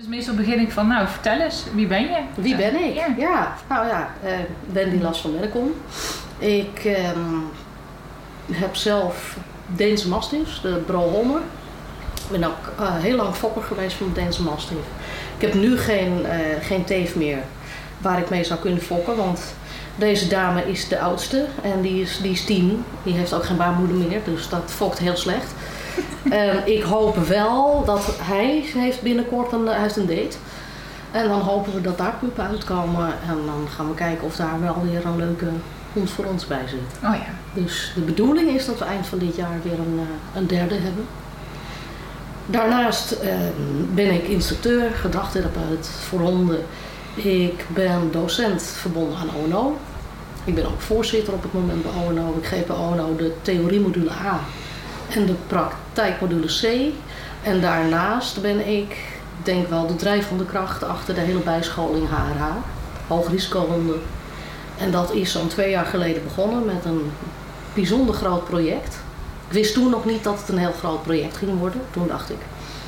Dus meestal begin ik van, nou vertel eens, wie ben je? Wie ben ik? Ja, Wendy Las van Mennekom. Ik heb zelf Deense Mastiffs, de Broholmer. Ik ben ook heel lang fokker geweest van de Deense Mastiff. Ik heb nu geen teef meer waar ik mee zou kunnen fokken, want deze dame is de oudste en die is 10. Die heeft ook geen baarmoeder meer, dus dat fokt heel slecht. Ik hoop wel dat hij heeft binnenkort een date. En dan hopen we dat daar puppen uitkomen. En dan gaan we kijken of daar wel weer een leuke hond voor ons bij zit. Oh ja. Dus de bedoeling is dat we eind van dit jaar weer een derde hebben. Daarnaast ben ik instructeur, gedragtherapeut voor honden. Ik ben docent verbonden aan ONO. Ik ben ook voorzitter op het moment bij ONO. Ik geef bij ONO de theoriemodule A en de praktijkmodule C. En daarnaast ben ik, denk wel, de drijvende kracht achter de hele bijscholing HRH. Hoogrisicohonden. En dat is zo'n 2 jaar geleden begonnen met een bijzonder groot project. Ik wist toen nog niet dat het een heel groot project ging worden. Toen dacht ik,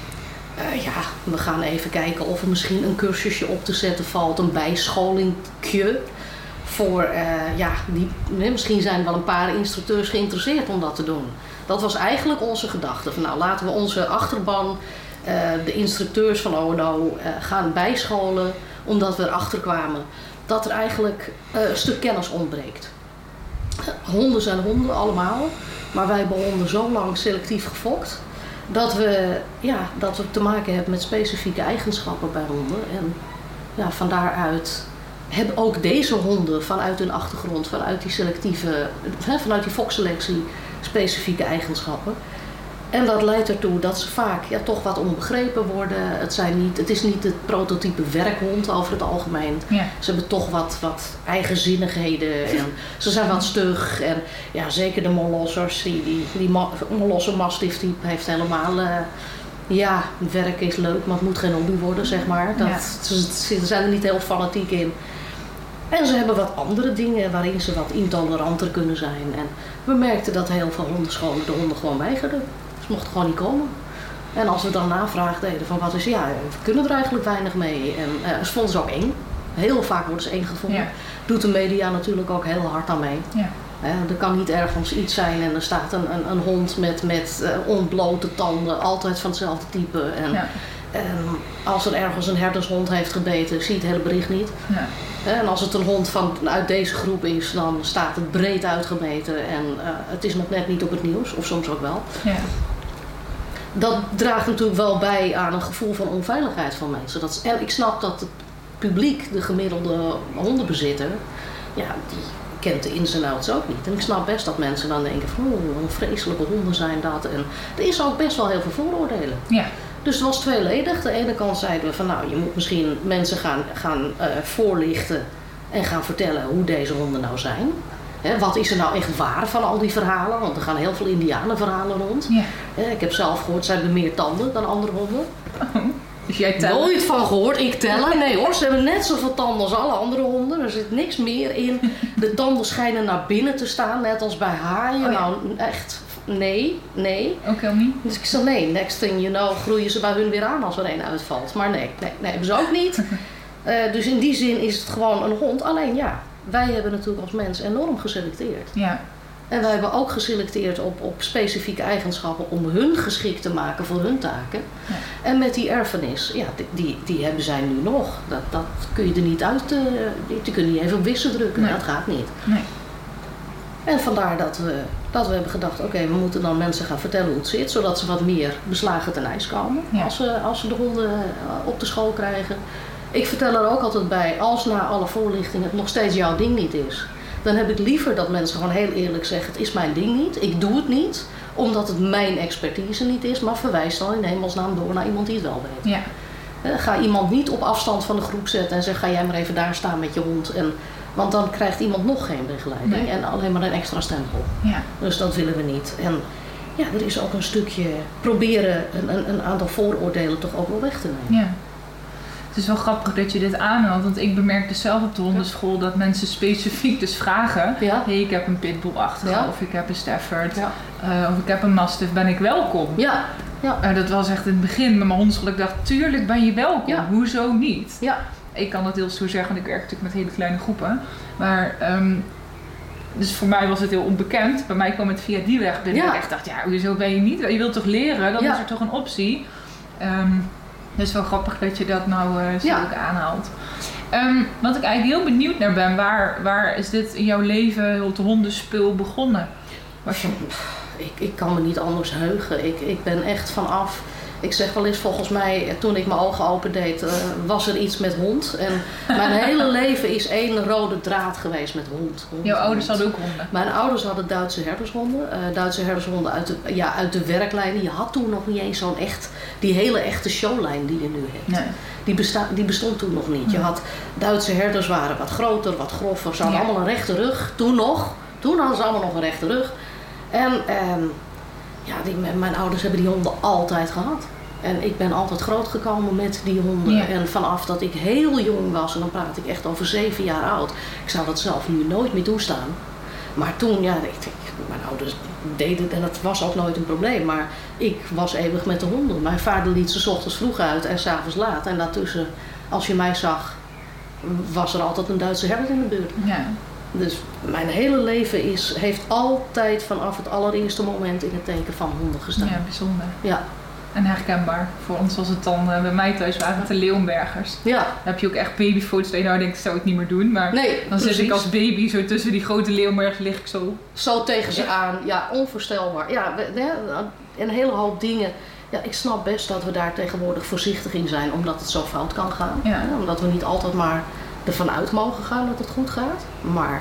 we gaan even kijken of er misschien een cursusje op te zetten valt. Een bijscholingje. Voor, misschien zijn wel een paar instructeurs geïnteresseerd om dat te doen. Dat was eigenlijk onze gedachte. Van, nou, laten we onze achterban, de instructeurs van ONO, gaan bijscholen. Omdat we erachter kwamen dat er eigenlijk een stuk kennis ontbreekt. Honden zijn honden, allemaal. Maar wij hebben honden zo lang selectief gefokt. Dat we te maken hebben met specifieke eigenschappen bij honden. En ja, van daaruit hebben ook deze honden vanuit hun achtergrond, vanuit die fokselectie, specifieke eigenschappen. En dat leidt ertoe dat ze vaak toch wat onbegrepen worden. Het is niet het prototype werkhond over het algemeen. Ja. Ze hebben toch wat eigenzinnigheden. En ze zijn wat stug. En ja, zeker de molossers, die molosser mastiff type heeft helemaal... werk is leuk, maar het moet geen hobby worden, zeg maar. Ze zijn er niet heel fanatiek in. En ze hebben wat andere dingen waarin ze wat intoleranter kunnen zijn. En we merkten dat heel veel hondenscholen de honden gewoon weigerden. Ze mochten gewoon niet komen. En als we dan navraag deden van we kunnen er eigenlijk weinig mee. En ze vonden ze ook eng. Heel vaak worden ze eng gevonden. Ja. Doet de media natuurlijk ook heel hard aan mee. Ja. Er kan niet ergens iets zijn en er staat een hond met ontblote tanden, altijd van hetzelfde type. En als er ergens een herdershond heeft gebeten, zie je het hele bericht niet. Ja. En als het een hond uit deze groep is, dan staat het breed uitgemeten en het is nog net niet op het nieuws, of soms ook wel. Ja. Dat draagt natuurlijk wel bij aan een gevoel van onveiligheid van mensen. En ik snap dat het publiek, de gemiddelde hondenbezitter, die kent de ins en outs ook niet. En ik snap best dat mensen dan denken van, een vreselijke honden zijn dat. En er is ook best wel heel veel vooroordelen. Ja. Dus het was tweeledig. De ene kant zeiden we van, je moet misschien mensen gaan voorlichten en gaan vertellen hoe deze honden nou zijn. Wat is er nou echt waar van al die verhalen? Want er gaan heel veel indianenverhalen rond. Ja. Ik heb zelf gehoord, ze hebben meer tanden dan andere honden. Oh. Dus jij telt? Nooit van gehoord. Ik tellen. Nee hoor, ze hebben net zoveel tanden als alle andere honden. Er zit niks meer in. De tanden schijnen naar binnen te staan, net als bij haaien. Nou, echt, nee. Ook heel niet? Dus ik zei nee, next thing you know groeien ze bij hun weer aan als er een uitvalt. Maar nee, hebben ze ook niet. Dus in die zin is het gewoon een hond. Alleen wij hebben natuurlijk als mens enorm geselecteerd. Ja. En wij hebben ook geselecteerd op specifieke eigenschappen om hun geschikt te maken voor hun taken. Ja. En met die erfenis, die hebben zij nu nog. Dat kun je er niet uit, die kun je niet even op wissen drukken. Nee. Dat gaat niet. Nee. En vandaar dat we hebben gedacht, oké, we moeten dan mensen gaan vertellen hoe het zit. Zodat ze wat meer beslagen ten ijs komen als ze de honden op de school krijgen. Ik vertel er ook altijd bij, als na alle voorlichtingen het nog steeds jouw ding niet is, dan heb ik liever dat mensen gewoon heel eerlijk zeggen, het is mijn ding niet, ik doe het niet, omdat het mijn expertise niet is, maar verwijs dan in hemelsnaam door naar iemand die het wel weet. Ja. Ga iemand niet op afstand van de groep zetten en zeg, ga jij maar even daar staan met je hond. Want dan krijgt iemand nog geen begeleiding en alleen maar een extra stempel. Ja. Dus dat willen we niet. En er is ook een stukje proberen een aantal vooroordelen toch ook wel weg te nemen. Ja. Het is wel grappig dat je dit aanhaalt, want ik bemerkte zelf op de hondenschool dat mensen specifiek dus vragen. Ja. Hey, ik heb een pitbull-achtige of ik heb een Stafford of ik heb een Mastiff, ben ik welkom? Ja. Ja. Dat was echt in het begin met mijn hondschool. Ik dacht, tuurlijk ben je welkom. Ja. Hoezo niet? Ja. Ik kan dat heel stoer zeggen, want ik werk natuurlijk met hele kleine groepen. Maar, dus voor mij was het heel onbekend. Bij mij kwam het via die weg binnen. Ja. Ik echt dacht, ja, hoezo ben je niet? Je wilt toch leren? Dan Ja. is er toch een optie. Het is wel grappig dat je dat nou zo ook aanhaalt. Wat ik eigenlijk heel benieuwd naar ben, waar is dit in jouw leven, het hondenspul, begonnen? Ik kan me niet anders heugen. Ik ben echt vanaf... Ik zeg wel eens, volgens mij, toen ik mijn ogen opendeed, was er iets met hond. En mijn hele leven is één rode draad geweest met hond. Jouw ouders hadden ook honden? Mijn ouders hadden Duitse herdershonden. Duitse herdershonden uit de werklijnen. Je had toen nog niet eens zo'n echt, die hele echte showlijn die je nu hebt. Nee. Die bestond toen nog niet. Je had Duitse herders waren wat groter, wat groffer. Ze hadden allemaal een rechte rug. Toen hadden ze allemaal nog een rechte rug. En mijn ouders hebben die honden altijd gehad. En ik ben altijd groot gekomen met die honden. Ja. En vanaf dat ik heel jong was, en dan praat ik echt over 7 jaar oud. Ik zou dat zelf nu nooit meer toestaan. Maar toen, mijn ouders deden het en dat was ook nooit een probleem. Maar ik was eeuwig met de honden. Mijn vader liet ze 's ochtends vroeg uit en 's avonds laat. En daartussen, als je mij zag, was er altijd een Duitse herder in de buurt. Ja. Dus mijn hele leven heeft altijd vanaf het allereerste moment in het teken van honden gestaan. Ja, bijzonder. Ja. En herkenbaar. Voor ons was het dan, bij mij thuis waren het de Leeuwenbergers. Ja. Dan heb je ook echt babyfoto's. Nou denk ik, zou ik niet meer doen. Maar dan zit ik als baby zo tussen die grote Leeuwenbergers, lig ik zo. Zo tegen ze aan. Ja, onvoorstelbaar. Ja, een hele hoop dingen. Ja, ik snap best dat we daar tegenwoordig voorzichtig in zijn, omdat het zo fout kan gaan. Ja. Omdat we niet altijd maar ervan uit mogen gaan dat het goed gaat. Maar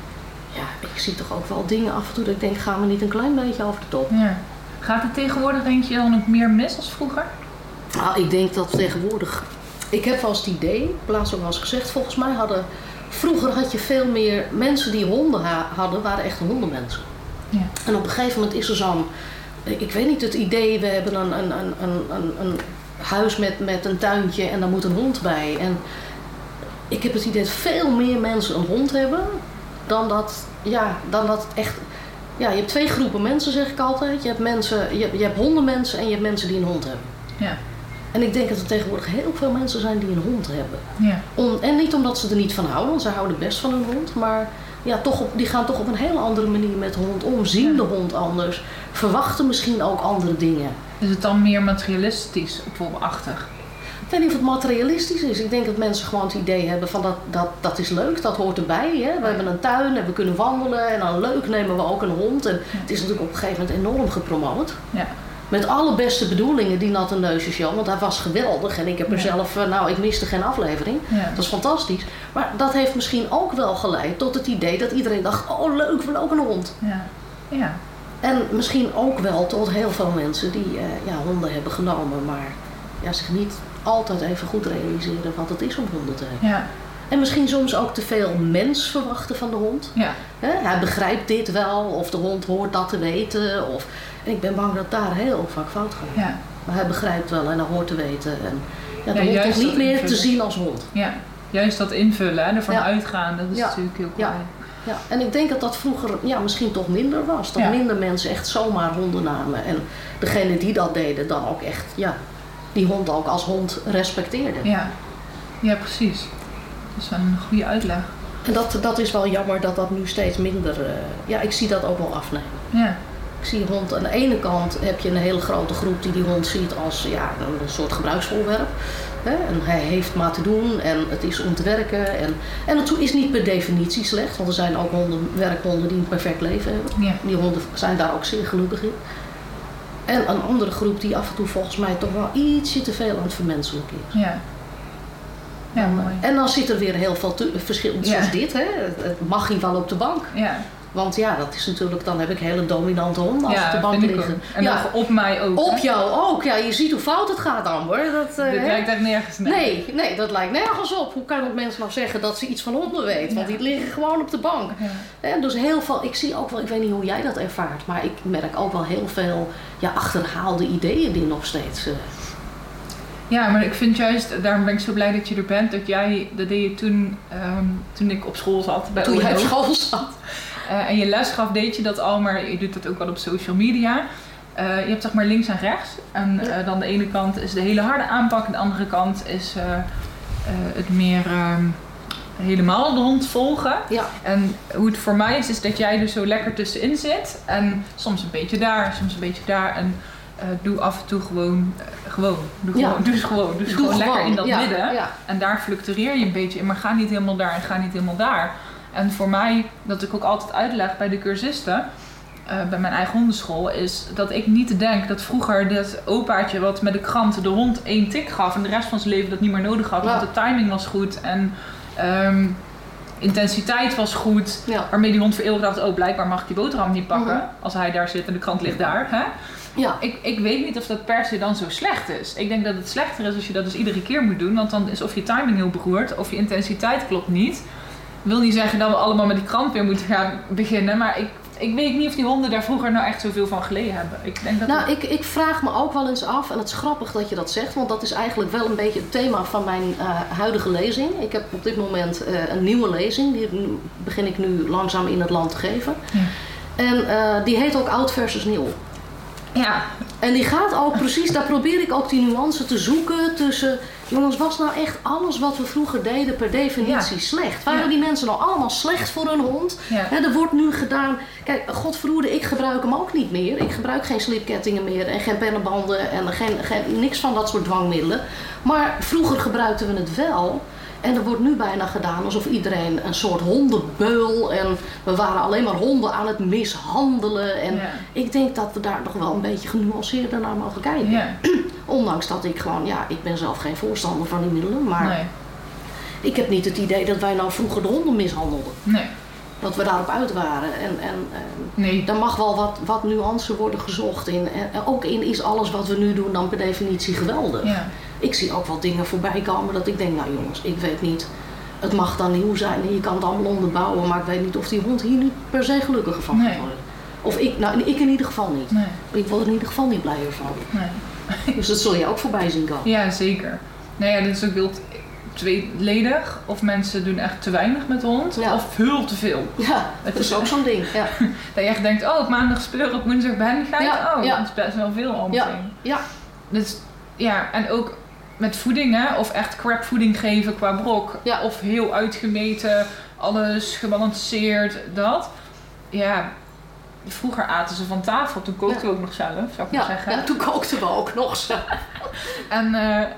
ja, ik zie toch ook wel dingen af en toe dat ik denk, gaan we niet een klein beetje over de top? Ja. Gaat het tegenwoordig, denk je, dan ook meer mis als vroeger? Nou, ik denk dat tegenwoordig... Ik heb wel eens het idee, laatst ook wel eens gezegd, volgens mij vroeger had je veel meer mensen die honden hadden, waren echt hondenmensen. Ja. En op een gegeven moment is er zo'n, ik weet niet, het idee, we hebben een huis met een tuintje en daar moet een hond bij. En ik heb het idee dat veel meer mensen een hond hebben dan dat echt... Ja, je hebt 2 groepen mensen, zeg ik altijd. Je hebt hondenmensen en je hebt mensen die een hond hebben. Ja. En ik denk dat er tegenwoordig heel veel mensen zijn die een hond hebben. Ja. En niet omdat ze er niet van houden, want ze houden best van een hond. Maar ja, die gaan toch op een hele andere manier met de hond om. Zien de hond anders. Verwachten misschien ook andere dingen. Is het dan meer materialistisch, bijvoorbeeld achtig? Ik weet niet of het materialistisch is. Ik denk dat mensen gewoon het idee hebben van dat is leuk, dat hoort erbij. Hè? We hebben een tuin en we kunnen wandelen en dan leuk nemen we ook een hond. En het is natuurlijk op een gegeven moment enorm gepromoot. Ja. Met alle beste bedoelingen, die natte neusjeshow, want hij was geweldig. En ik heb er zelf, ik miste geen aflevering. Ja. Dat is fantastisch. Maar dat heeft misschien ook wel geleid tot het idee dat iedereen dacht, oh leuk, we willen ook een hond. Ja. Ja. En misschien ook wel tot heel veel mensen die honden hebben genomen, maar zich niet altijd even goed realiseren wat het is om honden te hebben. Ja. En misschien soms ook te veel mens verwachten van de hond. Ja. Hij begrijpt dit wel, of de hond hoort dat te weten. En ik ben bang dat daar heel vaak fout gaat. Ja. Maar hij begrijpt wel en hij hoort te weten. En de hond is niet meer invullen. Te zien als hond. Ja, juist dat invullen, ervan uitgaan, dat is natuurlijk heel cool. Ja, en ik denk dat dat vroeger misschien toch minder was. Dat minder mensen echt zomaar honden namen. En degene die dat deden dan ook echt, die hond ook als hond respecteerden. Ja, precies. Dat is wel een goede uitleg. En dat is wel jammer dat dat nu steeds minder... ik zie dat ook wel afnemen. Ja. Ik zie hond, aan de ene kant heb je een hele grote groep die hond ziet als een soort gebruiksvoorwerp. En hij heeft maar te doen en het is om te werken. En het is niet per definitie slecht, want er zijn ook werkhonden die een perfect leven hebben. Ja. Die honden zijn daar ook zeer gelukkig in. En een andere groep die af en toe volgens mij toch wel ietsje te veel aan het vermenselijken is. Ja. Ja, mooi. En dan zit er weer heel veel verschil, zoals dit, hè? Het mag hier wel op de bank. Ja. Want dat is natuurlijk, dan heb ik hele dominante honden op de bank liggen. En op mij ook. Op jou ook. Ja, je ziet hoe fout het gaat, Amber. Dit lijkt echt nergens naar. Nee, dat lijkt nergens op. Hoe kan het mensen nou zeggen dat ze iets van honden weten? Want die liggen gewoon op de bank. Ja. En dus heel veel, ik zie ook wel, ik weet niet hoe jij dat ervaart, maar ik merk ook wel heel veel achterhaalde ideeën die nog steeds... Ja, maar ik vind juist, daarom ben ik zo blij dat je er bent, dat deed je toen ik op school zat. Toen jij op school zat. En je les gaf, deed je dat al, maar je doet dat ook wel op social media. je hebt zeg maar links en rechts. En dan de ene kant is de hele harde aanpak en de andere kant is het meer helemaal de hond volgen. Ja. En hoe het voor mij is dat jij er zo lekker tussenin zit. En soms een beetje daar, soms een beetje daar. En doe af en toe gewoon lekker in dat midden. Ja. En daar fluctueer je een beetje in, maar ga niet helemaal daar en ga niet helemaal daar. En voor mij, dat ik ook altijd uitleg bij de cursisten, bij mijn eigen hondenschool, is dat ik niet denk dat vroeger dat opaatje wat met de krant de hond 1 tik gaf en de rest van zijn leven dat niet meer nodig had, want de timing was goed en intensiteit was goed, waarmee die hond voor eeuwig dacht, oh blijkbaar mag ik die boterham niet pakken als hij daar zit en de krant ligt daar. Hè? Ja. Ik weet niet of dat per se dan zo slecht is. Ik denk dat het slechter is als je dat dus iedere keer moet doen, want dan is of je timing heel beroerd of je intensiteit klopt niet. Ik wil niet zeggen dat we allemaal met die krant weer moeten gaan beginnen, maar ik weet niet of die honden daar vroeger nou echt zoveel van geleden hebben. Ik denk dat ik vraag me ook wel eens af, en het is grappig dat je dat zegt, want dat is eigenlijk wel een beetje het thema van mijn huidige lezing. Ik heb op dit moment een nieuwe lezing, die begin ik nu langzaam in het land te geven. Ja. En die heet ook Oud versus Nieuw. Ja. En die gaat ook precies, daar probeer ik ook die nuance te zoeken tussen, jongens, was nou echt alles wat we vroeger deden per definitie slecht? Waren die mensen nou allemaal slecht voor hun hond? Ja. Er wordt nu gedaan, kijk, godverhoede, ik gebruik hem ook niet meer. Ik gebruik geen slipkettingen meer en geen pennenbanden en niks van dat soort dwangmiddelen. Maar vroeger gebruikten we het wel. En er wordt nu bijna gedaan alsof iedereen een soort hondenbeul en we waren alleen maar honden aan het mishandelen. En ik denk dat we daar nog wel een beetje genuanceerder naar mogen kijken. Ja. Ondanks dat ik gewoon, ik ben zelf geen voorstander van die middelen, maar ik heb niet het idee dat wij nou vroeger de honden mishandelden. Nee. Dat we daarop uit waren. En daar mag wel wat nuance worden gezocht in. En ook in is alles wat we nu doen dan per definitie geweldig. Ja. Ik zie ook wel dingen voorbij komen dat ik denk, nou jongens, ik weet niet. Het mag dan nieuw zijn en je kan het allemaal onderbouwen, maar ik weet niet of die hond hier nu per se gelukkiger van gaat worden. Of ik in ieder geval niet. Nee. Ik word er in ieder geval niet blijer van. Nee. Dus dat zul je ook voorbij zien komen. Ja, zeker. Nou ja, dit is ook wild. Tweeledig, of mensen doen echt te weinig met de hond, of veel te veel. Ja, dat is ook zo'n ding. Ja. Dat je echt denkt, op maandag speuren, op woensdag behendigheid. Dat is best wel veel al meteen. Ja. Dus, en ook met voeding, hè, of echt crap voeding geven qua brok, of heel uitgemeten, alles gebalanceerd, dat. Ja, vroeger aten ze van tafel, toen kookten we ook nog zelf, zou ik maar zeggen. Ja, toen kookten we ook nog zelf. En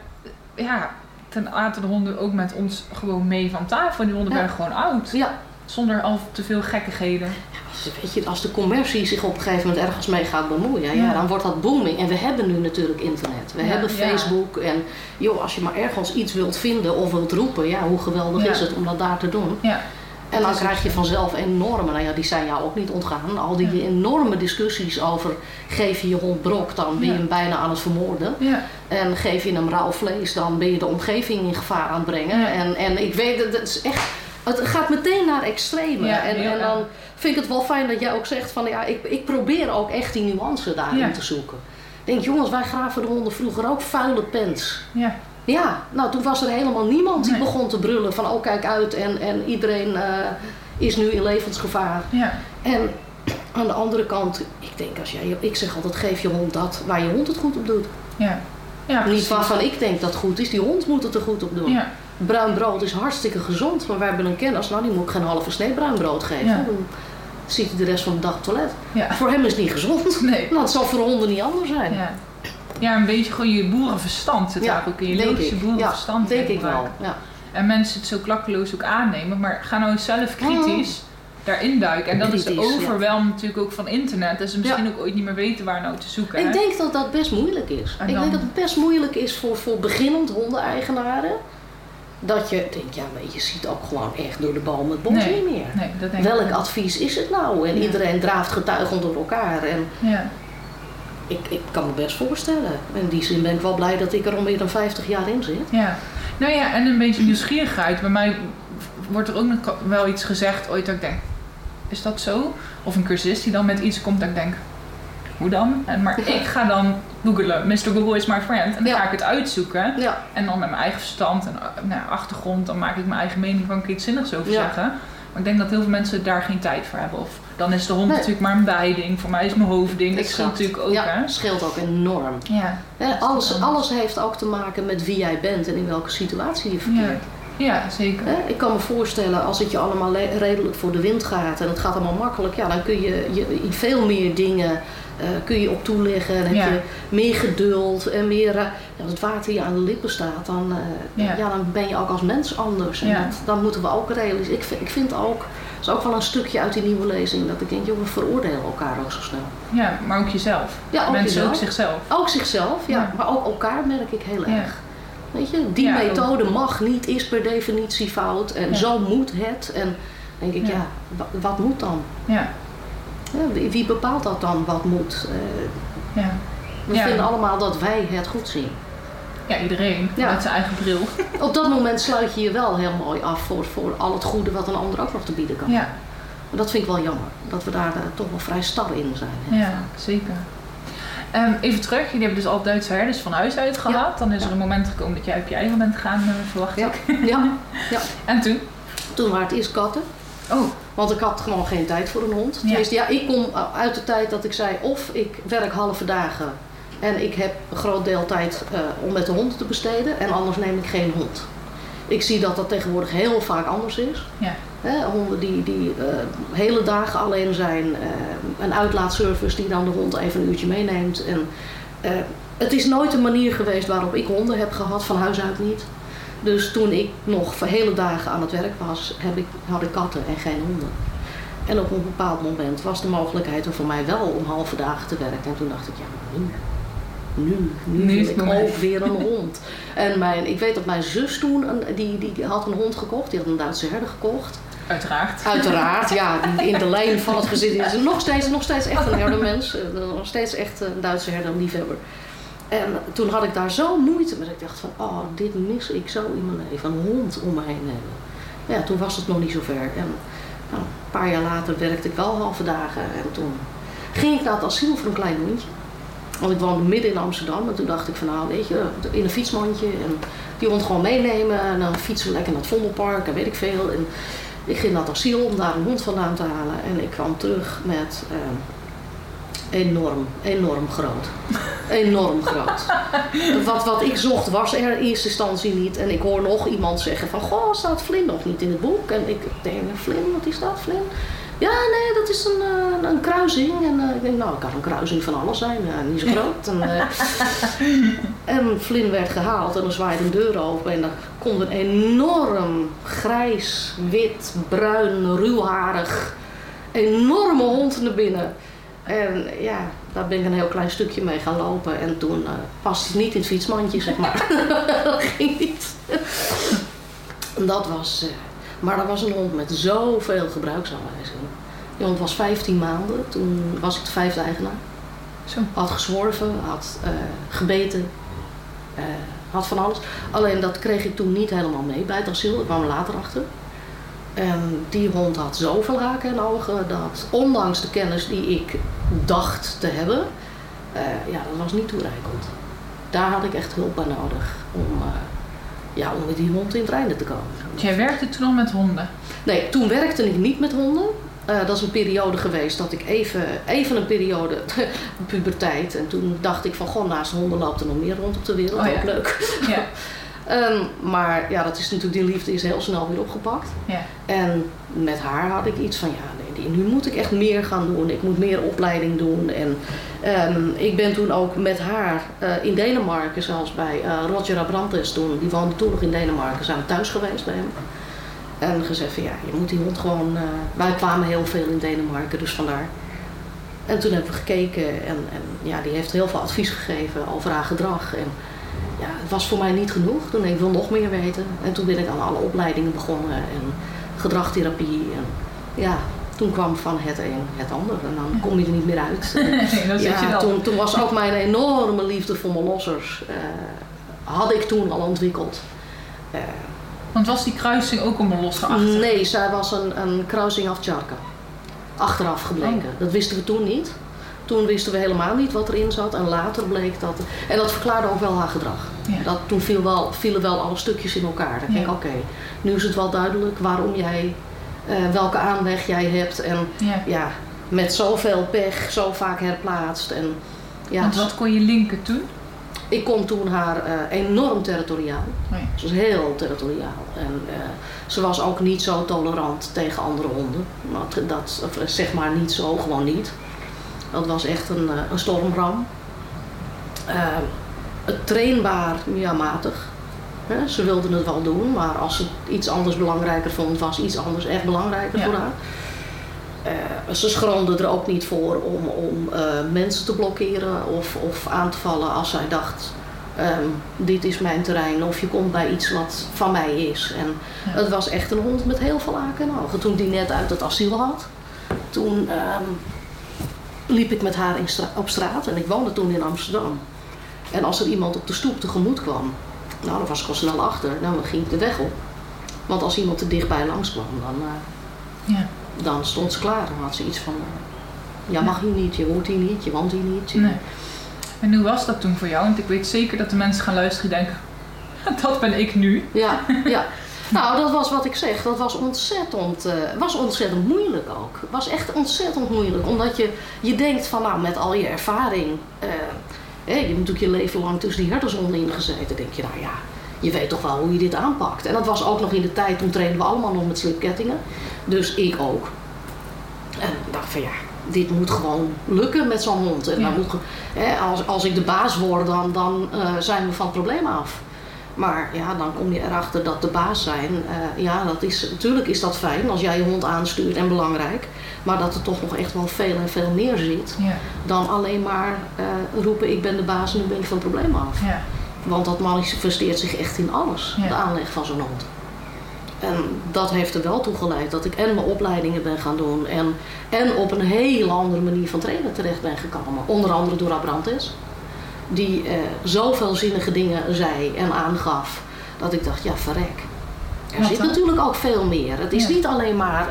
toen aten de honden ook met ons gewoon mee van tafel. Die honden werden gewoon oud. Ja. Zonder al te veel gekkigheden. Ja, weet je, als de commercie zich op een gegeven moment ergens mee gaat bemoeien, dan wordt dat booming. En we hebben nu natuurlijk internet. We hebben Facebook. En als je maar ergens iets wilt vinden of wilt roepen, hoe geweldig is het om dat daar te doen. Ja. En dan krijg je vanzelf enorme, die zijn jou ook niet ontgaan. Al die enorme discussies over geef je je hond brok, dan ben je hem bijna aan het vermoorden. Ja. En geef je hem rauw vlees, dan ben je de omgeving in gevaar aan het brengen. Ja. En ik weet, het is echt, het gaat meteen naar extreme. Ja, en dan vind ik het wel fijn dat jij ook zegt van ik probeer ook echt die nuance daarin te zoeken. Ik denk, jongens, wij graven de honden vroeger ook vuile pens. Ja. Ja, nou toen was er helemaal niemand die begon te brullen van kijk uit en iedereen is nu in levensgevaar. Ja. En aan de andere kant, ik denk ik zeg altijd geef je hond dat waar je hond het goed op doet. Ja. Ja, niet waarvan ik denk dat het goed is, die hond moet het er goed op doen. Ja. Bruin brood is hartstikke gezond, maar wij hebben een kennis, die moet ik geen halve snee bruin brood geven. Ja. Dan zit hij de rest van de dag op het toilet. Ja. Voor hem is het niet gezond. Nee. Nou, het zal voor honden niet anders zijn. Ja. Ja, een beetje gewoon je boerenverstand zit daar ook in. Je logische boerenverstand. Ja, denk ik wel. Ja. En mensen het zo klakkeloos ook aannemen. Maar ga nou eens zelf kritisch daarin duiken. En dat is de overwelm natuurlijk ook van internet. Dat ze misschien ook ooit niet meer weten waar nou te zoeken. Ik denk dat dat best moeilijk is. Ik denk dat het best moeilijk is voor beginnend hondeneigenaren. Dat je denkt, je ziet ook gewoon echt door de boom het bos niet meer. Nee, dat denk welk advies is het nou? En iedereen draaft getuigend door elkaar. En ik kan me best voorstellen. In die zin ben ik wel blij dat ik er al meer dan 50 jaar in zit. Ja. Nou ja, en een beetje nieuwsgierigheid. Bij mij wordt er ook nog wel iets gezegd ooit dat ik denk, is dat zo? Of een cursist die dan met iets komt dat ik denk, hoe dan? Maar ik ga dan googlen, Mr. Google is my friend. En dan ga ik het uitzoeken. Ja. En dan met mijn eigen verstand en achtergrond, dan maak ik mijn eigen mening van ik iets zinnigs over zeggen. Maar ik denk dat heel veel mensen daar geen tijd voor hebben. Of dan is de hond natuurlijk maar een bijding. Voor mij is mijn hoofdding. Dat scheelt natuurlijk ook. Ja, scheelt ook enorm. Ja, alles heeft ook te maken met wie jij bent en in welke situatie je verkeert. Ja, zeker. Ik kan me voorstellen, als het je allemaal redelijk voor de wind gaat en het gaat allemaal makkelijk, dan kun je veel meer dingen kun je op toeleggen en heb je meer geduld en meer, als het water je aan de lippen staat, dan ben je ook als mens anders. En dan moeten we ook realiseren. Ik vind ook, dat is ook wel een stukje uit die nieuwe lezing, dat ik denk, joh, we veroordelen elkaar ook zo snel. Ja, maar ook jezelf. Ja, ook mensen jezelf. ook zichzelf. Ook zichzelf, maar ook elkaar merk ik heel erg. Weet je, die methode mag niet, is per definitie fout en zo moet het. En dan denk ik, wat moet dan? Ja. Wie bepaalt dat dan, wat moet? We vinden allemaal dat wij het goed zien. Ja, iedereen. Met zijn eigen bril. Op dat moment sluit je je wel heel mooi af voor al het goede wat een ander ook nog te bieden kan. Ja. Dat vind ik wel jammer, dat we daar toch wel vrij star in zijn. Ja, zeker. Even terug, jullie hebben dus al Duitse herders van huis uit gehad. Ja. Dan is er een moment gekomen dat jij op je eigen bent gaan, verwacht ik. Ja. En toen? Toen waren het eerst katten. Oh. Want ik had gewoon geen tijd voor een hond. Tenminste, ik kom uit de tijd dat ik zei, of ik werk halve dagen en ik heb een groot deel tijd om met de hond te besteden en anders neem ik geen hond. Ik zie dat dat tegenwoordig heel vaak anders is. Ja. Honden die hele dagen alleen zijn, een uitlaatservice die dan de hond even een uurtje meeneemt. En, het is nooit een manier geweest waarop ik honden heb gehad, van huis uit niet. Dus toen ik nog voor hele dagen aan het werk was, had ik katten en geen honden. En op een bepaald moment was de mogelijkheid er voor mij wel om halve dagen te werken. En toen dacht ik, nu wil ik ook weer een hond. En ik weet dat mijn zus toen, die had een hond gekocht, die had een Duitse herder gekocht. Uiteraard, ja. In de lijn van het gezin is nog steeds echt een herdermens. Nog steeds echt een Duitse herder, een liefhebber. En toen had ik daar zo moeite mee. Ik dacht van, dit mis ik zo in mijn leven. Een hond om me heen hebben. Ja, toen was het nog niet zo ver. En een paar jaar later werkte ik wel halve dagen. En toen ging ik naar het asiel voor een klein hondje. Want ik woonde midden in Amsterdam. En toen dacht ik van, weet je, in een fietsmandje. En die hond gewoon meenemen. En dan fietsen we lekker naar het Vondelpark en weet ik veel. En ik ging naar het asiel om daar een hond vandaan te halen. En ik kwam terug met enorm groot. Enorm groot. Wat ik zocht was er in eerste instantie niet. En ik hoor nog iemand zeggen van, goh, staat Flynn nog niet in het boek? En ik denk, Flynn, wat is dat, Flynn? Ja, nee, dat is een kruising. En ik denk, het kan een kruising van alles zijn. Niet zo groot. En Flynn werd gehaald en dan zwaaide een deur open. En dan komt een enorm grijs, wit, bruin, ruwharig, enorme hond naar binnen. En daar ben ik een heel klein stukje mee gaan lopen. En toen paste het niet in het fietsmandje, zeg maar. Dat ging niet. Dat was... Maar dat was een hond met zoveel gebruiksaanwijzingen. Die hond was 15 maanden. Toen was ik de 5e eigenaar. Zo. Had gezworven, had gebeten, had van alles. Alleen dat kreeg ik toen niet helemaal mee bij het asiel. Ik kwam er later achter. En die hond had zoveel haken en ogen dat, ondanks de kennis die ik dacht te hebben, dat was niet toereikend. Daar had ik echt hulp bij nodig om met die hond in het reinen te komen. Jij werkte toen al met honden? Nee, toen werkte ik niet met honden. Dat is een periode geweest dat ik even een periode, puberteit. En toen dacht ik van, naast honden loopt er nog meer rond op de wereld. Ook leuk. Ja. Maar dat is natuurlijk, die liefde is heel snel weer opgepakt. Ja. En met haar had ik iets van, nu moet ik echt meer gaan doen. Ik moet meer opleiding doen. En ik ben toen ook met haar in Denemarken, zelfs bij Roger Abrantes toen. Die woonde toen nog in Denemarken. Zijn we thuis geweest bij hem. En gezegd van, je moet die hond gewoon... wij kwamen heel veel in Denemarken, dus vandaar. En toen hebben we gekeken en die heeft heel veel advies gegeven over haar gedrag. En het was voor mij niet genoeg. Toen ik wil nog meer weten. En toen ben ik aan alle opleidingen begonnen en gedragstherapie. En toen kwam van het een het ander en dan kom je er niet meer uit. Toen was ook mijn enorme liefde voor mijn lossers. Had ik toen al ontwikkeld. Want was die kruising ook een molosserachtig? Nee, zij was een kruising Ovtcharka. Achteraf gebleken. Dat wisten we toen niet. Toen wisten we helemaal niet wat erin zat en later bleek dat... En dat verklaarde ook wel haar gedrag. Ja. Toen vielen wel alle stukjes in elkaar. Dan denk ik, oké, nu is het wel duidelijk waarom jij welke aanleg jij hebt. En ja, met zoveel pech, zo vaak herplaatst. En, ja, want wat kon je linken toen? Ik kon toen haar enorm territoriaal. Nee. Ze was heel territoriaal. En ze was ook niet zo tolerant tegen andere honden. Dat zeg maar niet zo, gewoon niet. Dat was echt een stormram. Het trainbaar, ja, matig. Ze wilde het wel doen, maar als ze iets anders belangrijker vond, was iets anders echt belangrijker voor haar. Ze schroomde er ook niet voor om mensen te blokkeren of aan te vallen als zij dacht, dit is mijn terrein of je komt bij iets wat van mij is. En het was echt een hond met heel veel haken en ogen. Toen die net uit het asiel had, toen liep ik met haar op straat en ik woonde toen in Amsterdam. En als er iemand op de stoep tegemoet kwam, nou, dan was ik al snel achter, nou, dan ging ik de weg op. Want als iemand er dichtbij langskwam, dan stond ze klaar. Dan had ze iets van, ja, mag hier niet, je hoort hier niet, je woont hier niet. Nee. En hoe was dat toen voor jou? Want ik weet zeker dat de mensen gaan luisteren die denken, dat ben ik nu. Ja. Nou, dat was wat ik zeg. Dat was ontzettend moeilijk ook. Het was echt ontzettend moeilijk. Omdat je denkt van, nou, met al je ervaring, je hebt natuurlijk je leven lang tussen die herdershonden ingezeten. Denk je, nou ja, je weet toch wel hoe je dit aanpakt. En dat was ook nog in de tijd, toen trainden we allemaal nog met slipkettingen. Dus ik ook. En ik dacht van ja, dit moet gewoon lukken met zo'n hond. En dan moet, als ik de baas word, dan zijn we van het probleem af. Maar ja, dan kom je erachter dat de baas zijn, natuurlijk is dat fijn als jij je hond aanstuurt en belangrijk. Maar dat er toch nog echt wel veel en veel meer zit dan alleen maar roepen ik ben de baas en nu ben ik van het probleem af. Ja. Want dat manifesteert zich echt in alles, de aanleg van zo'n hond. En dat heeft er wel toe geleid dat ik en mijn opleidingen ben gaan doen en op een heel andere manier van trainen terecht ben gekomen. Onder andere door Abrantes, die zoveel zinnige dingen zei en aangaf dat ik dacht, ja verrek. Er zit natuurlijk ook veel meer. Het is niet alleen maar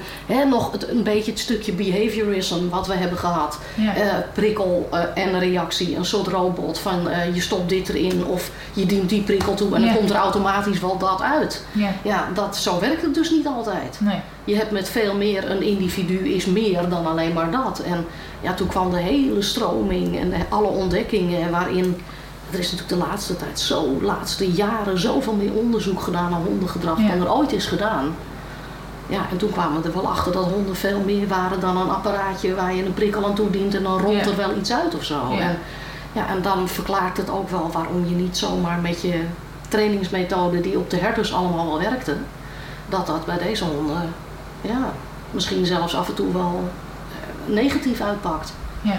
een beetje het stukje behaviorism wat we hebben gehad. Prikkel en reactie, een soort robot van je stopt dit erin of je dient die prikkel toe en dan komt er automatisch wel dat uit. Zo werkt het dus niet altijd. Nee. Je hebt met veel meer, een individu is meer dan alleen maar dat. En ja, toen kwam de hele stroming en alle ontdekkingen waarin... Er is natuurlijk de laatste jaren zoveel meer onderzoek gedaan naar hondengedrag dan er ooit is gedaan. Ja, en toen kwamen we er wel achter dat honden veel meer waren dan een apparaatje waar je een prikkel aan toedient en dan rolt er wel iets uit of zo. En dan verklaart het ook wel waarom je niet zomaar met je trainingsmethode die op de herders allemaal wel werkte, dat bij deze honden misschien zelfs af en toe wel negatief uitpakt. Ja.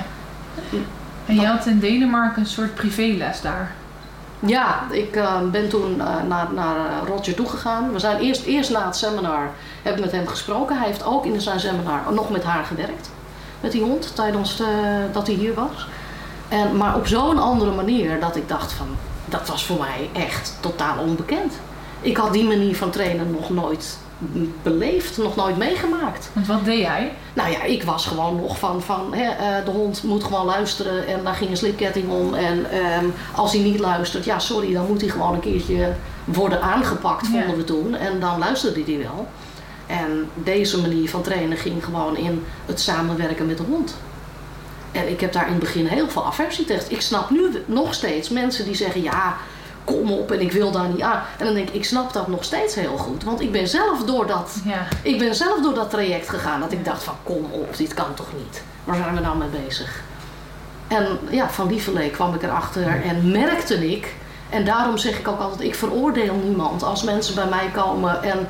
En je had in Denemarken een soort privéles daar? Ja, ik ben toen naar Roger toegegaan. We zijn eerst na het seminar heb ik met hem gesproken. Hij heeft ook in zijn seminar nog met haar gewerkt. Met die hond, tijdens dat hij hier was. Maar op zo'n andere manier dat ik dacht van, dat was voor mij echt totaal onbekend. Ik had die manier van trainen nog nooit beleefd, nog nooit meegemaakt. Want wat deed jij? Nou ja, ik was gewoon nog van de hond moet gewoon luisteren en daar ging een slipketting om. En als hij niet luistert, ja sorry, dan moet hij gewoon een keertje worden aangepakt, vonden we toen. En dan luisterde hij wel. En deze manier van trainen ging gewoon in het samenwerken met de hond. En ik heb daar in het begin heel veel aversie tegen. Ik snap nu nog steeds mensen die zeggen, ja, kom op en ik wil daar niet aan. En dan denk ik snap dat nog steeds heel goed. Want ik ben zelf door dat traject gegaan. Dat ik dacht van, kom op, dit kan toch niet. Waar zijn we nou mee bezig? En ja, van lieverlee kwam ik erachter en merkte ik. En daarom zeg ik ook altijd, ik veroordeel niemand. Als mensen bij mij komen en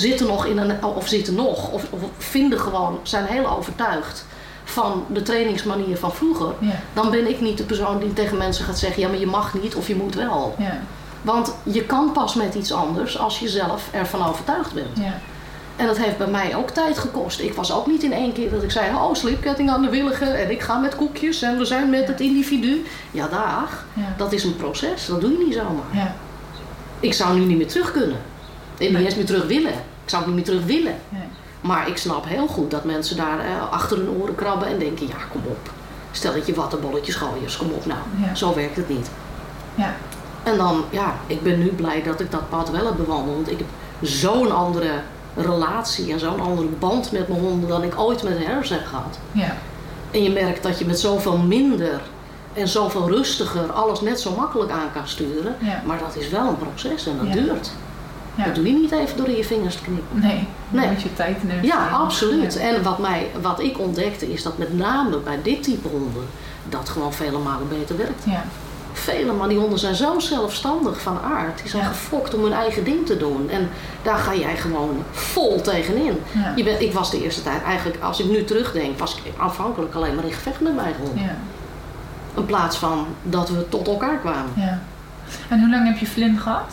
vinden gewoon, zijn heel overtuigd van de trainingsmanier van vroeger, dan ben ik niet de persoon die tegen mensen gaat zeggen, ja maar je mag niet of je moet wel. Ja. Want je kan pas met iets anders als je zelf ervan overtuigd bent. Ja. En dat heeft bij mij ook tijd gekost. Ik was ook niet in één keer dat ik zei, oh slipketting aan de willige en ik ga met koekjes en we zijn met het individu. Ja dag, dat is een proces, dat doe je niet zomaar. Ja. Ik zou nu niet meer terug kunnen. Niet eens meer terug willen. Ik zou het niet meer terug willen. Nee. Maar ik snap heel goed dat mensen daar achter hun oren krabben en denken, ja kom op. Stel dat je wattenbolletjes gooiers, kom op nou. Ja. Zo werkt het niet. Ja. En dan, ik ben nu blij dat ik dat pad wel heb bewandeld. Want ik heb zo'n andere relatie en zo'n andere band met mijn honden dan ik ooit met een herder heb gehad. Ja. En je merkt dat je met zoveel minder en zoveel rustiger alles net zo makkelijk aan kan sturen. Ja. Maar dat is wel een proces en dat duurt. Ja. Dat doe je niet even door in je vingers te knippen. Nee, dan moet je tijd nemen. Ja, absoluut. Ja. En wat ik ontdekte is dat met name bij dit type honden dat gewoon vele malen beter werkt. Ja. Vele, maar die honden zijn zo zelfstandig van aard. Die zijn gefokt om hun eigen ding te doen. En daar ga jij gewoon vol tegenin. Ja. Ik was de eerste tijd eigenlijk, als ik nu terugdenk, was ik aanvankelijk alleen maar in gevecht met mijn hond. Ja. In plaats van dat we tot elkaar kwamen. Ja. En hoe lang heb je Flynn gehad?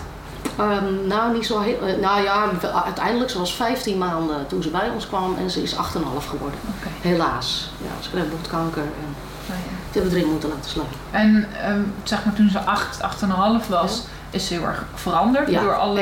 Nou, niet zo heel. Nou ja, uiteindelijk ze was 15 maanden toen ze bij ons kwam en ze is 8,5 geworden. Okay. Helaas. Ja, ze kreeg bloedkanker en die hebben we erin moeten laten slaan. En zeg maar toen ze 8,5 was, is ze heel erg veranderd door alle...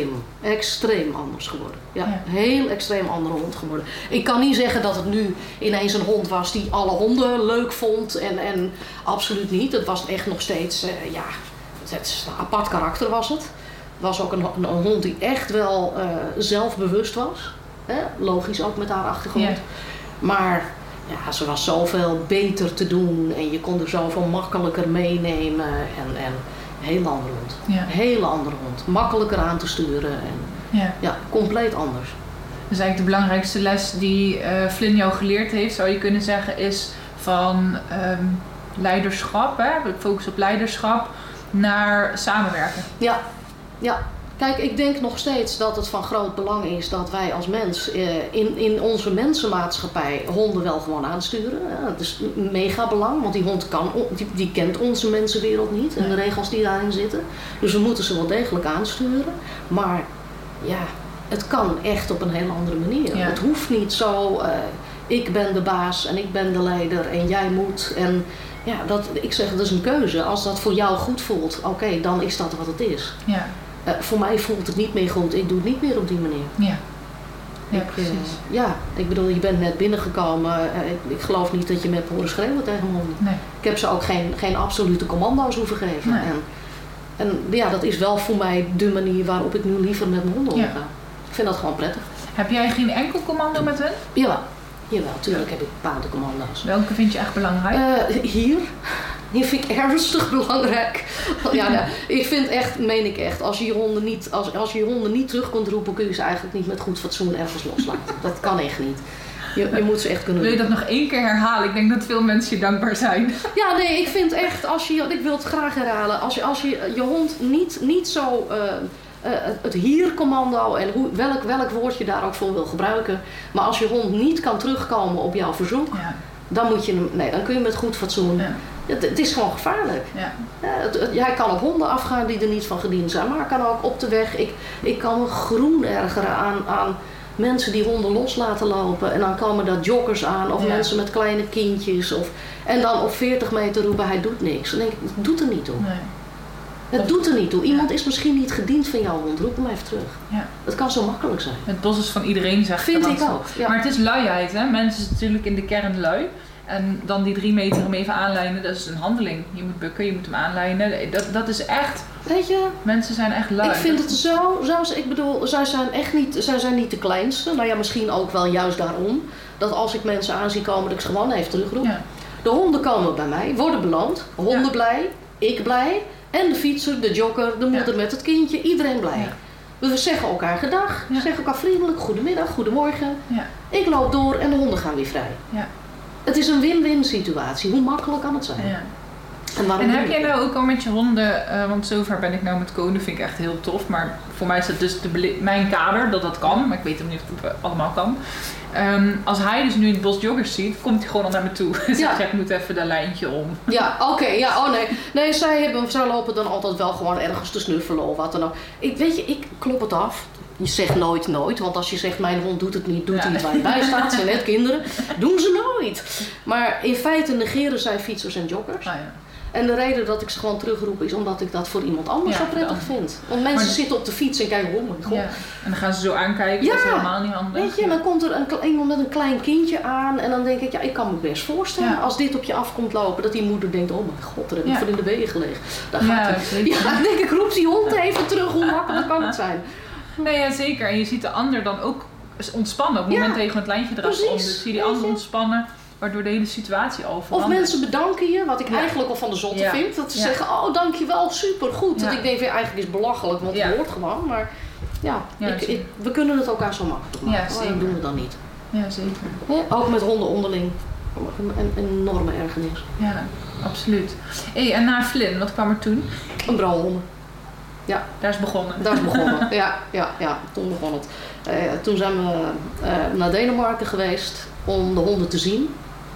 extreem anders geworden. Ja, heel extreem andere hond geworden. Ik kan niet zeggen dat het nu ineens een hond was die alle honden leuk vond en absoluut niet. Het was echt nog steeds, het is een apart karakter was het. Het was ook een hond die echt wel zelfbewust was. Logisch ook met haar achtergrond. Ja. Maar ja, ze was zoveel beter te doen en je kon er zoveel makkelijker meenemen en een heel andere hond. Ja. Hele andere hond. Makkelijker aan te sturen en ja, compleet anders. Dus eigenlijk de belangrijkste les die Flynn jou geleerd heeft, zou je kunnen zeggen, is van leiderschap, focus op leiderschap, naar samenwerken. Ja, ja. Kijk, ik denk nog steeds dat het van groot belang is dat wij als mens in onze mensenmaatschappij honden wel gewoon aansturen. Dat is mega belang, want die hond die kent onze mensenwereld niet en de regels die daarin zitten. Dus we moeten ze wel degelijk aansturen. Maar ja, het kan echt op een hele andere manier. Ja. Het hoeft niet zo, ik ben de baas en ik ben de leider en jij moet. En ja, ik zeg, dat is een keuze. Als dat voor jou goed voelt, oké, dan is dat wat het is. Ja. Voor mij voelt het niet meer goed. Ik doe het niet meer op die manier. Ja, precies. Ik bedoel, je bent net binnengekomen. Ik geloof niet dat je me hebt horen schreeuwen tegen honden. Nee. Ik heb ze ook geen absolute commando's hoeven geven. Nee. En ja, dat is wel voor mij de manier waarop ik nu liever met mijn honden omga. Ik vind dat gewoon prettig. Heb jij geen enkel commando met hen? Jawel, tuurlijk heb ik bepaalde commando's. Welke vind je echt belangrijk? Hier vind ik ernstig belangrijk. Ik vind echt, meen ik echt, als je je honden niet terug kunt roepen, kun je ze eigenlijk niet met goed fatsoen ergens loslaten. Dat kan echt niet. Je moet ze echt kunnen Wil je dat nog 1 keer herhalen? Ik denk dat veel mensen je dankbaar zijn. Ja, nee, ik vind echt, ik wil het graag herhalen, als je je hond niet zo... het hier-commando en welk woord je daar ook voor wil gebruiken. Maar als je hond niet kan terugkomen op jouw verzoek, dan kun je met goed fatsoen. Ja. Het is gewoon gevaarlijk. Ja. Hij kan op honden afgaan die er niet van gediend zijn, maar hij kan ook op de weg. Ik kan me groen ergeren aan mensen die honden los laten lopen en dan komen daar joggers aan of mensen met kleine kindjes. En dan op 40 meter roepen, hij doet niks. Dan denk ik, het doet er niet toe. Nee. Het doet er niet toe. Iemand is misschien niet gediend van jouw hond. Roep hem even terug. Ja. Het kan zo makkelijk zijn. Het bos is van iedereen, zeg Vind ik ook. Ja. Maar het is luiheid, hè? Mensen zijn natuurlijk in de kern lui. En dan die 3 meter hem even aanlijnen, dat is een handeling. Je moet bukken, je moet hem aanlijnen. Dat is echt... Weet je? Mensen zijn echt lui. Ik vind het zo... Ik bedoel, zij zijn niet de kleinste. Nou ja, misschien ook wel juist daarom. Dat als ik mensen aan zie komen, dat ik ze gewoon even terugroep. Ja. De honden komen bij mij, worden beloond. Honden blij, ik blij. En de fietser, de jogger, de moeder met het kindje, iedereen blij. Ja. We zeggen elkaar gedag, zeggen elkaar vriendelijk, goedemiddag, goedemorgen. Ja. Ik loop door en de honden gaan weer vrij. Ja. Het is een win-win situatie. Hoe makkelijk kan het zijn? Ja. En heb jij nou ook al met je honden, want zover ben ik nou met konen, vind ik echt heel tof. Maar voor mij is dat dus mijn kader, dat kan. Maar ik weet niet of het allemaal kan. Als hij dus nu in het bos joggers ziet, komt hij gewoon al naar me toe. Zeg ik moet even dat lijntje om. Ja, oké. Nee, zij lopen dan altijd wel gewoon ergens te snuffelen of wat dan ook. Ik klop het af. Je zegt nooit, want als je zegt mijn hond doet het niet, doet hij niet waar je bij staat. Het zijn net kinderen. Doen ze nooit. Maar in feite negeren zij fietsers en joggers. En de reden dat ik ze gewoon terugroep is omdat ik dat voor iemand anders zo prettig vind. Want mensen zitten op de fiets en kijken, oh mijn god. Ja. En dan gaan ze zo aankijken, dat is helemaal niet handig. Weet je, dan komt er iemand met een klein kindje aan en dan denk ik, ik kan me best voorstellen als dit op je af komt lopen, dat die moeder denkt, oh mijn god, daar heb ik voor in de wegen gelegen. Dan gaat dan denk ik, roep die hond even terug, hoe makkelijk kan het zijn? Nee, ja, zeker. En je ziet de ander dan ook ontspannen op het moment dat je gewoon het lijntje eraf komt. Dus zie je die ander ontspannen, waardoor de hele situatie al verandert. Of mensen bedanken je, wat ik eigenlijk al van de zotte vind. Dat ze zeggen, oh dankjewel, supergoed. Dat ik denk, eigenlijk is het belachelijk, want het hoort gewoon. Maar we kunnen het elkaar zo makkelijk maken. Ja, waarom doen we dat niet? Ja, zeker. Ja, ook met honden onderling. Een enorme ergernis. Ja, absoluut. Hey, en na Flynn, wat kwam er toen? Een brouwhonden. Ja. Daar is begonnen. Ja, toen begon het. Toen zijn we naar Denemarken geweest om de honden te zien.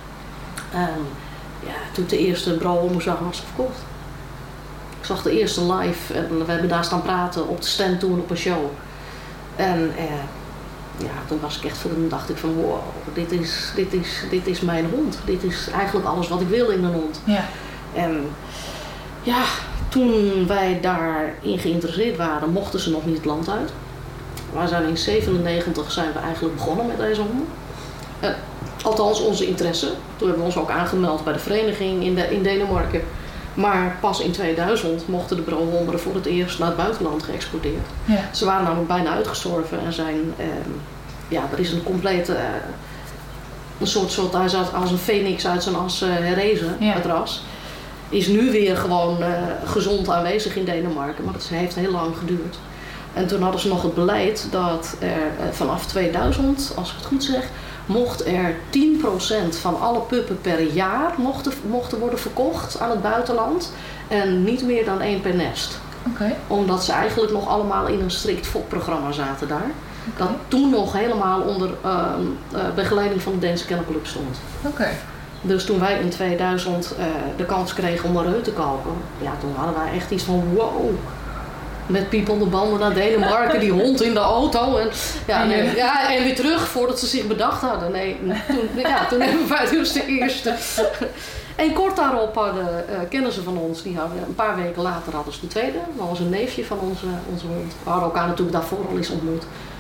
Toen de eerste brouwhonden zag, was verkocht. Ik zag de eerste live en we hebben daar staan praten op de stand toen op een show. En toen was ik echt dacht ik van wow, dit is mijn hond. Dit is eigenlijk alles wat ik wil in een hond. Ja. En toen wij daarin geïnteresseerd waren, mochten ze nog niet het land uit. We zijn in 1997 zijn we eigenlijk begonnen met deze honden. Althans onze interesse. Toen hebben we ons ook aangemeld bij de vereniging in Denemarken. Maar pas in 2000 mochten de brouwhonden voor het eerst naar het buitenland geëxporteerd. Ja. Ze waren namelijk bijna uitgestorven en zijn... er is een complete... een soort hij zat als een phoenix uit zijn as herrezen, het ras. Is nu weer gewoon gezond aanwezig in Denemarken, maar dat heeft heel lang geduurd. En toen hadden ze nog het beleid dat er vanaf 2000, als ik het goed zeg, mocht er 10% van alle puppen per jaar mochten worden verkocht aan het buitenland. En niet meer dan 1 per nest. Okay. Omdat ze eigenlijk nog allemaal in een strikt fokprogramma zaten daar. Okay. Dat toen nog helemaal onder begeleiding van de Deense Kennelclub stond. Okay. Dus toen wij in 2000 de kans kregen om een reu te kopen, toen hadden wij echt iets van wow. Met piepelde banden naar Denemarken, die hond in de auto. En weer terug voordat ze zich bedacht hadden. Toen hebben wij dus de eerste. En kort daarop hadden kennissen van ons, die hadden een paar weken later hadden ze de tweede. Dat was een neefje van onze hond. We hadden elkaar natuurlijk daarvoor al eens ontmoet.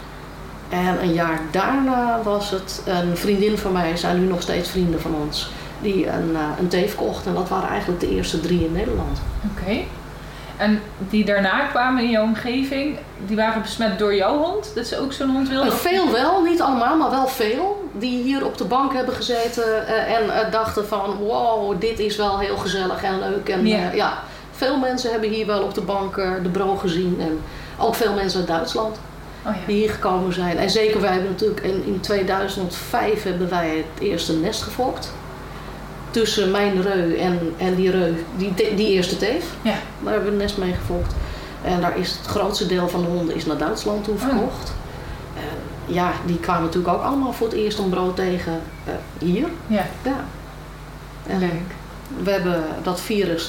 En een jaar daarna was het een vriendin van mij, zijn nu nog steeds vrienden van ons, die een teef kocht. En dat waren eigenlijk de eerste 3 in Nederland. Oké. En die daarna kwamen in jouw omgeving, die waren besmet door jouw hond? Dat ze ook zo'n hond wilden? Veel wel, niet allemaal, maar wel veel. Die hier op de bank hebben gezeten en dachten van wow, dit is wel heel gezellig en leuk. En veel mensen hebben hier wel op de bank de bro gezien. En ook veel mensen uit Duitsland die hier gekomen zijn. En zeker wij hebben natuurlijk in 2005 hebben wij het eerste nest gefokt. Tussen mijn reu en die reu, die eerste teef. Ja. Daar hebben we een nest mee gefokt. En daar is het grootste deel van de honden is naar Duitsland toe verkocht. Die kwamen natuurlijk ook allemaal voor het eerst een brood tegen hier. Ja. En we hebben dat virus,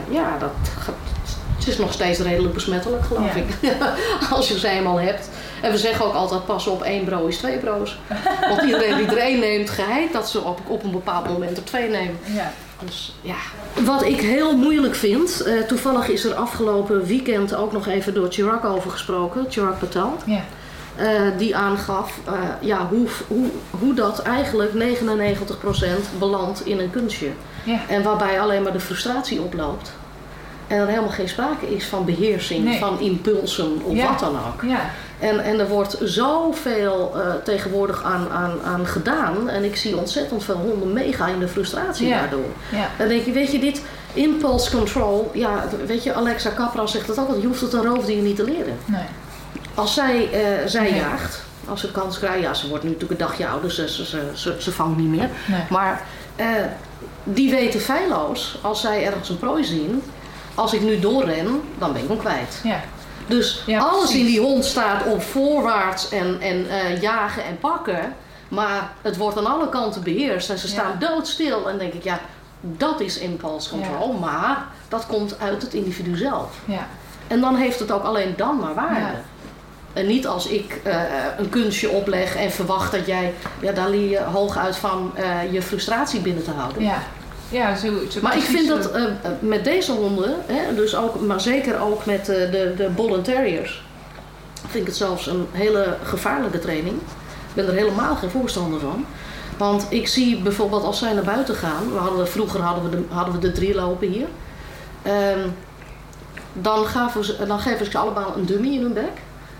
het is nog steeds redelijk besmettelijk, geloof ik. Als je ze eenmaal hebt. En we zeggen ook altijd, pas op, 1 bro is 2 bro's. Want iedereen die er 1 neemt, geheid dat ze op een bepaald moment er 2 nemen. Ja. Dus, wat ik heel moeilijk vind, toevallig is er afgelopen weekend ook nog even door Chirag over gesproken, Chirag Patel. Ja. Die aangaf hoe dat eigenlijk 99% belandt in een kunstje. Ja. En waarbij alleen maar de frustratie oploopt. En er helemaal geen sprake is van beheersing, van impulsen of wat dan ook. Ja. En er wordt zoveel tegenwoordig aan gedaan. En ik zie ontzettend veel honden meegaan in de frustratie daardoor. Ja. Dan denk je, weet je, dit impulse control. Ja, weet je, Alexa Capra zegt het ook al. Je hoeft het een roofdier niet te leren. Nee. Als zij jaagt, als ze de kans krijgt. Ze wordt nu natuurlijk een dagje ouder, ze vangt niet meer. Nee. Maar die weten feilloos, als zij ergens een prooi zien. Als ik nu doorren, dan ben ik hem kwijt. Ja. Dus alles in die hond staat op voorwaarts en jagen en pakken. Maar het wordt aan alle kanten beheerst. En ze staan doodstil. En denk ik, dat is impulse control. Ja. Maar dat komt uit het individu zelf. Ja. En dan heeft het ook alleen dan maar waarde. Ja. En niet als ik een kunstje opleg en verwacht dat jij... daar leer je hooguit van je frustratie binnen te houden. Ja. Ja, zo maar ik vind dat met deze honden, dus ook, maar zeker ook met de Bull and Terriers, vind ik het zelfs een hele gevaarlijke training. Ik ben er helemaal geen voorstander van. Want ik zie bijvoorbeeld als zij naar buiten gaan, vroeger hadden we de 3 lopen hier. Dan geven ze allemaal een dummy in hun bek.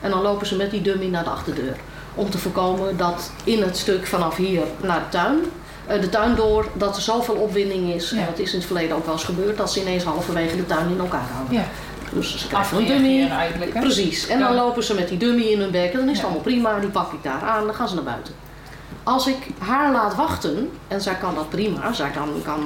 En dan lopen ze met die dummy naar de achterdeur. Om te voorkomen dat in het stuk vanaf hier naar de tuin door, dat er zoveel opwinding is. En dat is in het verleden ook wel eens gebeurd, dat ze ineens halverwege de tuin in elkaar houden. Ja. Dus ze krijgen een dummy. Eigenlijk, hè? Precies. En dan lopen ze met die dummy in hun bek en dan is het allemaal prima. Die pak ik daar aan, dan gaan ze naar buiten. Als ik haar laat wachten, en zij kan dat prima, zij kan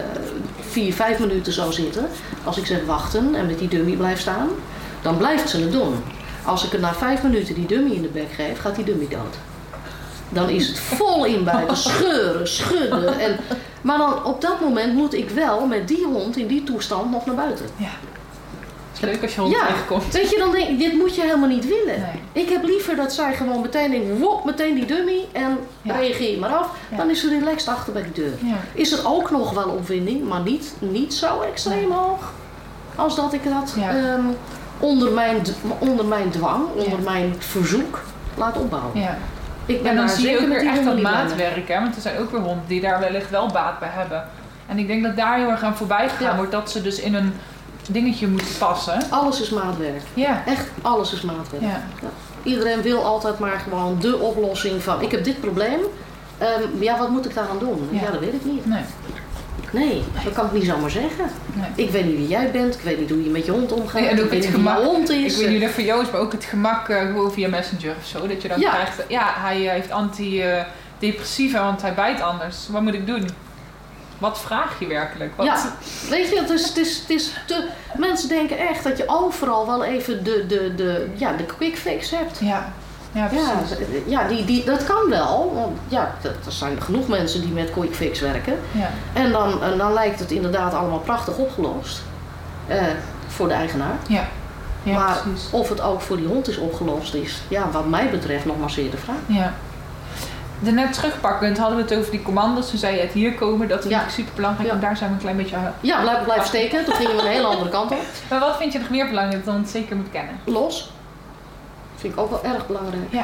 4-5 minuten zo zitten. Als ik zeg wachten en met die dummy blijf staan, dan blijft ze het doen. Als ik er na 5 minuten die dummy in de bek geef, gaat die dummy dood. Dan is het vol inbijten, scheuren, schudden. Maar dan op dat moment moet ik wel met die hond in die toestand nog naar buiten. Ja. Het is leuk als je hond tegenkomt. Weet je, dan denk ik, dit moet je helemaal niet willen. Nee. Ik heb liever dat zij gewoon meteen denkt, wop, meteen die dummy en reageer maar af. Ja. Dan is ze relaxed achter bij de deur. Ja. Is er ook nog wel opwinding, maar niet zo extreem hoog. Als dat ik dat onder mijn dwang, onder mijn verzoek laat opbouwen. Ja. En dan zie je ook weer echt dat maatwerk, hè? Want er zijn ook weer honden die daar wellicht wel baat bij hebben. En ik denk dat daar heel erg aan voorbij gegaan wordt dat ze dus in een dingetje moeten passen. Alles is maatwerk. Ja. Echt, alles is maatwerk. Ja. Ja. Iedereen wil altijd maar gewoon de oplossing van, ik heb dit probleem. Wat moet ik daaraan doen? Ja, dat weet ik niet. Nee, dat kan ik niet zomaar zeggen. Nee. Ik weet niet wie jij bent, ik weet niet hoe je met je hond omgaat, ik weet niet wie jouw hond is. Ik weet niet of voor Joost, maar ook het gemak gewoon via Messenger of zo. Dat je dan krijgt, hij heeft antidepressiva, want hij bijt anders. Wat moet ik doen? Wat vraag je werkelijk? Wat? Ja, weet je, het is mensen denken echt dat je overal wel even de quick fix hebt. Ja. Ja, precies. Dat kan wel. Want er zijn genoeg mensen die met quick fix werken. Ja. En dan lijkt het inderdaad allemaal prachtig opgelost. Voor de eigenaar. Ja. Ja, maar precies. Of het ook voor die hond is opgelost is, wat mij betreft nog maar zeer de vraag. Ja. Net terugpakkend hadden we het over die commando's. Toen zei je het hier komen, dat is natuurlijk super belangrijk. En daar zijn we een klein beetje aan. Ja, blijven steken. Toen gingen we een hele andere kant op. Maar wat vind je nog meer belangrijk dan het zeker moet kennen? Los. Vind ik ook wel erg belangrijk. Ja.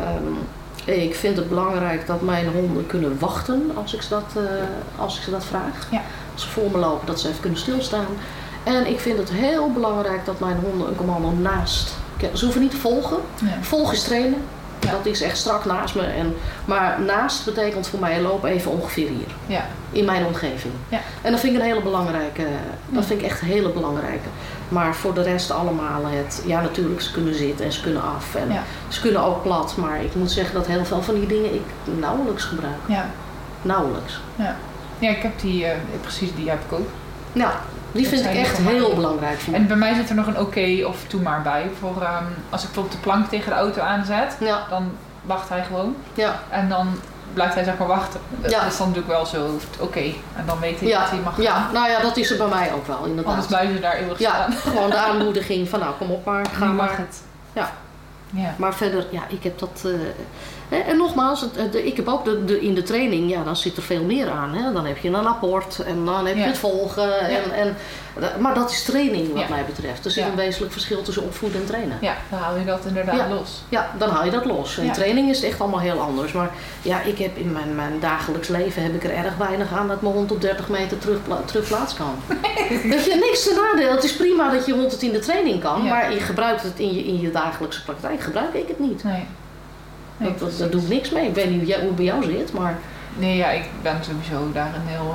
Ik vind het belangrijk dat mijn honden kunnen wachten als ik ze dat vraag. Ja. Als ze voor me lopen, dat ze even kunnen stilstaan. En ik vind het heel belangrijk dat mijn honden een commando naast. Ze hoeven niet te volgen. Ja. Volgen is trainen. Ja. Dat is echt strak naast me. Maar naast betekent voor mij loop even ongeveer hier. Ja. In mijn omgeving. Ja. En dat vind ik een hele belangrijke. Dat vind ik echt een hele belangrijke. Maar voor de rest allemaal natuurlijk ze kunnen zitten en ze kunnen af. En ze kunnen ook plat. Maar ik moet zeggen dat heel veel van die dingen ik nauwelijks gebruik. Ja. Nauwelijks. Ja, ik heb precies die heb ik ook. Ja. Die vind ik echt heel belangrijk. En bij mij zit er nog een oké of toe maar bij. Voor als ik bijvoorbeeld de plank tegen de auto aanzet, dan wacht hij gewoon. Ja. En dan blijft hij zeg maar wachten. Dat is dan natuurlijk wel zo oké. En dan weet hij dat hij mag gaan. Ja, nou ja, dat is er bij mij ook wel inderdaad. Anders blijven ze daar eeuwig staan. Gewoon de aanmoediging van kom op maar, ga maar. Het. Ja. Maar verder, ik heb dat... en nogmaals, ik heb ook in de training, dan zit er veel meer aan. Hè? Dan heb je een apport en dan heb je het volgen. Maar dat is training wat mij betreft. Er zit een wezenlijk verschil tussen opvoeden en trainen. Ja, dan haal je dat inderdaad los. Ja, dan haal je dat los. In training is het echt allemaal heel anders. Maar ik heb in mijn dagelijks leven heb ik er erg weinig aan dat mijn hond op 30 meter terug plaats kan. Weet je, niks te nadeel. Het is prima dat je hond het in de training kan. Ja. Maar je gebruikt het in je dagelijkse praktijk. Gebruik ik het niet. Nee. Dat doe ik niks mee. Ik weet niet hoe het bij jou zit, maar... Nee, ik ben sowieso daar een heel...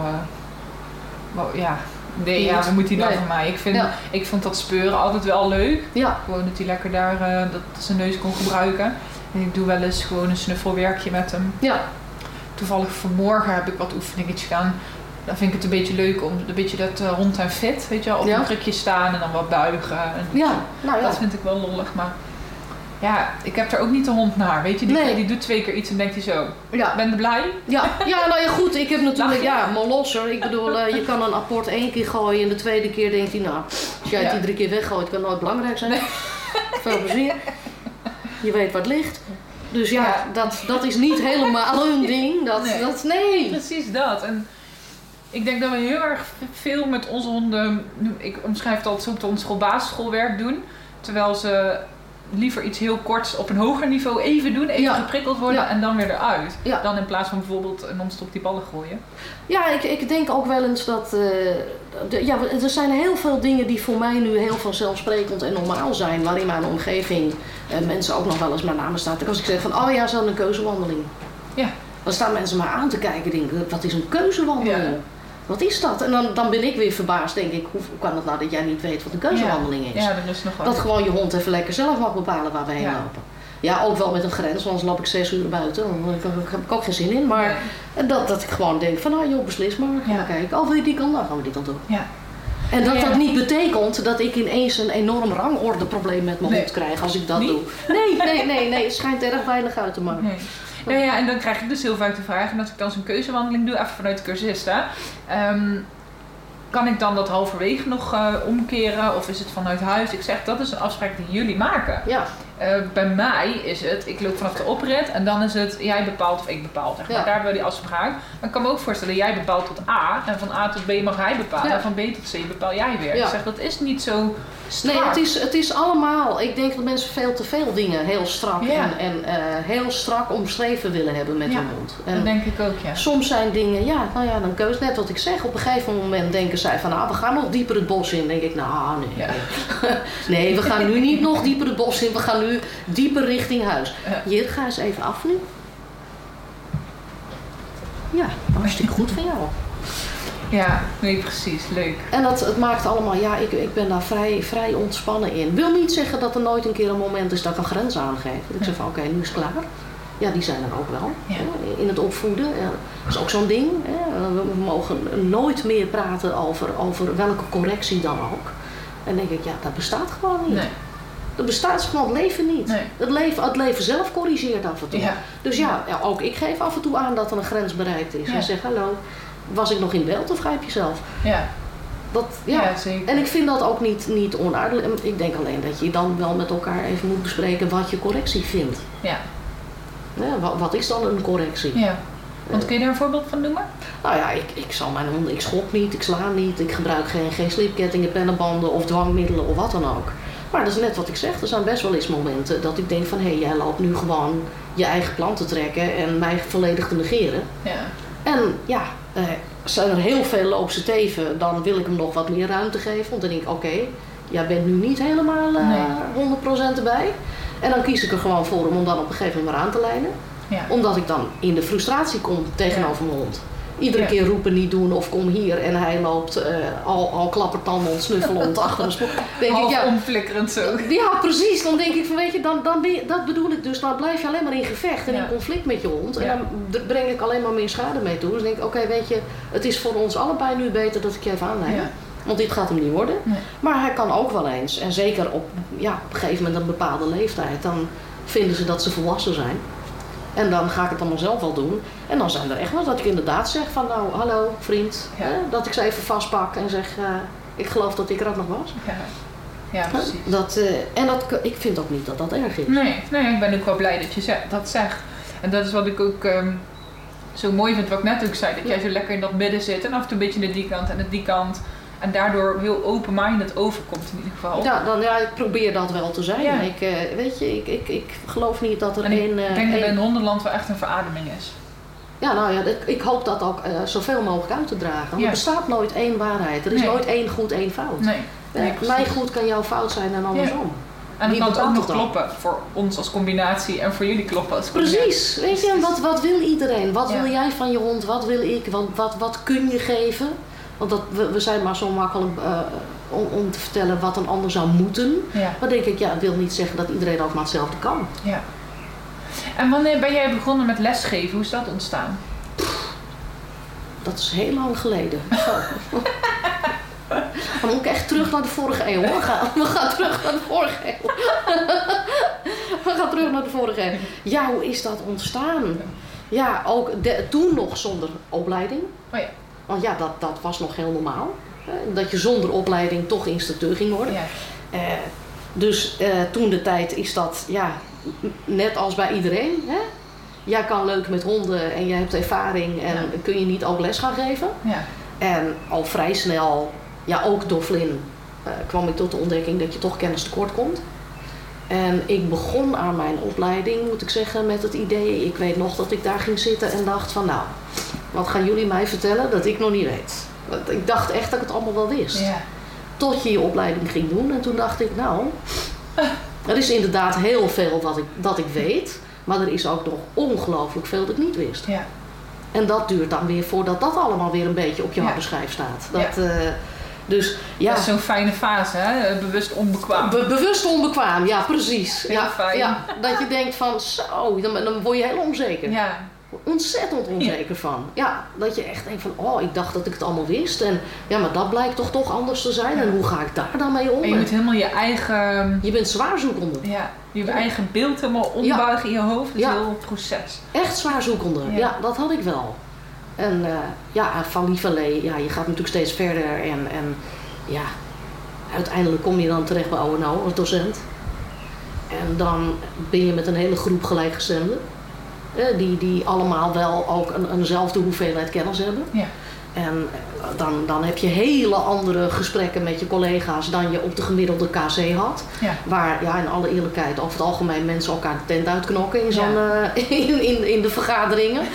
wat moet hij dan van mij? Ik vond dat speuren altijd wel leuk. Ja. Gewoon dat hij lekker daar zijn neus kon gebruiken. En ik doe wel eens gewoon een snuffelwerkje met hem. Ja. Toevallig vanmorgen heb ik wat oefeningetjes gedaan. Dan vind ik het een beetje leuk om een beetje dat rond en fit, weet je wel, op een krukje staan en dan wat buigen. Dat vind ik wel lollig, maar... Ja, ik heb er ook niet de hond naar, weet je. Die doet 2 keer iets en denkt hij zo, ben je blij? Ja, goed, ik heb natuurlijk, maar losser. Ik bedoel, je kan een apport 1 keer gooien en de tweede keer denkt hij, als jij het die 3 keer weggooit, kan het nooit belangrijk zijn. Nee. Veel plezier. Je weet waar het ligt. Dus dat is niet helemaal hun ding. Nee. Precies dat. En ik denk dat we heel erg veel met onze honden, ik omschrijf het altijd zo, op ons basisschoolwerk doen. Terwijl ze liever iets heel korts op een hoger niveau even doen, even geprikkeld worden en dan weer eruit. Ja. Dan in plaats van bijvoorbeeld non-stop die ballen gooien. Ja, ik denk ook wel eens dat... er zijn heel veel dingen die voor mij nu heel vanzelfsprekend en normaal zijn. Waar in mijn omgeving mensen ook nog wel eens mijn naam staan. Als ik zeg van, oh ja, zo'n keuzewandeling. Ja. Dan staan mensen mij aan te kijken en denken, wat is een keuzewandeling? Ja. Wat is dat? En dan ben ik weer verbaasd, denk ik, hoe kan het nou dat jij niet weet wat een keuzewandeling is? Ja, dat is nog wel. Dat gewoon je hond even lekker zelf mag bepalen waar we heen lopen. Ja, ook wel met een grens, want anders loop ik 6 uur buiten. Daar heb ik ook geen zin in. Maar dat ik gewoon denk van, nou joh, beslis maar. Ga maar kijken. Oh, wil je die kant? Nou gaan we die kant doen. Ja. En dat niet betekent dat ik ineens een enorm rangordeprobleem met mijn hond krijg als ik dat doe. Nee. Het schijnt erg weinig uit te maken. Nee. Nou ja, en dan krijg ik dus heel vaak de vraag, en als ik dan zo'n keuzewandeling doe, even vanuit de cursisten, kan ik dan dat halverwege nog omkeren of is het vanuit huis? Ik zeg, dat is een afspraak die jullie maken. Ja. Bij mij is het, ik loop vanaf de oprit en dan is het jij bepaalt of ik bepaal. Zeg maar. Daar hebben we die afspraak. Maar ik kan me ook voorstellen, jij bepaalt tot A en van A tot B mag hij bepalen en van B tot C bepaal jij weer. Ja. Ik zeg, dat is niet zo strak. Nee, het is allemaal, ik denk dat mensen veel te veel dingen heel strak en heel strak omschreven willen hebben met hun mond. En dat denk ik ook, ja. Soms zijn dingen, dan keus net wat ik zeg. Op een gegeven moment denken zij van, we gaan nog dieper het bos in. Dan denk ik, nee. Ja. Nee, we gaan nu niet nog dieper het bos in. We gaan nu dieper richting huis. Hier, ga eens even af nu. Ja, hartstikke goed van jou. Ja, nee, precies. Leuk. En het maakt allemaal, ik ben daar vrij ontspannen in. Wil niet zeggen dat er nooit een keer een moment is dat ik een grens aangeef. Dat ik zeg van, oké, nu is het klaar. Ja, die zijn er ook wel. Ja. In het opvoeden. Dat is ook zo'n ding. We mogen nooit meer praten over welke correctie dan ook. En dan denk ik, dat bestaat gewoon niet. Nee. Dat bestaat gewoon het leven niet. Nee. Het leven zelf corrigeert af en toe. Ja. Dus ook ik geef af en toe aan dat er een grens bereikt is. Ja. En zeg, hallo, was ik nog in beeld of grijp je zelf? Ja. Zeker. En ik vind dat ook niet onaardig. Ik denk alleen dat je dan wel met elkaar even moet bespreken wat je correctie vindt. Ja. Wat is dan een correctie? Ja. Want kun je daar een voorbeeld van noemen? Nou ja, ik zal mijn honden, ik schop niet, ik sla niet, ik gebruik geen slipkettingen, pennenbanden of dwangmiddelen of wat dan ook. Maar dat is net wat ik zeg, er zijn best wel eens momenten dat ik denk van jij loopt nu gewoon je eigen plan te trekken en mij volledig te negeren. Ja. En zijn er heel veel loopse teven, dan wil ik hem nog wat meer ruimte geven. Want dan denk ik, oké, jij bent nu niet helemaal 100% erbij. En dan kies ik er gewoon voor om dan op een gegeven moment maar aan te lijnen. Ja. Omdat ik dan in de frustratie kom tegenover mijn hond. Iedere keer roepen, niet doen of kom hier. En hij loopt al klappertandend, snuffelend achter een spoor. Half omflikkerend zo. Ja, precies. Dan denk ik van, weet je, dat bedoel ik dus. Dan blijf je alleen maar in gevecht en in conflict met je hond. En dan breng ik alleen maar meer schade mee toe. Dus denk ik, oké, weet je, het is voor ons allebei nu beter dat ik je even aanleid. Ja. Want dit gaat hem niet worden. Nee. Maar hij kan ook wel eens. En zeker op een gegeven moment een bepaalde leeftijd. Dan vinden ze dat ze volwassen zijn. En dan ga ik het allemaal zelf wel doen. En dan zijn er echt wel dat ik inderdaad zeg van nou, hallo vriend. Ja. Dat ik ze even vastpak en zeg, ik geloof dat ik er ook nog was. Ja, precies. Ik vind ook niet dat dat erg is. Nee, ik ben ook wel blij dat je dat zegt. En dat is wat ik ook zo mooi vind, wat ik net ook zei. Dat jij zo lekker in dat midden zit en af en toe een beetje naar die kant en naar die kant. En daardoor heel open-minded overkomt in ieder geval. Ja, ik probeer dat wel te zijn. Ja. Ik geloof niet dat er ik denk dat in hondenland wel echt een verademing is. Ja, nou ja, ik hoop dat ook zoveel mogelijk uit te dragen. Ja. Er bestaat nooit één waarheid. Er is nooit één goed, één fout. Mijn goed kan jouw fout zijn en andersom. En dan kan het ook nog kloppen voor ons als combinatie en voor jullie kloppen als combinatie. Precies. Weet je, wat wil iedereen? Wat wil jij van je hond? Wat wil ik? Wat kun je geven? Want we zijn maar zo makkelijk om te vertellen wat een ander zou moeten. Ja. Maar denk ik, het wil niet zeggen dat iedereen ook maar hetzelfde kan. Ja. En wanneer ben jij begonnen met lesgeven? Hoe is dat ontstaan? Dat is heel lang geleden. Dan moet ik echt terug naar de vorige eeuw. We gaan terug naar de vorige eeuw. We gaan terug naar de vorige eeuw. Ja, hoe is dat ontstaan? Ja, ook toen nog zonder opleiding. Oh ja. Want ja, dat was nog heel normaal. Dat je zonder opleiding toch instructeur ging worden. Ja. Dus toen de tijd is dat, net als bij iedereen. Hè? Jij kan leuk met honden en jij hebt ervaring en kun je niet ook les gaan geven. Ja. En al vrij snel, ook door Flynn, kwam ik tot de ontdekking dat je toch kennis tekort komt. En ik begon aan mijn opleiding, moet ik zeggen, met het idee. Ik weet nog dat ik daar ging zitten en dacht van nou, wat gaan jullie mij vertellen dat ik nog niet weet. Want ik dacht echt dat ik het allemaal wel wist. Ja. Tot je je opleiding ging doen en toen dacht ik nou, er is inderdaad heel veel dat ik weet. Maar er is ook nog ongelooflijk veel dat ik niet wist. Ja. En dat duurt dan weer voordat dat allemaal weer een beetje op je harde schijf staat. Dus, ja. Dat is zo'n fijne fase, hè? Bewust onbekwaam. Bewust onbekwaam, ja precies. Heel fijn. Ja, dat je denkt van zo, dan word je heel onzeker. Ja. Ontzettend onzeker van. Ja, dat je echt denkt van oh, ik dacht dat ik het allemaal wist. En ja, maar dat blijkt toch anders te zijn. En hoe ga ik daar dan mee om? En je moet helemaal je eigen... Je bent zwaarzoekende. Ja, je eigen beeld helemaal ombuigen in je hoofd. Dat is een heel proces. Echt zwaarzoekende. Ja, dat had ik wel. En van lieverlee, je gaat natuurlijk steeds verder. En ja, uiteindelijk kom je dan terecht bij O&O als docent. En dan ben je met een hele groep gelijkgestemden. Die allemaal wel ook eenzelfde hoeveelheid kennis hebben. Ja. En dan heb je hele andere gesprekken met je collega's dan je op de gemiddelde KC had. Ja. Waar in alle eerlijkheid over het algemeen mensen elkaar de tent uitknokken in de vergaderingen.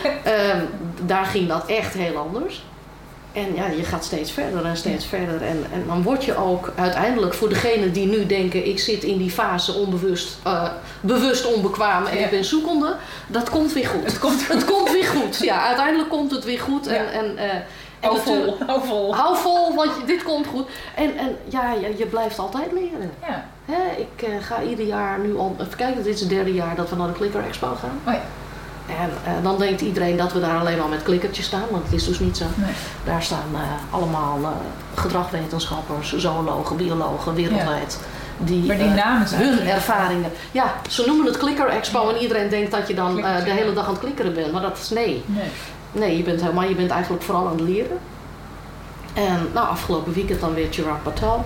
Daar ging dat echt heel anders. En ja, je gaat steeds verder en steeds verder. En dan word je ook uiteindelijk, voor degenen die nu denken ik zit in die fase onbewust, bewust onbekwaam en ik ben zoekende, dat komt weer goed. Het komt weer goed. Ja, uiteindelijk komt het weer goed. Ja. Hou vol. Hou vol, want dit komt goed. En je blijft altijd leren. Ja. Ik ga ieder jaar nu al, even kijken, dit is het 3e jaar dat we naar de Clicker Expo gaan. Oh ja. En dan denkt iedereen dat we daar alleen maar met klikkertjes staan, want het is dus niet zo. Nee. Daar staan allemaal gedragswetenschappers, zoologen, biologen wereldwijd. Maar die namen zijn hun ervaringen. Ja, ze noemen het Clicker Expo en iedereen denkt dat je dan de hele dag aan het klikkeren bent, maar dat is nee, je bent eigenlijk vooral aan het leren. En afgelopen weekend dan weer Chirag Patel.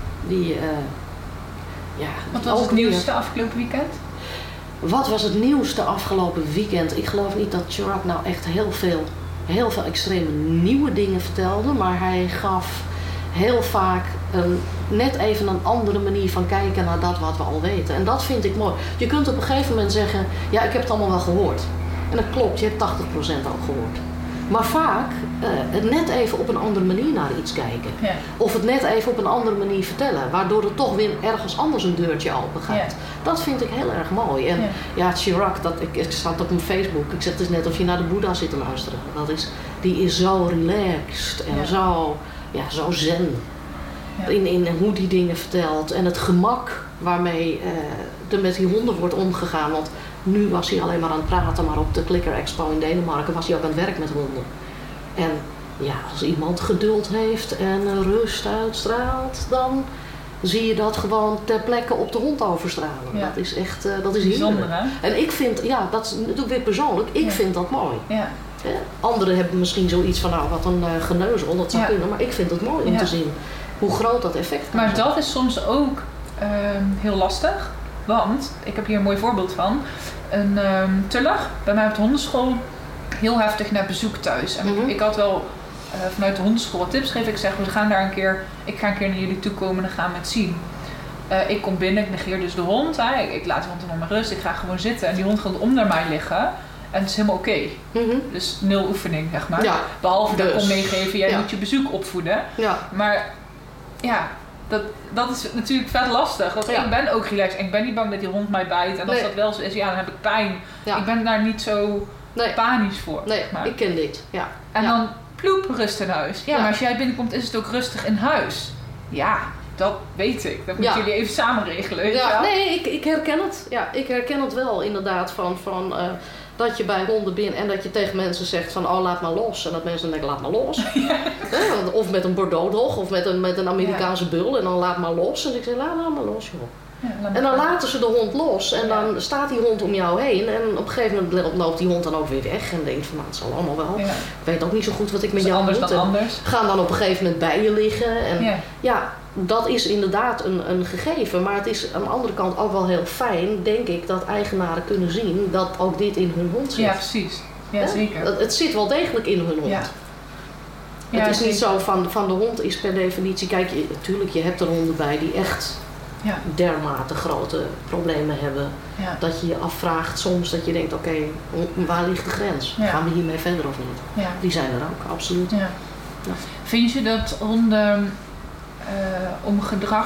Wat was het nieuwste afgelopen weekend? Wat was het nieuwste afgelopen weekend? Ik geloof niet dat Chirag nou echt heel veel extreme nieuwe dingen vertelde. Maar hij gaf heel vaak net even een andere manier van kijken naar dat wat we al weten. En dat vind ik mooi. Je kunt op een gegeven moment zeggen, ja, ik heb het allemaal wel gehoord. En dat klopt, je hebt 80% ook gehoord. Maar vaak het net even op een andere manier naar iets kijken. Ja. Of het net even op een andere manier vertellen. Waardoor er toch weer ergens anders een deurtje open gaat. Ja. Dat vind ik heel erg mooi. En Chirag, ik zat op mijn Facebook. Ik zeg, het is net of je naar de Boeddha zit te luisteren. Die is zo relaxed en zo zen. Ja. In hoe die dingen vertelt. En het gemak waarmee er met die honden wordt omgegaan. Want nu was hij alleen maar aan het praten, maar op de Clicker Expo in Denemarken was hij ook aan het werk met honden. En ja, als iemand geduld heeft en rust uitstraalt, dan zie je dat gewoon ter plekke op de hond overstralen. Ja. Dat is echt, dat is bijzonder, hè? En ik vind, dat is natuurlijk weer persoonlijk, ik vind dat mooi. Ja. Anderen hebben misschien zoiets van, nou wat een geneuzel, dat zou kunnen, maar ik vind het mooi om te zien hoe groot dat effect kan zijn. Maar dat is soms ook heel lastig. Want, ik heb hier een mooi voorbeeld van. Een tuller bij mij op de hondenschool, heel heftig naar bezoek thuis. En ik had wel vanuit de hondenschool wat tips gegeven. Ik zeg, ik ga een keer naar jullie toe komen en dan gaan we het zien. Ik kom binnen, ik negeer dus de hond. Ik laat de hond dan maar rust, ik ga gewoon zitten. En die hond gaat om naar mij liggen. En het is helemaal oké. Dus 0 oefening, zeg maar. Ja, behalve dat ik kom meegeven, jij moet je bezoek opvoeden. Ja. Maar ja, dat is natuurlijk vet lastig. Want ik ben ook relaxed en ik ben niet bang dat die hond mij bijt. En als dat wel zo is, dan heb ik pijn. Ja. Ik ben daar niet zo panisch voor. Nee, zeg maar. Ik ken dit. Ja. En dan ploep, rust in huis. Ja, maar als jij binnenkomt is het ook rustig in huis. Ja, dat weet ik. Dat moeten jullie even samen regelen. Ja, nee, ik herken het. Ja, ik herken het wel inderdaad van dat je bij honden bent en dat je tegen mensen zegt van oh laat maar los. En dat mensen denken laat maar los. Ja. Of met een Bordeaux dog of met een Amerikaanse bul en dan laat maar los. En ik zeg laat maar los joh. Ja, en dan laten ze de hond los en dan staat die hond om jou heen en op een gegeven moment loopt die hond dan ook weer weg en denkt van nou het zal allemaal wel. Ja. Ik weet ook niet zo goed wat ik met jou moet. Gaan dan op een gegeven moment bij je liggen en dat is inderdaad een gegeven, maar het is aan de andere kant ook wel heel fijn, denk ik, dat eigenaren kunnen zien dat ook dit in hun hond zit. Ja, precies. Ja, zeker. Het zit wel degelijk in hun hond. Ja. Het is niet zo van de hond is per definitie, kijk, natuurlijk je hebt er honden bij die echt dermate grote problemen hebben. Ja. Dat je je afvraagt soms dat je denkt, oké, waar ligt de grens? Gaan we hiermee verder of niet? Ja. Die zijn er ook, absoluut. Ja. Ja. Vind je dat honden om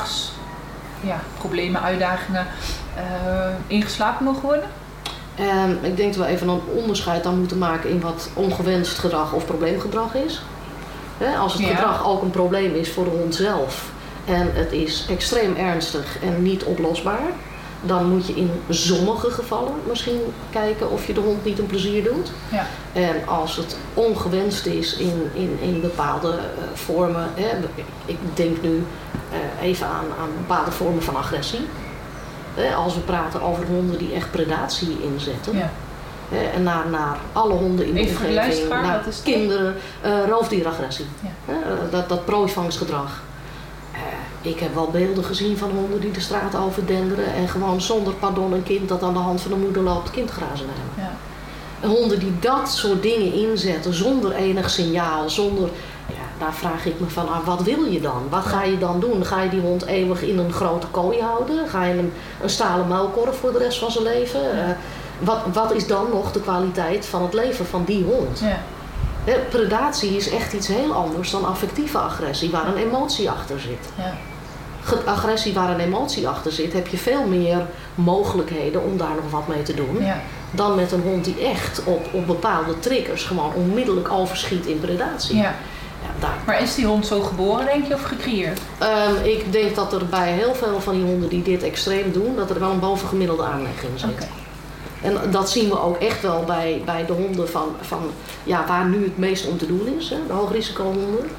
problemen, uitdagingen ingeslapen mogen worden? Ik denk dat we even een onderscheid dan moeten maken in wat ongewenst gedrag of probleemgedrag is. Als het gedrag ook een probleem is voor de hond zelf en het is extreem ernstig en niet oplosbaar, dan moet je in sommige gevallen misschien kijken of je de hond niet een plezier doet. Ja. En als het ongewenst is in bepaalde vormen, ik denk nu even aan bepaalde vormen van agressie. Als we praten over honden die echt predatie inzetten. Ja. En naar alle honden in de omgeving, naar kinderen, roofdieragressie. Ja. Dat prooivangstgedrag. Ik heb wel beelden gezien van honden die de straat overdenderen en gewoon zonder pardon een kind dat aan de hand van de moeder loopt kindgrazen nemen. Ja. Honden die dat soort dingen inzetten zonder enig signaal, zonder... daar vraag ik me van, wat wil je dan? Wat ga je dan doen? Ga je die hond eeuwig in een grote kooi houden? Ga je hem een stalen muilkorf voor de rest van zijn leven? Wat is dan nog de kwaliteit van het leven van die hond? Ja. Predatie is echt iets heel anders dan affectieve agressie, waar een emotie achter zit. Ja. Agressie waar een emotie achter zit, heb je veel meer mogelijkheden om daar nog wat mee te doen. Ja. Dan met een hond die echt op bepaalde triggers gewoon onmiddellijk overschiet in predatie. Ja. Ja, maar is die hond zo geboren, denk je, of gecreëerd? Ik denk dat er bij heel veel van die honden die dit extreem doen, dat er wel een bovengemiddelde aanleg in zit. Okay. En dat zien we ook echt wel bij de honden van waar nu het meest om te doen is, de hoogrisicohonden.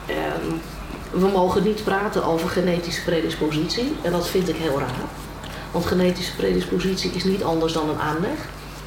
We mogen niet praten over genetische predispositie en dat vind ik heel raar. Want genetische predispositie is niet anders dan een aanleg.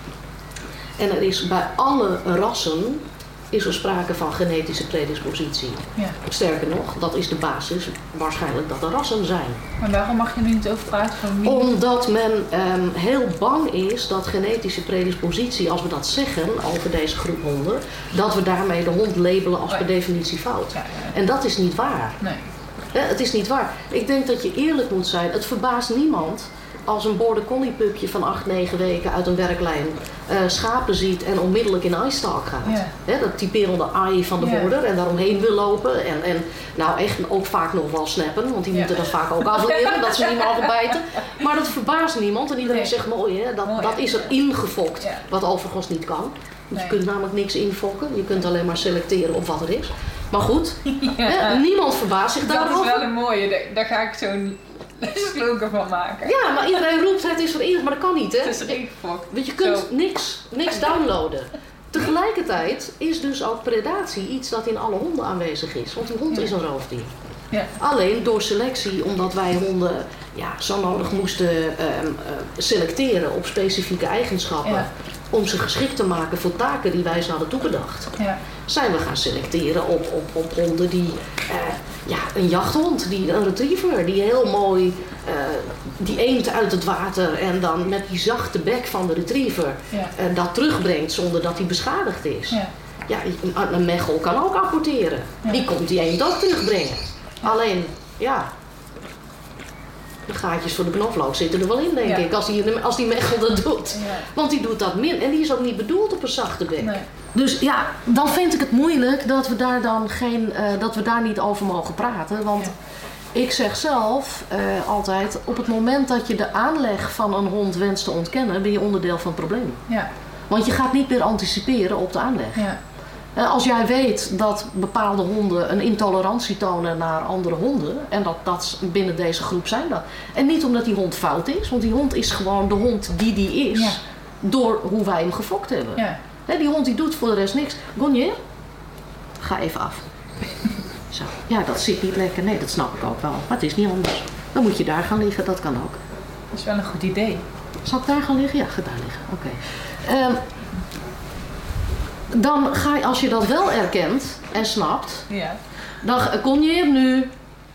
En er is bij alle rassen is er sprake van genetische predispositie. Ja. Sterker nog, dat is de basis waarschijnlijk dat er rassen zijn. Maar waarom mag je er niet over praten? Van wie? Omdat men heel bang is dat genetische predispositie, als we dat zeggen over deze groep honden, dat we daarmee de hond labelen als per definitie fout. Ja. En dat is niet waar. Nee. Het is niet waar. Ik denk dat je eerlijk moet zijn. Het verbaast niemand als een border collie pupje van 8-9 weken uit een werklijn schapen ziet en onmiddellijk in eye-stalk gaat. Yeah. Dat typerende eye van de border en daaromheen wil lopen en nou echt ook vaak nog wel snappen, want die moeten dat vaak ook afleren, dat ze niet mogen bijten. Maar dat verbaast niemand en iedereen zegt mooi, dat is er ingefokt, wat overigens niet kan. Want je kunt namelijk niks infokken, je kunt alleen maar selecteren op wat er is. Maar goed, niemand verbaast zich daarover. Dat is wel een mooie, daar ga ik zo'n slogan van maken. Ja, maar iedereen roept het is erin, maar dat kan niet, hè? Het is erin gefokt. Want je kunt niks downloaden. Tegelijkertijd is dus ook predatie iets dat in alle honden aanwezig is. Want die hond is een roofdier. Ja. Alleen door selectie, omdat wij honden zo nodig moesten selecteren op specifieke eigenschappen. Om ze geschikt te maken voor taken die wij ze hadden toebedacht. Ja. Zijn we gaan selecteren op honden die... een jachthond, een retriever, die heel mooi die eend uit het water en dan met die zachte bek van de retriever dat terugbrengt zonder dat hij beschadigd is. Ja, een mechel kan ook apporteren. Ja. Die komt die eend ook terugbrengen. Alleen, de gaatjes voor de knoflook zitten er wel in, denk ik, als die mechel dat doet. Ja. Want die doet dat min en die is ook niet bedoeld op een zachte bek. Nee. Dus dan vind ik het moeilijk dat we daar dan dat we daar niet over mogen praten. Want ik zeg zelf altijd, op het moment dat je de aanleg van een hond wenst te ontkennen, ben je onderdeel van het probleem. Ja. Want je gaat niet meer anticiperen op de aanleg. Ja. Als jij weet dat bepaalde honden een intolerantie tonen naar andere honden, en dat binnen deze groep zijn dat. En niet omdat die hond fout is, want die hond is gewoon de hond die is, door hoe wij hem gefokt hebben. Ja. Die hond die doet voor de rest niks. Gonje, ga even af. Zo. Ja, dat zit niet lekker. Nee, dat snap ik ook wel. Maar het is niet anders. Dan moet je daar gaan liggen, dat kan ook. Dat is wel een goed idee. Zal ik daar gaan liggen? Ja, ga daar liggen. Oké. Dan ga je, als je dat wel erkent en snapt, dan kon je nu.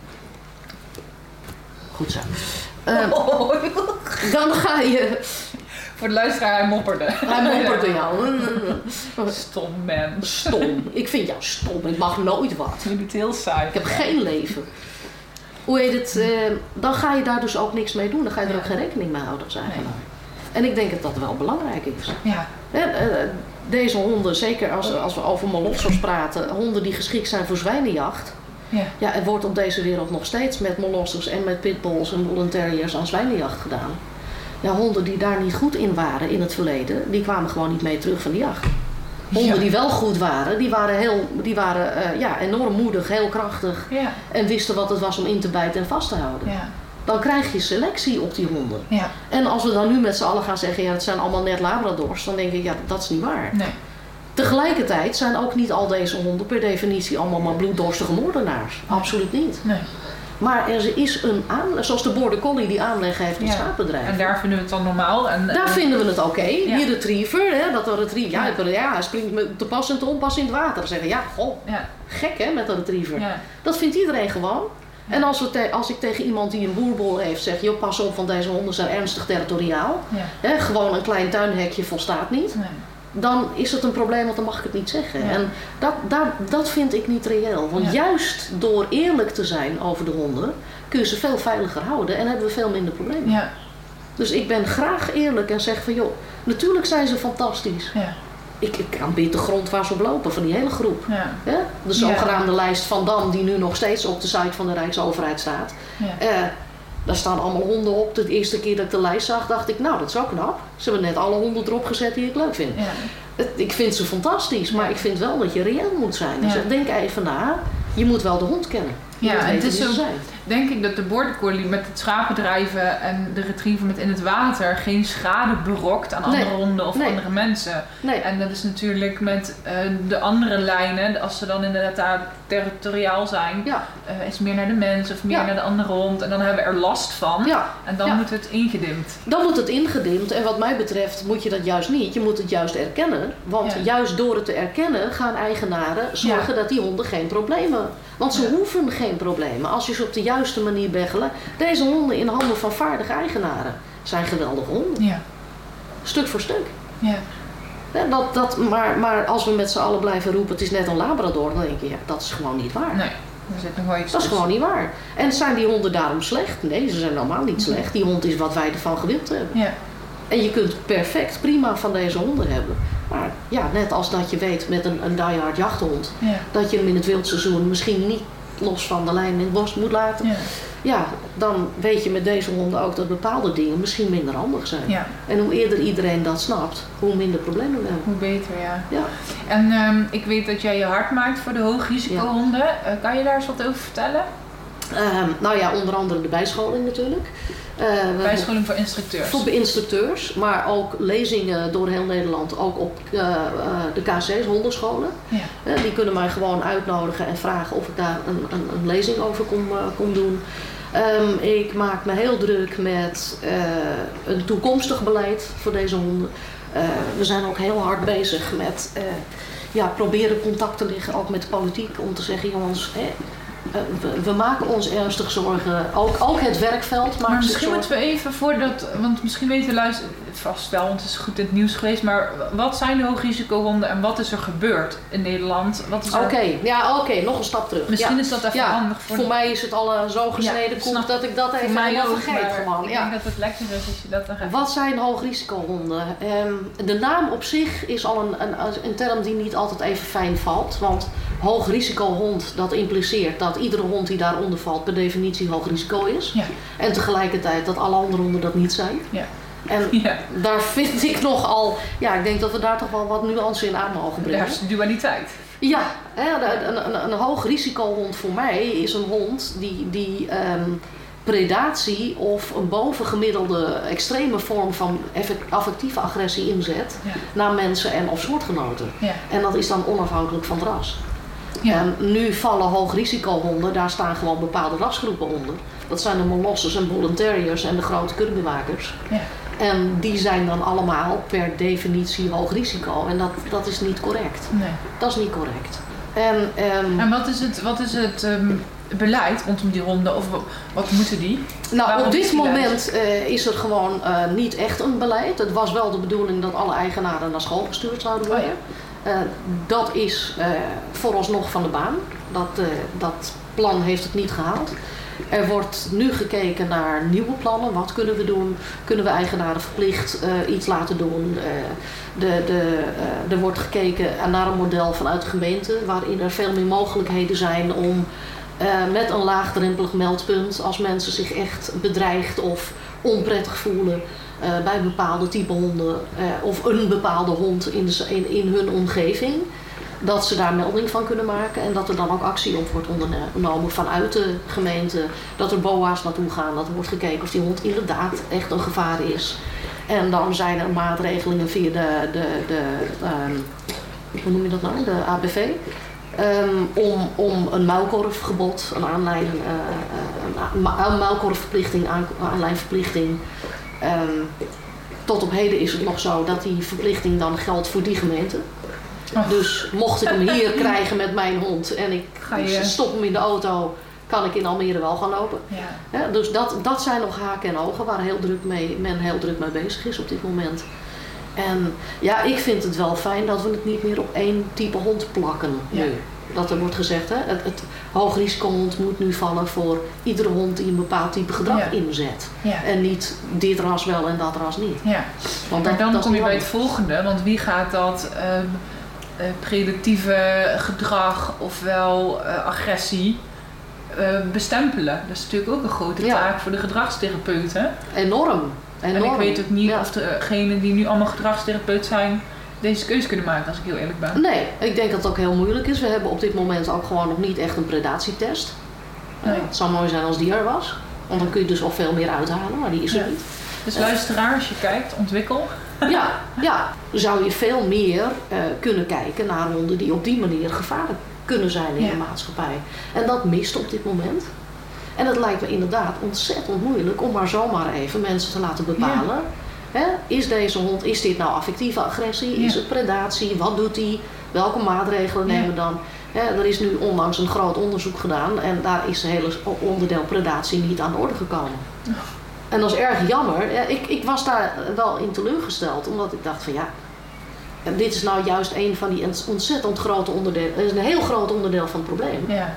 Goed zo. Dan ga je. Voor de luisteraar, hij mopperde. Hij mopperde jou. Stom man. Stom. Ik vind jou stom. Ik mag nooit wat. Je doet heel saai. Ik heb geen leven. hoe heet het, dan ga je daar dus ook niks mee doen. Dan ga je er ook geen rekening mee houden als eigenaar. Nee. En ik denk dat dat wel belangrijk is. Ja. Deze honden, zeker als we over molossers praten, honden die geschikt zijn voor zwijnenjacht. Ja, er wordt op deze wereld nog steeds met molossers en met pitbulls en bull terriers aan zwijnenjacht gedaan. Ja, honden die daar niet goed in waren in het verleden, die kwamen gewoon niet mee terug van de jacht. Honden die wel goed waren, die waren enorm moedig, heel krachtig en wisten wat het was om in te bijten en vast te houden. Ja. Dan krijg je selectie op die honden. Ja. En als we dan nu met z'n allen gaan zeggen, het zijn allemaal net labradors, dan denk ik, dat is niet waar. Nee. Tegelijkertijd zijn ook niet al deze honden per definitie allemaal maar bloeddorstige moordenaars. Nee. Absoluut niet. Nee. Maar er is een aanleg, zoals de border collie die aanleg heeft in schaapbedrijven. En daar vinden we het dan normaal? Daar vinden we het oké. Ja. Die retriever, dat een retriever, hij springt met te pas en te onpas in het water. Dan zeggen gek hè, met een retriever. Ja. Dat vindt iedereen gewoon. Ja. En als ik tegen iemand die een boerbol heeft zeg, joh, pas op, want deze honden zijn ernstig territoriaal. Ja. Gewoon een klein tuinhekje volstaat niet. Nee. Dan is het een probleem, want dan mag ik het niet zeggen. Ja. En dat vind ik niet reëel. Want juist door eerlijk te zijn over de honden, kun je ze veel veiliger houden en hebben we veel minder problemen. Ja. Dus ik ben graag eerlijk en zeg van, joh, natuurlijk zijn ze fantastisch. Ja. Ik aanbid de grond waar ze op lopen, van die hele groep. Ja. Ja? De zogenaamde lijst van Dam, die nu nog steeds op de site van de Rijksoverheid staat. Ja. Daar staan allemaal honden op. De eerste keer dat ik de lijst zag, dacht ik, nou, dat is wel knap. Ze hebben net alle honden erop gezet die ik leuk vind. Ja. Ik vind ze fantastisch, maar ik vind wel dat je reëel moet zijn. Dus denk even na, je moet wel de hond kennen. Het is zo, denk ik dat de border collie met het schapendrijven en de retriever met in het water geen schade berokt aan andere honden of andere mensen. Nee. En dat is natuurlijk met de andere lijnen, als ze dan inderdaad territoriaal zijn, is meer naar de mens of meer naar de andere hond. En dan hebben we er last van en dan moet het ingedimd. Dan moet het ingedimd en wat mij betreft moet je dat juist niet. Je moet het juist erkennen. Want juist door het te erkennen gaan eigenaren zorgen dat die honden geen problemen. Want ze hoeven geen problemen. Als je ze op de juiste manier begelen. Deze honden in handen van vaardige eigenaren zijn geweldige honden. Ja. Stuk voor stuk. Ja. Maar als we met z'n allen blijven roepen, het is net een labrador, dan denk je, dat is gewoon niet waar. Nee, er zit nog wel iets dat is gewoon niet waar. En zijn die honden daarom slecht? Nee, ze zijn normaal niet slecht. Die hond is wat wij ervan gewild hebben. Ja. En je kunt perfect prima van deze honden hebben. Maar net als dat je weet met een diehard jachthond, dat je hem in het wildseizoen misschien niet los van de lijn in het bos moet laten. Ja, dan weet je met deze honden ook dat bepaalde dingen misschien minder handig zijn. Ja. En hoe eerder iedereen dat snapt, hoe minder problemen we hebben. Hoe beter, ja. En ik weet dat jij je hart maakt voor de hoogrisicohonden. Kan je daar eens wat over vertellen? Onder andere de bijscholing natuurlijk. Bijscholing voor instructeurs? Voor instructeurs, maar ook lezingen door heel Nederland, ook op de KC's, hondenscholen. Ja. Die kunnen mij gewoon uitnodigen en vragen of ik daar een lezing over kom doen. Ik maak me heel druk met een toekomstig beleid voor deze honden. We zijn ook heel hard bezig met proberen contact te leggen, ook met de politiek, om te zeggen, jongens, we maken ons ernstig zorgen. Ook het werkveld maakt zich misschien moeten we even voordat, want misschien weten luisteren vast wel, want het is goed in het nieuws geweest, maar wat zijn de hoogrisicohonden en wat is er gebeurd in Nederland? Oké, nog een stap terug. Misschien is dat even handig voor mij is het al zo gesneden koek dat ik dat even helemaal vergeet. Ik denk dat het lekker is als je dat dan gaat. Wat zijn hoogrisicohonden? De naam op zich is al een term die niet altijd even fijn valt, want hoogrisicohond, dat impliceert dat iedere hond die daaronder valt per definitie hoog risico is. Ja. En tegelijkertijd dat alle andere honden dat niet zijn. Ja. En daar vind ik nogal, ik denk dat we daar toch wel wat nuance in aan mogen brengen. Daar is de dualiteit. Ja, een hoog risicohond voor mij is een hond die predatie of een bovengemiddelde extreme vorm van affectieve agressie inzet naar mensen en of soortgenoten. Ja. En dat is dan onafhankelijk van het ras. Ja. Nu vallen hoogrisicohonden, daar staan gewoon bepaalde rasgroepen onder. Dat zijn de molossers en bull terriers en de grote kurkbewakers. Ja. En die zijn dan allemaal per definitie hoog risico. En dat is niet correct. Nee. Dat is niet correct. En wat is het beleid rondom die honden? Of wat moeten die? Nou, op dit moment is er gewoon niet echt een beleid. Het was wel de bedoeling dat alle eigenaren naar school gestuurd zouden worden. Dat is vooralsnog van de baan. Dat plan heeft het niet gehaald. Er wordt nu gekeken naar nieuwe plannen. Wat kunnen we doen? Kunnen we eigenaren verplicht iets laten doen? Er wordt gekeken naar een model vanuit de gemeente waarin er veel meer mogelijkheden zijn om met een laagdrempelig meldpunt, als mensen zich echt bedreigd of onprettig voelen bij bepaalde type honden of een bepaalde hond in hun omgeving, dat ze daar melding van kunnen maken en dat er dan ook actie op wordt ondernomen vanuit de gemeente. Dat er BOA's naartoe gaan, dat er wordt gekeken of die hond inderdaad echt een gevaar is. En dan zijn er maatregelingen via hoe noem je dat nou? De ABV. Om een muilkorfgebod, een muilkorfverplichting, aanlijnverplichting. Tot op heden is het nog zo dat die verplichting dan geldt voor die gemeente. Oh. Dus mocht ik hem hier krijgen met mijn hond en ik stop hem in de auto, kan ik in Almere wel gaan lopen. Ja. Ja, dus dat zijn nog haken en ogen waar men heel druk mee bezig is op dit moment. En ja, ik vind het wel fijn dat we het niet meer op één type hond plakken nu. Ja. Dat er wordt gezegd, hè, het hoogrisicohond moet nu vallen voor iedere hond die een bepaald type gedrag inzet. Ja. En niet dit ras wel en dat ras niet. Ja. Want dan kom je bij het volgende, want wie gaat dat predictieve gedrag ofwel agressie bestempelen? Dat is natuurlijk ook een grote taak voor de gedragstherapeuten. Enorm. En ik weet ook niet of degenen die nu allemaal gedragstherapeut zijn deze keuze kunnen maken, als ik heel eerlijk ben. Nee, ik denk dat het ook heel moeilijk is. We hebben op dit moment ook gewoon nog niet echt een predatietest. Nee. Het zou mooi zijn als die er was. Want dan kun je dus al veel meer uithalen, maar die is er niet. Dus luisteraar, als je kijkt, ontwikkel. Ja, zou je veel meer kunnen kijken naar honden die op die manier gevaarlijk kunnen zijn in de maatschappij. En dat mist op dit moment. En het lijkt me inderdaad ontzettend moeilijk om maar zomaar even mensen te laten bepalen. Ja. Is deze hond, is dit nou affectieve agressie? Is het predatie? Wat doet hij? Welke maatregelen nemen we dan? Er is nu onlangs een groot onderzoek gedaan en daar is het hele onderdeel predatie niet aan de orde gekomen. Oh. En dat is erg jammer. Ik was daar wel in teleurgesteld, omdat ik dacht van dit is nou juist een van die ontzettend grote onderdelen. Het is een heel groot onderdeel van het probleem. Ja.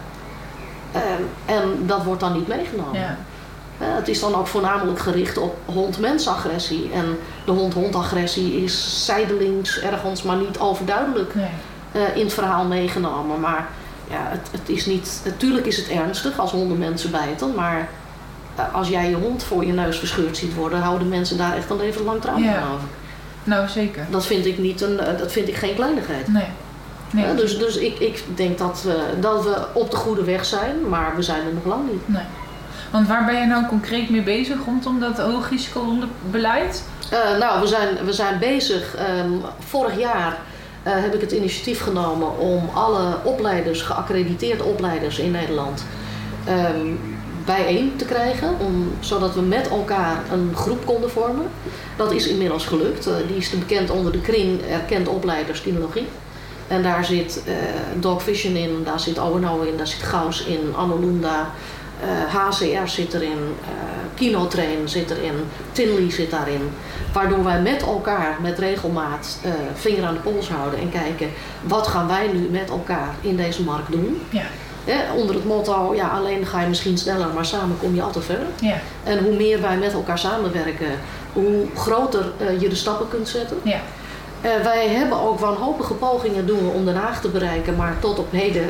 En dat wordt dan niet meegenomen. Ja. Het is dan ook voornamelijk gericht op hond-mens-agressie. En de hond-hond-agressie is zijdelings ergens, maar niet overduidelijk in het verhaal meegenomen. Maar het is niet. Natuurlijk is het ernstig als honden mensen bijten, maar als jij je hond voor je neus verscheurd ziet worden, houden mensen daar echt een leven lang trauma van over. Nou, zeker. Dat vind ik geen kleinigheid. Nee, dus ik denk dat we op de goede weg zijn, maar we zijn er nog lang niet. Nee. Want waar ben je nou concreet mee bezig rondom dat hoogrisicohondenbeleid? We zijn bezig. Vorig jaar heb ik het initiatief genomen om alle opleiders, geaccrediteerde opleiders in Nederland, bijeen te krijgen. Zodat we met elkaar een groep konden vormen. Dat is inmiddels gelukt. Die is bekend onder de kring erkend opleiderskinologie. En daar zit Dog Vision in, daar zit O&O in, daar zit Gauss in, Annalunda, HCR zit erin, Kinotrain zit erin, Tinley zit daarin. Waardoor wij met elkaar, met regelmaat, vinger aan de pols houden en kijken wat gaan wij nu met elkaar in deze markt doen. Ja. Onder het motto, alleen ga je misschien sneller, maar samen kom je altijd verder. Ja. En hoe meer wij met elkaar samenwerken, hoe groter je de stappen kunt zetten. Ja. Wij hebben ook wanhopige pogingen doen om Den Haag te bereiken, maar tot op heden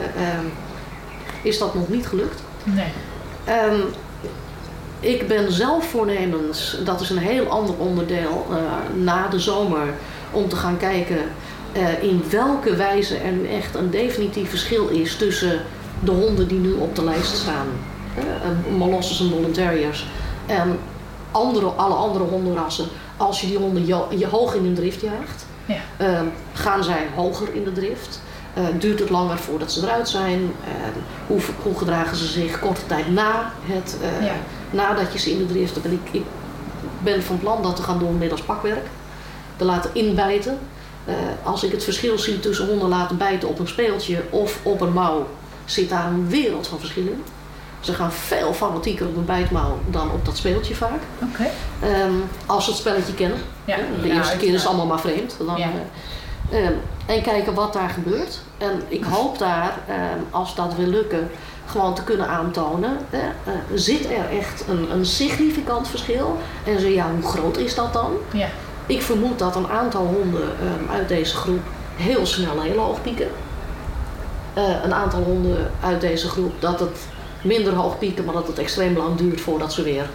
is dat nog niet gelukt. Nee. Ik ben zelf voornemens, dat is een heel ander onderdeel, na de zomer, om te gaan kijken in welke wijze er nu echt een definitief verschil is tussen de honden die nu op de lijst staan, Molossus en Bull Terriers, en alle andere hondenrassen. Als je die honden je hoog in hun drift jaagt, gaan zij hoger in de drift. Duurt het langer voordat ze eruit zijn? Hoe gedragen ze zich korte tijd nadat je ze in de drift hebt? En ik ben van plan dat te gaan doen middels pakwerk. Te laten inbijten. Als ik het verschil zie tussen honden laten bijten op een speeltje of op een mouw, zit daar een wereld van verschil in. Ze gaan veel fanatieker op een bijtmouw dan op dat speeltje vaak. Okay. Als ze het spelletje kennen. Ja. De eerste keer is het allemaal maar vreemd. En kijken wat daar gebeurt. En ik hoop daar, als dat wil lukken, gewoon te kunnen aantonen, zit er echt een significant verschil? En zo ja, hoe groot is dat dan? Ja. Ik vermoed dat een aantal honden uit deze groep heel snel heel hoog pieken. Een aantal honden uit deze groep dat het minder hoog pieken, maar dat het extreem lang duurt voordat ze weer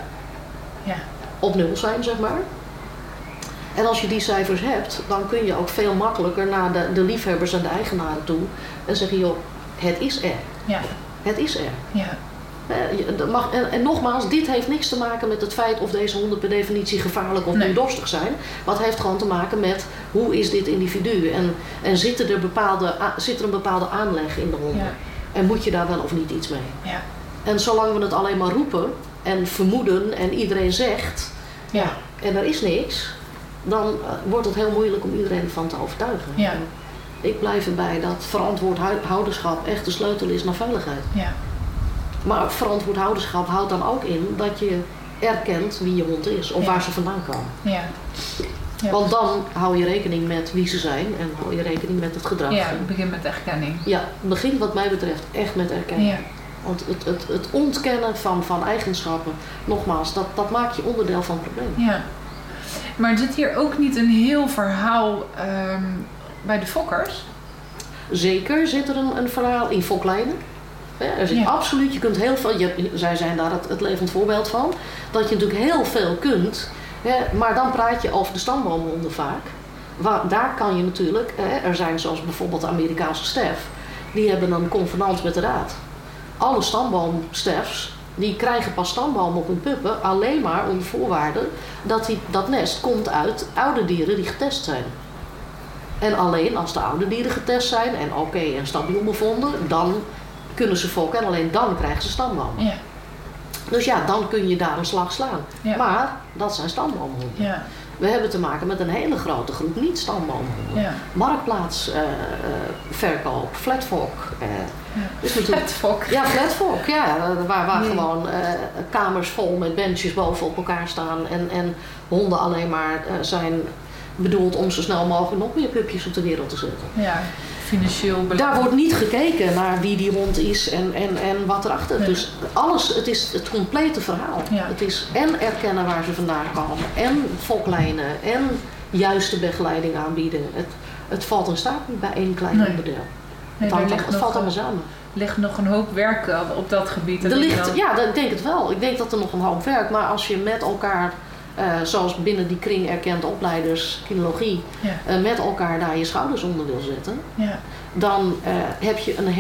op nul zijn, zeg maar. En als je die cijfers hebt, dan kun je ook veel makkelijker naar de liefhebbers en de eigenaren toe en zeggen, joh, het is er. Ja. Het is er. Ja. En nogmaals, dit heeft niks te maken met het feit of deze honden per definitie gevaarlijk of bloeddorstig zijn. Maar het heeft gewoon te maken met hoe is dit individu en zit er een bepaalde aanleg in de honden. Ja. En moet je daar wel of niet iets mee. Ja. En zolang we het alleen maar roepen en vermoeden en iedereen zegt en er is niks, dan wordt het heel moeilijk om iedereen ervan te overtuigen. Ja. Ik blijf erbij dat verantwoord houderschap echt de sleutel is naar veiligheid. Ja. Maar verantwoord houderschap houdt dan ook in dat je erkent wie je hond is of waar ze vandaan komen. Ja. Ja, want dan hou je rekening met wie ze zijn en hou je rekening met het gedrag. Ja, het begint met erkenning. Ja, het begint wat mij betreft echt met erkenning. Ja. Want het ontkennen van eigenschappen, nogmaals, dat maakt je onderdeel van het probleem. Ja. Maar zit hier ook niet een heel verhaal bij de fokkers? Zeker zit er een verhaal in foklijnen. Er zit absoluut, je kunt heel veel, zij zijn daar het levend voorbeeld van, dat je natuurlijk heel veel kunt, maar dan praat je over de stamboomhonden vaak. Daar kan je natuurlijk, er zijn zoals bijvoorbeeld de Amerikaanse staf, die hebben een convenant met de raad. Alle stamboomstafs, die krijgen pas stamboom op hun puppen alleen maar onder voorwaarde dat nest komt uit oude dieren die getest zijn. En alleen als de oude dieren getest zijn en en stabiel bevonden, dan kunnen ze fokken en alleen dan krijgen ze stambomen. Ja. Dus ja, dan kun je daar een slag slaan. Ja. Maar dat zijn stamboomhonden. Ja. We hebben te maken met een hele grote groep niet-stamboomhonden. Ja. Marktplaatsverkoop, flatfok. Dus flatfok? Ja, flatfok. Ja, waar gewoon kamers vol met benches boven op elkaar staan. En honden alleen maar zijn bedoeld om zo snel mogelijk nog meer pupjes op de wereld te zetten. Ja. Financieel belang. Daar wordt niet gekeken naar wie die hond is en wat erachter. Ja. Dus alles, het is het complete verhaal. Ja. Het is en erkennen waar ze vandaan komen, en foklijnen, en juiste begeleiding aanbieden. Het valt en staat niet bij één klein onderdeel. Het valt allemaal samen. Er ligt nog een hoop werk op dat gebied. Ik denk het wel. Ik denk dat er nog een hoop werk, maar als je met elkaar zoals binnen die kring erkende opleiders, kinologie, met elkaar daar je schouders onder wil zetten, dan heb je een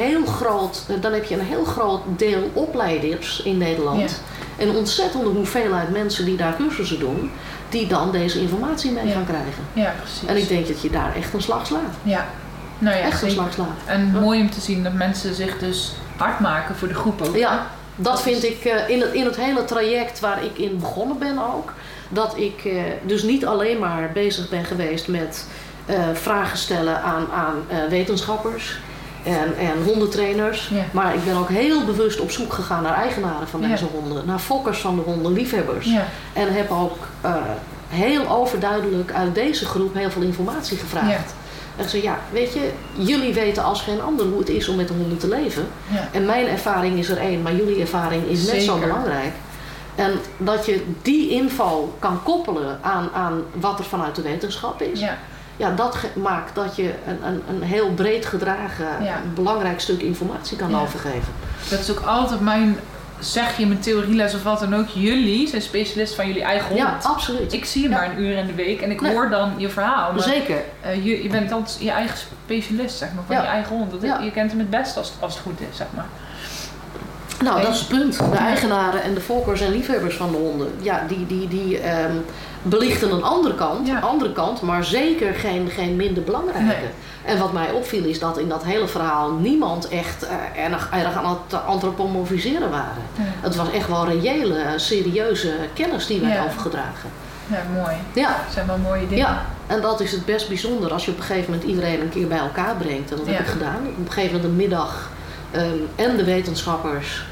heel groot deel opleiders in Nederland. En een ontzettende hoeveelheid mensen die daar cursussen doen, die dan deze informatie mee gaan krijgen. Ja, precies. En ik denk dat je daar echt een slag slaat. Ja. Nou ja, echt een slag slaat. En mooi om te zien dat mensen zich dus hard maken voor de groep ook. Ja, dat vind ik in het hele traject waar ik in begonnen ben ook. Dat ik dus niet alleen maar bezig ben geweest met vragen stellen aan wetenschappers en hondentrainers. Ja. Maar ik ben ook heel bewust op zoek gegaan naar eigenaren van deze honden. Naar fokkers van de honden, liefhebbers. Ja. En heb ook heel overduidelijk uit deze groep heel veel informatie gevraagd. Ja. En zei, weet je, jullie weten als geen ander hoe het is om met de honden te leven. Ja. En mijn ervaring is er één, maar jullie ervaring is net zo belangrijk. En dat je die info kan koppelen aan wat er vanuit de wetenschap is. Ja, dat maakt dat je een heel breed gedragen, belangrijk stuk informatie kan overgeven. Dat is ook altijd mijn theorieles of wat dan ook. Jullie zijn specialist van jullie eigen hond. Ja, absoluut. Ik zie je maar een uur in de week en ik hoor dan je verhaal. Maar, zeker. Je bent altijd je eigen specialist, zeg maar, van je eigen hond. Je kent hem het best als het goed is, zeg maar. Nou, dat is het punt. De eigenaren en de fokkers en liefhebbers van de honden, die belichten een andere kant, maar zeker geen minder belangrijke. Nee. En wat mij opviel is dat in dat hele verhaal niemand echt erg aan het antropomorfiseren waren. Ja. Het was echt wel reële, serieuze kennis die werd overgedragen. Ja, mooi. Ja. Dat zijn wel mooie dingen. Ja, en dat is het best bijzonder als je op een gegeven moment iedereen een keer bij elkaar brengt. En dat heb ik gedaan. Op een gegeven moment een middag en de wetenschappers,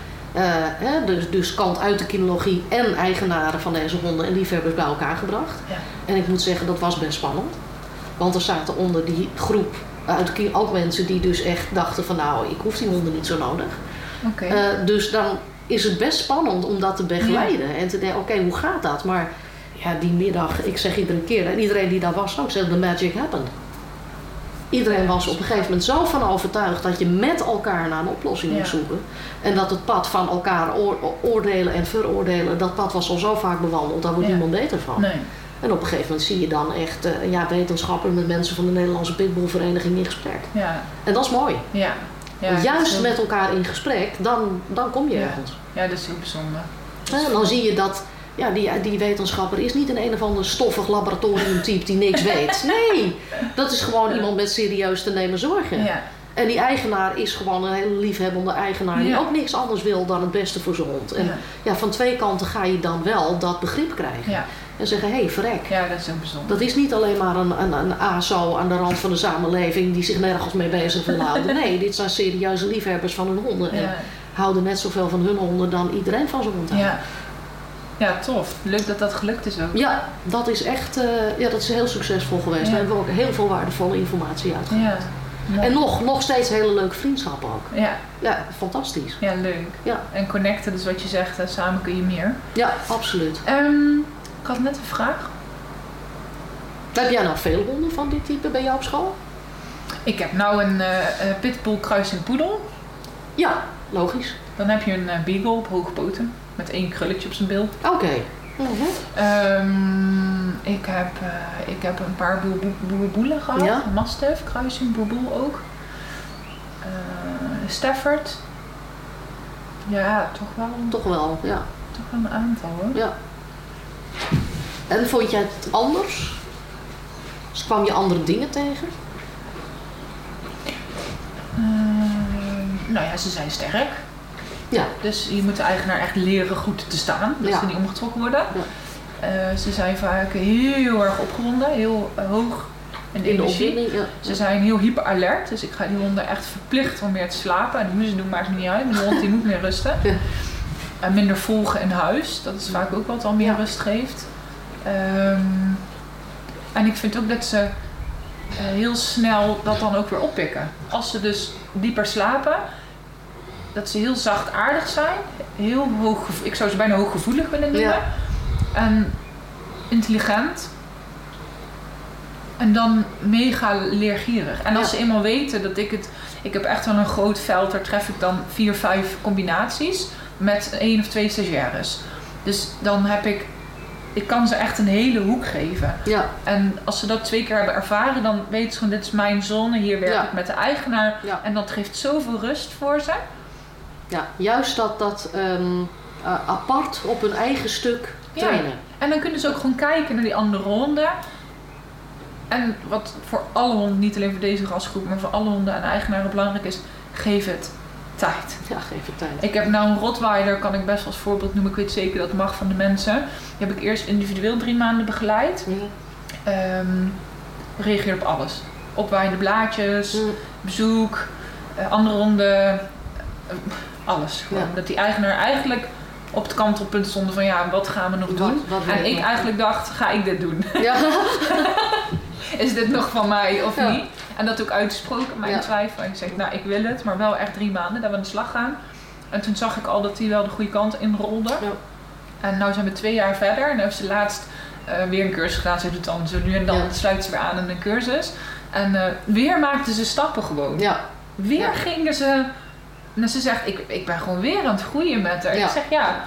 dus kant uit de kinologie en eigenaren van deze honden en liefhebbers bij elkaar gebracht. Ja. En ik moet zeggen, dat was best spannend. Want er zaten onder die groep ook mensen die dus echt dachten van ik hoef die honden niet zo nodig. Okay. Dus dan is het best spannend om dat te begeleiden. En te denken, oké, hoe gaat dat? Maar ja, die middag, ik zeg iedere keer, en iedereen die daar was ook, zegt, the magic happened. Iedereen was op een gegeven moment zo van overtuigd dat je met elkaar naar een oplossing moet zoeken. En dat het pad van elkaar oordelen en veroordelen, dat pad was al zo vaak bewandeld, daar wordt niemand beter van. Nee. En op een gegeven moment zie je dan echt wetenschappers met mensen van de Nederlandse Pitbullvereniging in gesprek. Ja. En dat is mooi. Ja. Juist met elkaar in gesprek, dan kom je ergens. Ja, dat is heel bijzonder. En dan zie je dat die wetenschapper is niet een of ander stoffig laboratoriumtype die niks weet. Nee, dat is gewoon iemand met serieus te nemen zorgen. Ja. En die eigenaar is gewoon een hele liefhebbende eigenaar die ook niks anders wil dan het beste voor zijn hond. En van twee kanten ga je dan wel dat begrip krijgen. Ja. En zeggen, hé, verrek. Ja, dat is ook bijzonder. Dat is niet alleen maar een ASO aan de rand van de samenleving die zich nergens mee bezig wil houden. Nee, dit zijn serieuze liefhebbers van hun honden. En houden net zoveel van hun honden dan iedereen van zijn hond houdt. Ja, tof. Leuk dat dat gelukt is ook. Ja, dat is echt dat is heel succesvol geweest. We hebben ook heel veel waardevolle informatie uitgehaald. Ja. En nog steeds hele leuke vriendschappen ook. Ja, fantastisch. Ja, leuk. Ja. En connecten, dus wat je zegt, samen kun je meer. Ja, absoluut. Ik had net een vraag. Heb jij nou veel honden van dit type bij jou op school? Ik heb nou een pitbull kruising poedel. Ja, logisch. Dan heb je een beagle op hoge poten. Met 1 krulletje op zijn bil. Oké. Ik heb een paar boerboelen gehad. Ja. Mastiff, kruising, boerboel ook. Stafford. Ja, toch wel. Toch wel een aantal hoor. Ja. En vond jij het anders? Dus kwam je andere dingen tegen? Nou ja, ze zijn sterk. Ja. Dus je moet de eigenaar echt leren goed te staan. Dat ze niet omgetrokken worden. Ja. Ze zijn vaak heel erg opgewonden. Heel hoog in de energie. Ze zijn heel hyperalert. Dus ik ga die honden echt verplicht om meer te slapen. En hoe ze doen maakt niet uit. De hond die moet meer rusten. Ja. En minder volgen in huis. Dat is vaak ook wat al meer rust geeft. En ik vind ook dat ze heel snel dat dan ook weer oppikken. Als ze dus dieper slapen, dat ze heel zachtaardig zijn. Heel ik zou ze bijna hooggevoelig willen noemen. Ja. En intelligent. En dan mega leergierig. En als ze eenmaal weten dat ik heb echt wel een groot veld, daar tref ik dan 4, 5 combinaties met 1 of 2 stagiaires. Dus dan heb ik kan ze echt een hele hoek geven. Ja. En als ze dat 2 keer hebben ervaren, dan weten ze gewoon, dit is mijn zone, hier werk ik met de eigenaar. Ja. En dat geeft zoveel rust voor ze. Ja, juist dat apart op hun eigen stuk trainen. Ja. En dan kunnen ze ook gewoon kijken naar die andere honden. En wat voor alle honden, niet alleen voor deze rasgroep, maar voor alle honden en eigenaren belangrijk is, geef het tijd. Ja, geef het tijd. Ik heb nou een Rottweiler, kan ik best als voorbeeld noemen. Ik weet zeker dat het mag van de mensen. Die heb ik eerst individueel 3 maanden begeleid. Reageer op alles. Opwaaiende blaadjes, bezoek, andere honden, alles. Gewoon. Dat die eigenaar eigenlijk op het kantelpunt stonden van wat gaan we nog doen? En ik eigenlijk dacht, ga ik dit doen? Ja. Is dit nog van mij of niet? En dat ook uitgesproken, mijn twijfel. En ik zeg, nou ik wil het, maar wel echt 3 maanden dat we aan de slag gaan. En toen zag ik al dat hij wel de goede kant inrolde. Ja. En nu zijn we 2 jaar verder. En nu heeft ze laatst weer een cursus gedaan. Ze doet dan zo nu en dan sluit ze weer aan in een cursus. En weer maakten ze stappen gewoon. Ja. Weer gingen ze. En ze zegt, ik ben gewoon weer aan het groeien met haar. Ja. Ik zeg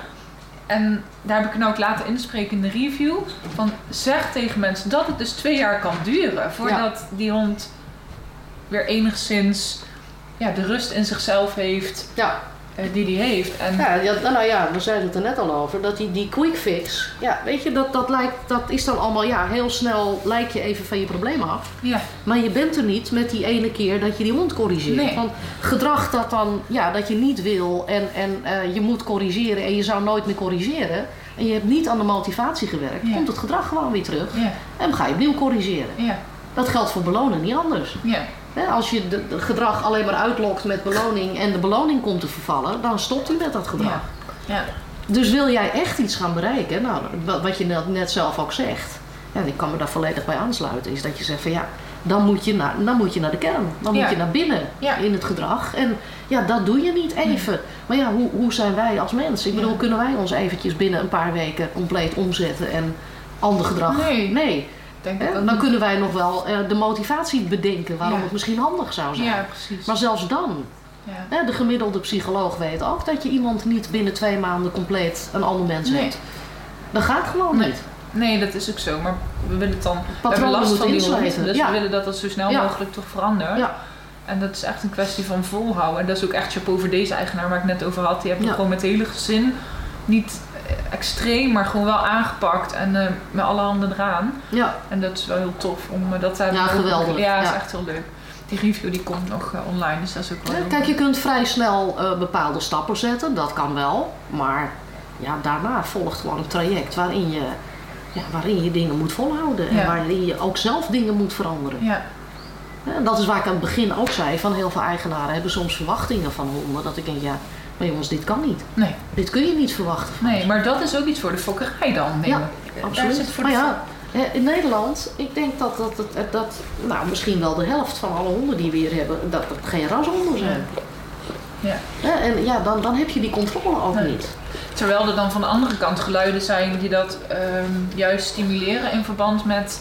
En daar heb ik nou ook laten inspreken in de review. Van zeg tegen mensen dat het dus 2 jaar kan duren. Voordat die hond weer enigszins de rust in zichzelf heeft. Ja. Die die heeft. En we zeiden het er net al over. Dat die quick fix. Ja, weet je, dat is dan allemaal heel snel lijk je even van je probleem af. Ja. Maar je bent er niet met die ene keer dat je die hond corrigeert. Nee. Want gedrag dat dan, dat je niet wil en je moet corrigeren en je zou nooit meer corrigeren. En je hebt niet aan de motivatie gewerkt. Komt het gedrag gewoon weer terug. Ja. En dan ga je opnieuw corrigeren. Ja. Dat geldt voor belonen niet anders. Ja. Als je het gedrag alleen maar uitlokt met beloning en de beloning komt te vervallen, dan stopt u met dat gedrag. Ja. Ja. Dus wil jij echt iets gaan bereiken, nou, wat je net zelf ook zegt, ik kan me daar volledig bij aansluiten, is dat je zegt van dan moet je naar de kern. Dan moet je naar binnen in het gedrag. En dat doe je niet even Maar ja, hoe zijn wij als mensen? Ik bedoel, kunnen wij ons eventjes binnen een paar weken compleet omzetten en ander gedrag? Nee. Dan kunnen wij nog wel de motivatie bedenken waarom het misschien handig zou zijn. Ja, precies. Maar zelfs dan. Ja. De gemiddelde psycholoog weet ook dat je iemand niet binnen 2 maanden compleet een ander mens hebt. Dat gaat gewoon niet. Nee, dat is ook zo. Maar we willen het dan... We hebben last van die hond, dus we willen dat zo snel mogelijk toch verandert. Ja. En dat is echt een kwestie van volhouden. En dat is ook echt chapeau voor deze eigenaar waar ik net over had. Die heeft gewoon met het hele gezin niet extreem, maar gewoon wel aangepakt. En met alle handen eraan. Ja. En dat is wel heel tof om dat te hebben. Ja, geweldig. Ja, dat is echt heel leuk. Die review die komt nog online, dus dat is ook wel kijk, je kunt vrij snel bepaalde stappen zetten. Dat kan wel. Maar daarna volgt gewoon een traject waarin je dingen moet volhouden. En waarin je ook zelf dingen moet veranderen. Ja. En dat is waar ik aan het begin ook zei, van heel veel eigenaren hebben soms verwachtingen van honden. Dat ik denk, maar jongens, dit kan niet. Nee. Dit kun je niet verwachten. Nee, maar dat is ook iets voor de fokkerij dan. Ja, absoluut. In Nederland, ik denk dat misschien wel de helft van alle honden die we hier hebben, dat het geen rashonden zijn. Ja. En dan heb je die controle ook niet. Terwijl er dan van de andere kant geluiden zijn die dat juist stimuleren in verband met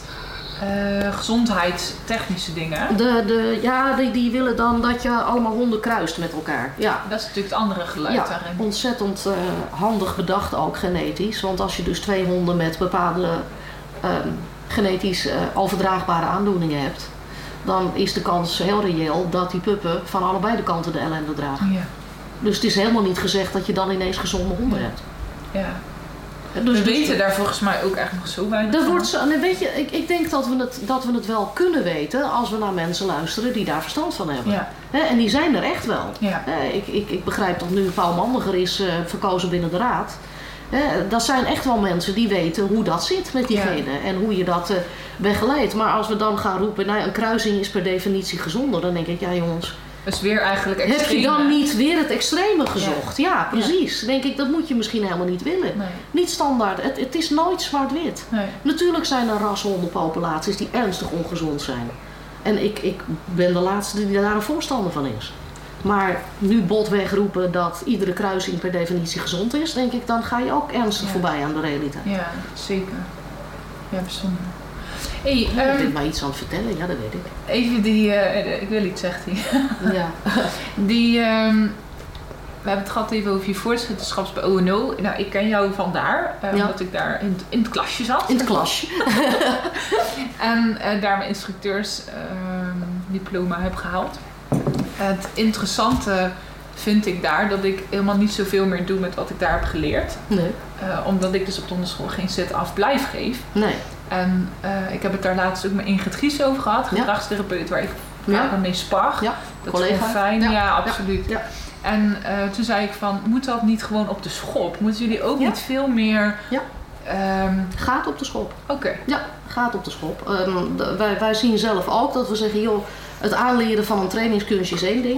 gezondheidstechnische dingen. Die willen dan dat je allemaal honden kruist met elkaar. Ja. Dat is natuurlijk het andere geluid daarin. Ontzettend handig bedacht ook genetisch. Want als je dus 2 honden met bepaalde genetisch overdraagbare aandoeningen hebt, dan is de kans heel reëel dat die puppen van allebei de kanten de ellende dragen. Ja. Dus het is helemaal niet gezegd dat je dan ineens gezonde honden hebt. Ja. Dus we weten daar volgens mij ook echt nog zo weinig van. Weet je, ik denk dat we het wel kunnen weten als we naar mensen luisteren die daar verstand van hebben. Ja. En die zijn er echt wel. Ja. Ik begrijp dat nu Paul Mandiger is verkozen binnen de raad. Dat zijn echt wel mensen die weten hoe dat zit met diegene en hoe je dat begeleidt. Maar als we dan gaan roepen, een kruising is per definitie gezonder, dan denk ik, jongens, dat is weer eigenlijk extreem. Heb je dan niet weer het extreme gezocht? Ja, precies. Ja. Denk ik, dat moet je misschien helemaal niet willen. Nee. Niet standaard. Het is nooit zwart-wit. Nee. Natuurlijk zijn er rashondenpopulaties die ernstig ongezond zijn. En ik ben de laatste die daar een voorstander van is. Maar nu botweg roepen dat iedere kruising per definitie gezond is, denk ik, dan ga je ook ernstig voorbij aan de realiteit. Ja, zeker. Ja, bijzonder. Hey, ik ben maar iets aan het vertellen, ja, dat weet ik. Even ik wil iets, zegt hij. Ja. We hebben het gehad even over je voortzetterschaps bij ONO. Nou, ik ken jou vandaar, omdat ik daar in het klasje zat. In het klasje. En daar mijn instructeursdiploma heb gehaald. Het interessante vind ik daar dat ik helemaal niet zoveel meer doe met wat ik daar heb geleerd. Nee. Omdat ik dus op de hondenschool geen zit-af-blijf geef. Nee. En ik heb het daar laatst ook met Ingrid Gies over gehad, gedragstherapeut, waar ik vaak mee spar. Ja. Dat collega. Is gewoon fijn. Ja, absoluut. Ja. En toen zei ik van, moet dat niet gewoon op de schop? Moeten jullie ook niet veel meer... Ja. Gaat op de schop. Oké. Ja, gaat op de schop. Wij zien zelf ook dat we zeggen, joh, het aanleren van een trainingskunstje is één ding.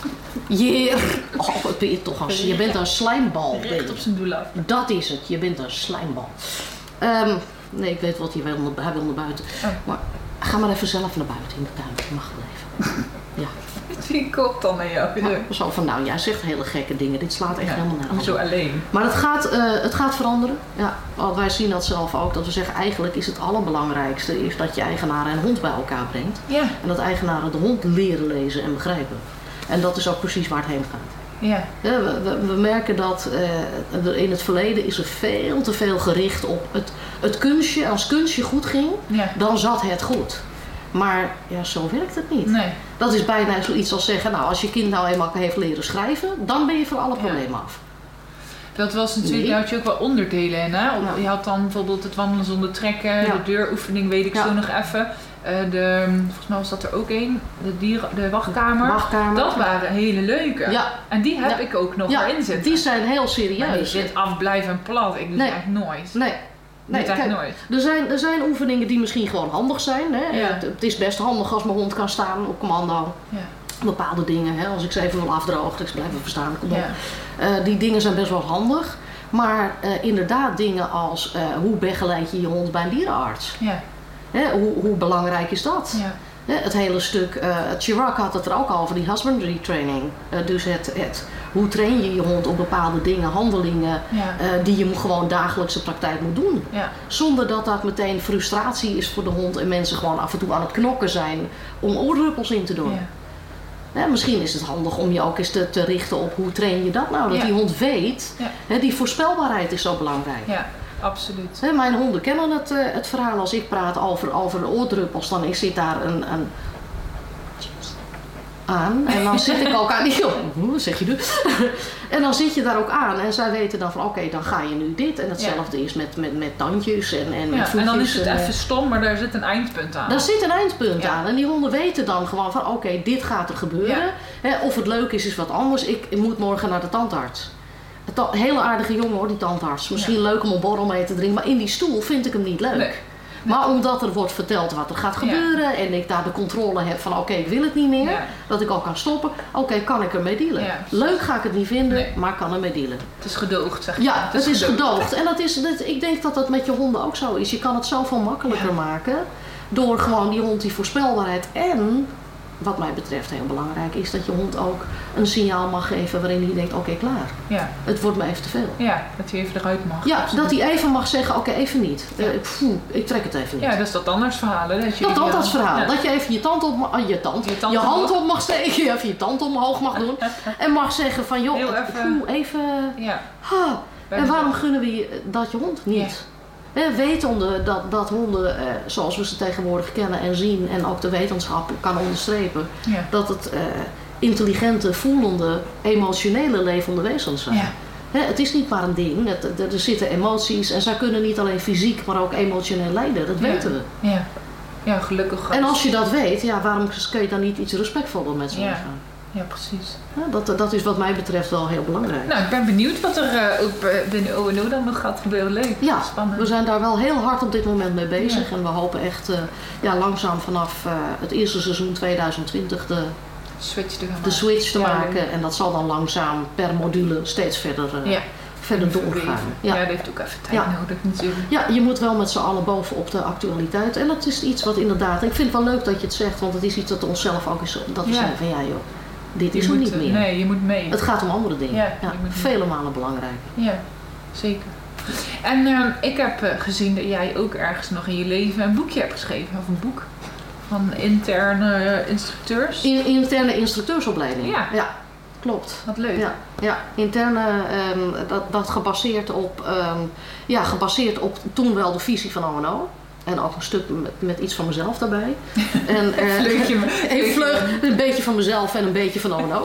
Wat ben je toch je bent een slijmbal. Recht op zijn doel af. Dat is het, je bent een slijmbal. Nee, ik weet wat hij wil naar buiten. Oh. Maar ga maar even zelf naar buiten in de tuin. Je mag wel even. Ja. Wie koopt dan naar jou? Zo van, jij zegt hele gekke dingen. Dit slaat echt helemaal nergens. Zo alleen. Maar het gaat veranderen. Ja, want wij zien dat zelf ook. Dat we zeggen, eigenlijk is het allerbelangrijkste is dat je eigenaren en hond bij elkaar brengt. Ja. En dat eigenaren de hond leren lezen en begrijpen. En dat is ook precies waar het heen gaat. Ja. We merken dat in het verleden is er veel te veel gericht op het kunstje. Als kunstje goed ging, dan zat het goed. Maar zo werkt het niet. Nee. Dat is bijna zoiets als zeggen, als je kind nou eenmaal heeft leren schrijven, dan ben je van alle problemen af. Dat was natuurlijk, daar had je ook wel onderdelen in. Hè? Ja. Je had dan bijvoorbeeld het wandelen zonder trekken, de deuroefening weet ik zo nog even. Volgens mij was dat er ook één, de wachtkamer. Dat waren hele leuke. Ja. En die heb ik ook nog erin zitten. Die zijn heel serieus. Maar die zit afblijven plat. Ik doe het echt nooit. Nee, er zijn oefeningen die misschien gewoon handig zijn. Hè? Ja. Het is best handig als mijn hond kan staan op commando. Ja. Bepaalde dingen, hè? Als ik ze even wil afdrogen, ik blijf even staan. Die dingen zijn best wel handig. Maar inderdaad dingen als hoe begeleid je je hond bij een dierenarts? Ja. Hoe belangrijk is dat? Ja. Het hele stuk, Chirac had het er ook al over, die husbandry training. Dus hoe train je je hond op bepaalde dingen, handelingen, die je gewoon dagelijkse praktijk moet doen. Ja. Zonder dat dat meteen frustratie is voor de hond en mensen gewoon af en toe aan het knokken zijn om oordruppels in te doen. Ja, misschien is het handig om je ook eens te richten op hoe train je dat nou. Dat die hond weet, die voorspelbaarheid is zo belangrijk. Ja, absoluut. Mijn honden kennen het verhaal als ik praat over oordruppels. Dan zit daar een aan. En dan zit ik ook aan. Hoe zeg je nu? En dan zit je daar ook aan. En zij weten dan van oké, dan ga je nu dit. En hetzelfde is met tandjes en voetjes. En dan is het even stom, maar daar zit een eindpunt aan. Daar zit een eindpunt aan. En die honden weten dan gewoon van oké, dit gaat er gebeuren. Of het leuk is wat anders. Ik moet morgen naar de tandarts. Een hele aardige jongen hoor, die tandarts. Misschien leuk om een borrel mee te drinken. Maar in die stoel vind ik hem niet leuk. Nee. Maar omdat er wordt verteld wat er gaat gebeuren en ik daar de controle heb van oké, ik wil het niet meer, dat ik al kan stoppen, oké, kan ik ermee dealen. Ja. Leuk ga ik het niet vinden, maar ik kan ermee dealen. Het is gedoogd, zeg je. Ja, het is gedoogd. En ik denk dat dat met je honden ook zo is. Je kan het zoveel makkelijker maken door gewoon die hond die voorspelbaarheid en, wat mij betreft heel belangrijk, is dat je hond ook een signaal mag geven waarin hij denkt oké, klaar. Ja. Het wordt me even te veel. Ja, dat hij even eruit mag. Ja, dat hij even mag zeggen oké, even niet. Ik trek het even niet. Ja, dat is dat tandartsverhaal. Dat verhaal. Dat je even je hand op mag steken, even je tand omhoog mag doen en mag zeggen van joh, even. Ja. En waarom gunnen we dat je hond niet? Wetende dat honden, zoals we ze tegenwoordig kennen en zien en ook de wetenschap kan onderstrepen, dat het intelligente, voelende, emotionele levende wezens zijn. Ja. Het is niet maar een ding, er zitten emoties en zij kunnen niet alleen fysiek, maar ook emotioneel lijden, dat weten we. Ja, gelukkig. En als je dat weet, waarom kun je dan niet iets respectvoller met ze omgaan? Ja, precies. Ja, dat is wat mij betreft wel heel belangrijk. Nou, ik ben benieuwd wat er ook binnen O&O dan nog gaat gebeuren. Leuk. Ja, spannend. We zijn daar wel heel hard op dit moment mee bezig. En we hopen echt langzaam vanaf het eerste seizoen 2020 de switch te maken. En dat zal dan langzaam per module steeds verder doorgaan. Ja, dat heeft ook even tijd nodig natuurlijk. Ja, je moet wel met z'n allen bovenop de actualiteit. En dat is iets wat inderdaad, ik vind het wel leuk dat je het zegt, want het is iets dat onszelf ook is, dat we zeggen van joh. Dit is er niet meer. Nee, je moet mee. Het gaat om andere dingen. Vele malen belangrijk. Ja, zeker. En ik heb gezien dat jij ook ergens nog in je leven een boekje hebt geschreven. Of een boek van interne instructeurs. Interne instructeursopleiding. Ja. Klopt. Wat leuk. Ja. Interne, dat gebaseerd op toen wel de visie van O&O. En ook een stuk met iets van mezelf daarbij. En, een beetje van mezelf en een beetje van O&O.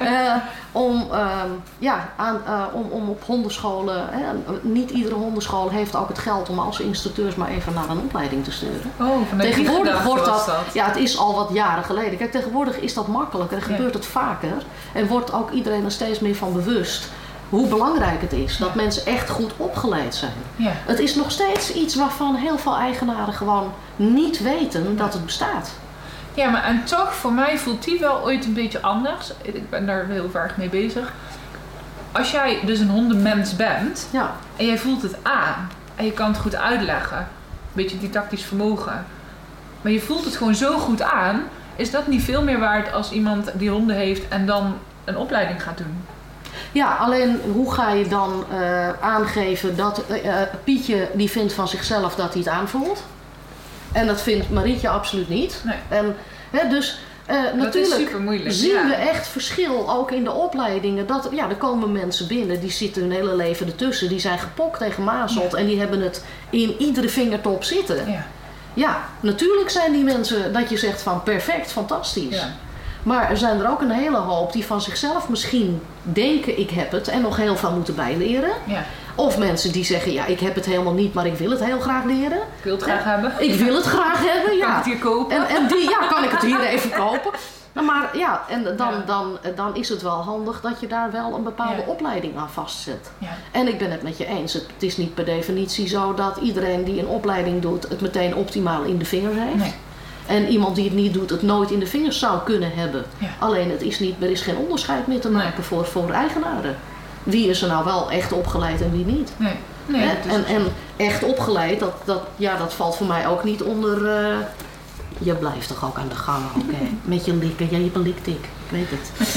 Om op hondenscholen... niet iedere hondenschool heeft ook het geld om als instructeurs maar even naar een opleiding te sturen. Tegenwoordig wordt dat... Ja, het is al wat jaren geleden. Kijk, tegenwoordig is dat makkelijker en gebeurt het vaker. En wordt ook iedereen er steeds meer van bewust hoe belangrijk het is dat mensen echt goed opgeleid zijn. Ja. Het is nog steeds iets waarvan heel veel eigenaren gewoon niet weten dat het bestaat. Ja, maar en toch, voor mij voelt die wel ooit een beetje anders. Ik ben daar heel erg mee bezig. Als jij dus een hondenmens bent en jij voelt het aan en je kan het goed uitleggen, een beetje didactisch vermogen, maar je voelt het gewoon zo goed aan, is dat niet veel meer waard als iemand die honden heeft en dan een opleiding gaat doen? Ja, alleen hoe ga je dan aangeven dat Pietje die vindt van zichzelf dat hij het aanvoelt? En dat vindt Marietje absoluut niet. Nee. En, dus natuurlijk zien we echt verschil ook in de opleidingen. Er komen mensen binnen, die zitten hun hele leven ertussen. Die zijn gepokt en gemazeld en die hebben het in iedere vingertop zitten. Ja, natuurlijk zijn die mensen dat je zegt van perfect, fantastisch. Ja. Maar er zijn er ook een hele hoop die van zichzelf misschien denken ik heb het en nog heel veel moeten bijleren. Ja. Of mensen die zeggen ik heb het helemaal niet, maar ik wil het heel graag leren. Ik wil het graag hebben. Ik wil het graag hebben, ja. Kan ik het hier kopen? En kan ik het hier even kopen. Maar dan is het wel handig dat je daar wel een bepaalde opleiding aan vastzet. Ja. En ik ben het met je eens. Het is niet per definitie zo dat iedereen die een opleiding doet het meteen optimaal in de vingers heeft. Nee. En iemand die het niet doet, het nooit in de vingers zou kunnen hebben. Ja. Alleen er is geen onderscheid meer te maken voor eigenaren. Wie is er nou wel echt opgeleid en wie niet? Nee, en echt opgeleid, dat valt voor mij ook niet onder Je blijft toch ook aan de gang, oké. Met je likken. Ja, je hebt een liktik. Ik weet het.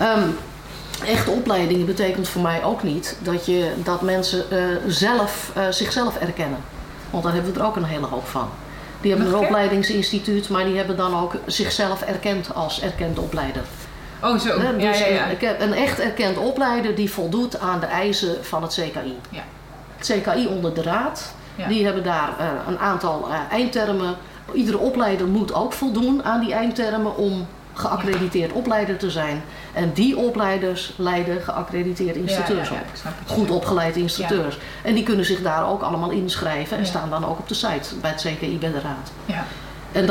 Echte opleidingen betekent voor mij ook niet dat mensen zichzelf erkennen. Want daar hebben we er ook een hele hoop van. Die hebben een opleidingsinstituut, maar die hebben dan ook zichzelf erkend als erkend opleider. Oh zo, dus een echt erkend opleider die voldoet aan de eisen van het CKI. Ja. Het CKI onder de raad, die hebben daar een aantal eindtermen. Iedere opleider moet ook voldoen aan die eindtermen om geaccrediteerd opleider te zijn. En die opleiders leiden geaccrediteerde instructeurs op. Goed opgeleide instructeurs. Ja. En die kunnen zich daar ook allemaal inschrijven en staan dan ook op de site bij het CKI bij de raad. Ja. En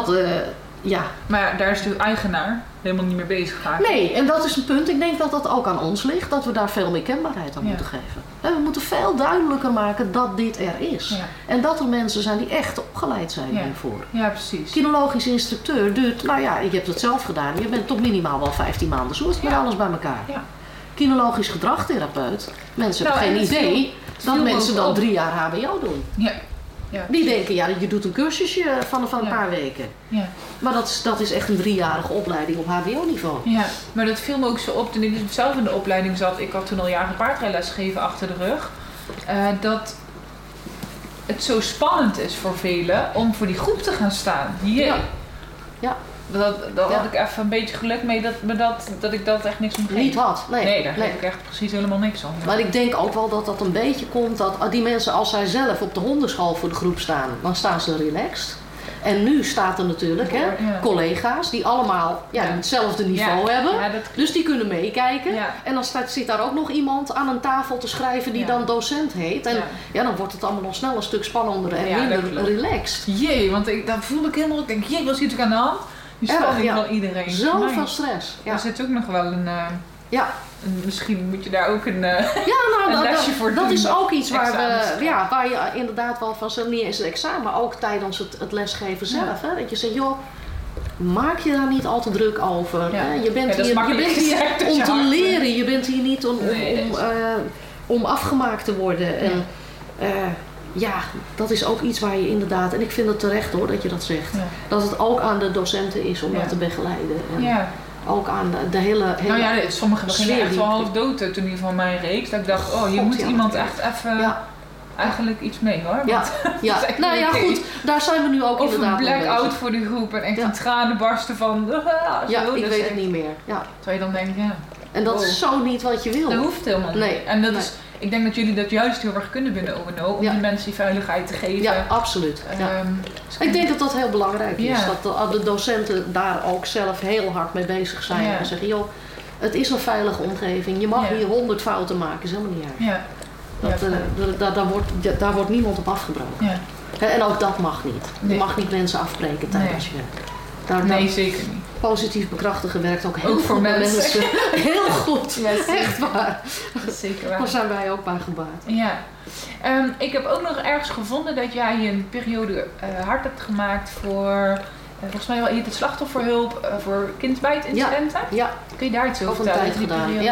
ja. Maar daar is de eigenaar helemaal niet mee bezig geraakt. Nee, en dat is een punt. Ik denk dat dat ook aan ons ligt. Dat we daar veel meer kenbaarheid aan moeten geven. En we moeten veel duidelijker maken dat dit er is. Ja. En dat er mensen zijn die echt opgeleid zijn hiervoor. Ja, precies. Kinologisch instructeur duurt, nou ja, je hebt het zelf gedaan. Je bent toch minimaal wel 15 maanden zoet met alles bij elkaar. Ja. Kinologisch gedragtherapeut. Mensen hebben geen idee dat mensen dan 3 jaar HBO doen. Ja. Ja, die denken, je doet een cursusje van een paar weken. Ja. Maar dat is echt een 3-jarige opleiding op HBO-niveau. Ja, maar dat viel me ook zo op toen ik zelf in de opleiding zat. Ik had toen al jaren paardrijles gegeven achter de rug. Dat het zo spannend is voor velen om voor die groep te gaan staan. Hier. Ja. Daar had ik even een beetje geluk mee dat ik dat echt niks om geef. Niet had. Nee, daar geef ik echt precies helemaal niks om. Maar ik denk ook wel dat dat een beetje komt dat die mensen, als zij zelf op de hondenschool voor de groep staan, dan staan ze relaxed. En nu staat er natuurlijk collega's die allemaal hetzelfde niveau hebben. Ja, dus die kunnen meekijken. Ja. En dan zit daar ook nog iemand aan een tafel te schrijven die dan docent heet. En dan wordt het allemaal nog snel een stuk spannender en minder relaxed. Jee, want dan voel ik helemaal, ik denk, wat zit er aan de hand? Die spanning van iedereen. Zoveel stress. Ja. Er zit ook nog wel een... misschien moet je daar ook een lesje voor doen. Dat is ook iets waar je inderdaad wel van, niet eens het examen, maar ook tijdens het lesgeven zelf. Hè? Dat je zegt, joh, maak je daar niet al te druk over. Ja. Je bent hier om te leren. Je bent hier niet om afgemaakt te worden. En, dat is ook iets waar je inderdaad, en ik vind het terecht hoor dat je dat zegt, dat het ook aan de docenten is om dat te begeleiden. En ook aan de hele sommigen gingen echt wel half dood toen in ieder geval mijn reeks. Dat ik dacht, je moet iemand echt even eigenlijk iets mee hoor. Goed, daar zijn we nu ook of inderdaad een blackout voor de groep en echt een tranen barsten van ik weet het niet meer. Ja. Terwijl je dan denkt, en dat is zo niet wat je wil. Dat hoeft helemaal niet. Nee. En dat is, ik denk dat jullie dat juist heel erg kunnen binnen ONO, om die mensen die veiligheid te geven. Ja, absoluut. Ik denk dat dat heel belangrijk is. Dat de docenten daar ook zelf heel hard mee bezig zijn. En zeggen, joh, het is een veilige omgeving. Je mag hier 100 fouten maken, is helemaal niet erg. Daar wordt niemand op afgebroken. Ja. En ook dat mag niet. Je mag niet mensen afbreken tijdens je werk. Nee, zeker niet. Positief bekrachtigen werkt ook heel goed voor mensen. Heel goed. Echt waar. Zeker waar. Daar zijn wij ook bij gebaat. Ja. Ik heb ook nog ergens gevonden dat jij een periode hard hebt gemaakt voor, volgens mij heet het slachtofferhulp voor kindbijtincidenten. Ja. Kun je daar iets over vertellen? Een tijd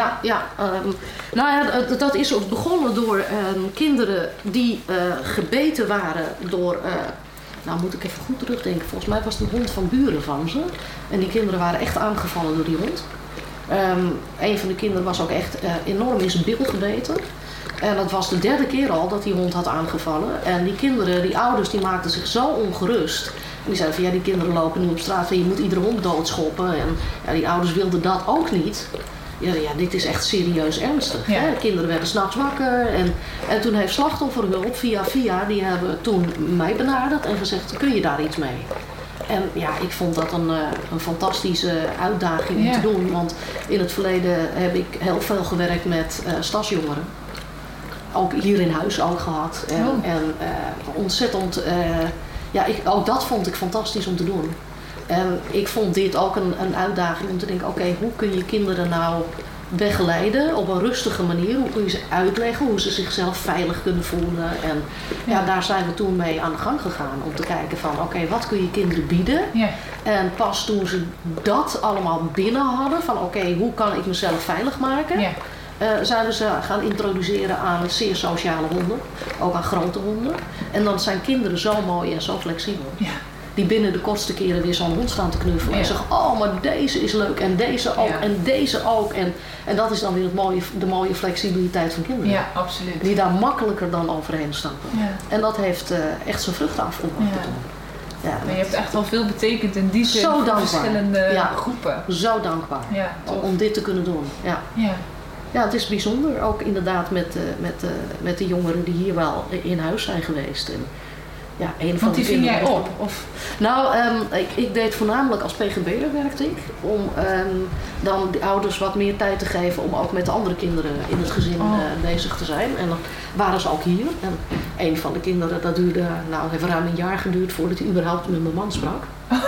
gedaan. Dat is ook begonnen door kinderen die gebeten waren door... moet ik even goed terugdenken. Volgens mij was het een hond van buren van ze. En die kinderen waren echt aangevallen door die hond. Een van de kinderen was ook echt enorm in zijn bil gebeten. En dat was de 3e keer al dat die hond had aangevallen. En die kinderen, die ouders, die maakten zich zo ongerust. En die zeiden van die kinderen lopen nu op straat van je moet iedere hond doodschoppen. En die ouders wilden dat ook niet. Ja, dit is echt serieus ernstig. Ja. Hè? De kinderen werden 's nachts wakker. En toen heeft slachtofferhulp via, die hebben toen mij benaderd en gezegd, kun je daar iets mee? En ik vond dat een fantastische uitdaging om te doen. Want in het verleden heb ik heel veel gewerkt met stadsjongeren. Ook hier in huis ook gehad. En ontzettend, ook dat vond ik fantastisch om te doen. En ik vond dit ook een uitdaging om te denken, oké, hoe kun je kinderen nou begeleiden op een rustige manier? Hoe kun je ze uitleggen hoe ze zichzelf veilig kunnen voelen? En daar zijn we toen mee aan de gang gegaan om te kijken van, oké, wat kun je kinderen bieden? Ja. En pas toen ze dat allemaal binnen hadden van, oké, hoe kan ik mezelf veilig maken? Ja. Zijn we ze gaan introduceren aan zeer sociale honden, ook aan grote honden. En dan zijn kinderen zo mooi en zo flexibel. Ja. die binnen de kortste keren weer zo'n hond staan te knuffelen. En zeggen, oh, maar deze is leuk en deze ook en deze ook. En dat is dan weer de mooie flexibiliteit van kinderen. Ja, absoluut. Die daar makkelijker dan overheen stappen. Ja. En dat heeft echt zijn vruchten afgebracht. Ja, maar je hebt echt al veel betekend in die zin voor verschillende groepen. Zo dankbaar om dit te kunnen doen. Ja, het is bijzonder. Ook inderdaad met de jongeren die hier wel in huis zijn geweest. En, want die ving jij op? Of? Nou, ik deed voornamelijk als PGB'er werkte ik. Om dan de ouders wat meer tijd te geven om ook met de andere kinderen in het gezin bezig te zijn. En dan waren ze ook hier. En een van de kinderen, dat duurde, heeft ruim een jaar geduurd voordat hij überhaupt met mijn man sprak.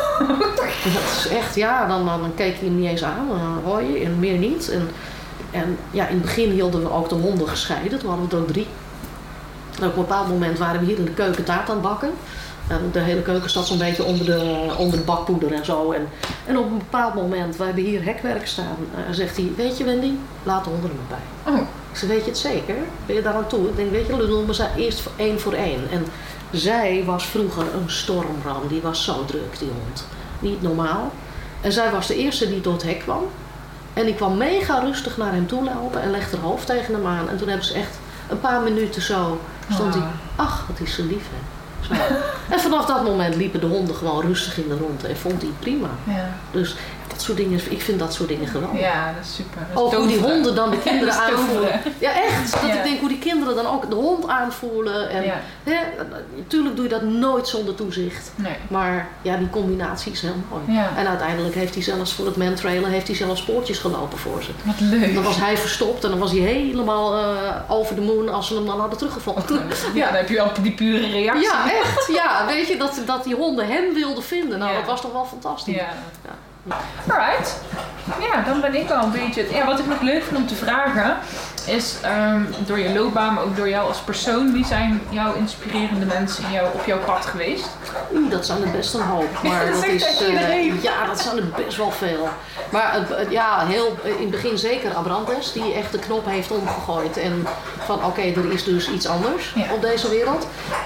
Dat is echt, dan keek je hem niet eens aan. Dan hoor je en meer niet. En in het begin hielden we ook de honden gescheiden. Toen hadden we er 3. En op een bepaald moment waren we hier in de keuken taart aan het bakken. En de hele keuken staat zo'n beetje onder de bakpoeder en zo. En op een bepaald moment, we hebben hier hekwerk staan, zegt hij, weet je Wendy, laat de honden er maar bij. Ik zei, weet je het zeker? Ben je daar aan toe? Ik denk, weet je, we doen maar eerst 1 voor 1. En zij was vroeger een stormram. Die was zo druk, die hond. Niet normaal. En zij was de eerste die door het hek kwam. En ik kwam mega rustig naar hem toe lopen en legde haar hoofd tegen hem aan. En toen hebben ze echt een paar minuten zo, stond hij, ach, wat is ze lief, hè. Zo. En vanaf dat moment liepen de honden gewoon rustig in de rond en vond hij prima. Dus dat soort dingen, ik vind dat soort dingen geweldig. Ja, dat is super. Dat is ook hoe die honden dan de kinderen aanvoelen. Ja, echt. Dat Ja. ik denk hoe die kinderen dan ook de hond aanvoelen. En, natuurlijk doe je dat nooit zonder toezicht. Nee. Maar ja, die combinatie is heel mooi. Ja. En uiteindelijk heeft hij zelfs voor het mantrailen heeft hij zelfs spoortjes gelopen voor ze. Wat leuk. Dan was hij verstopt en dan was hij helemaal over de moon als ze hem dan hadden teruggevonden. Ja, dan heb je wel die pure reactie. Ja, echt. Ja, weet je, dat die honden hem wilden vinden. Nou, dat was toch wel fantastisch. Ja. Alright. Ja, dan ben ik al een beetje... Ja, wat ik nog leuk vind om te vragen is door je loopbaan, maar ook door jou als persoon, wie zijn jouw inspirerende mensen op jouw pad geweest? Dat zijn er best een hoop. Maar dat is iedereen. Ja, dat zijn er best wel veel. Maar heel in het begin zeker Abrantes, die echt de knop heeft omgegooid. En van oké, er is dus iets anders op deze wereld.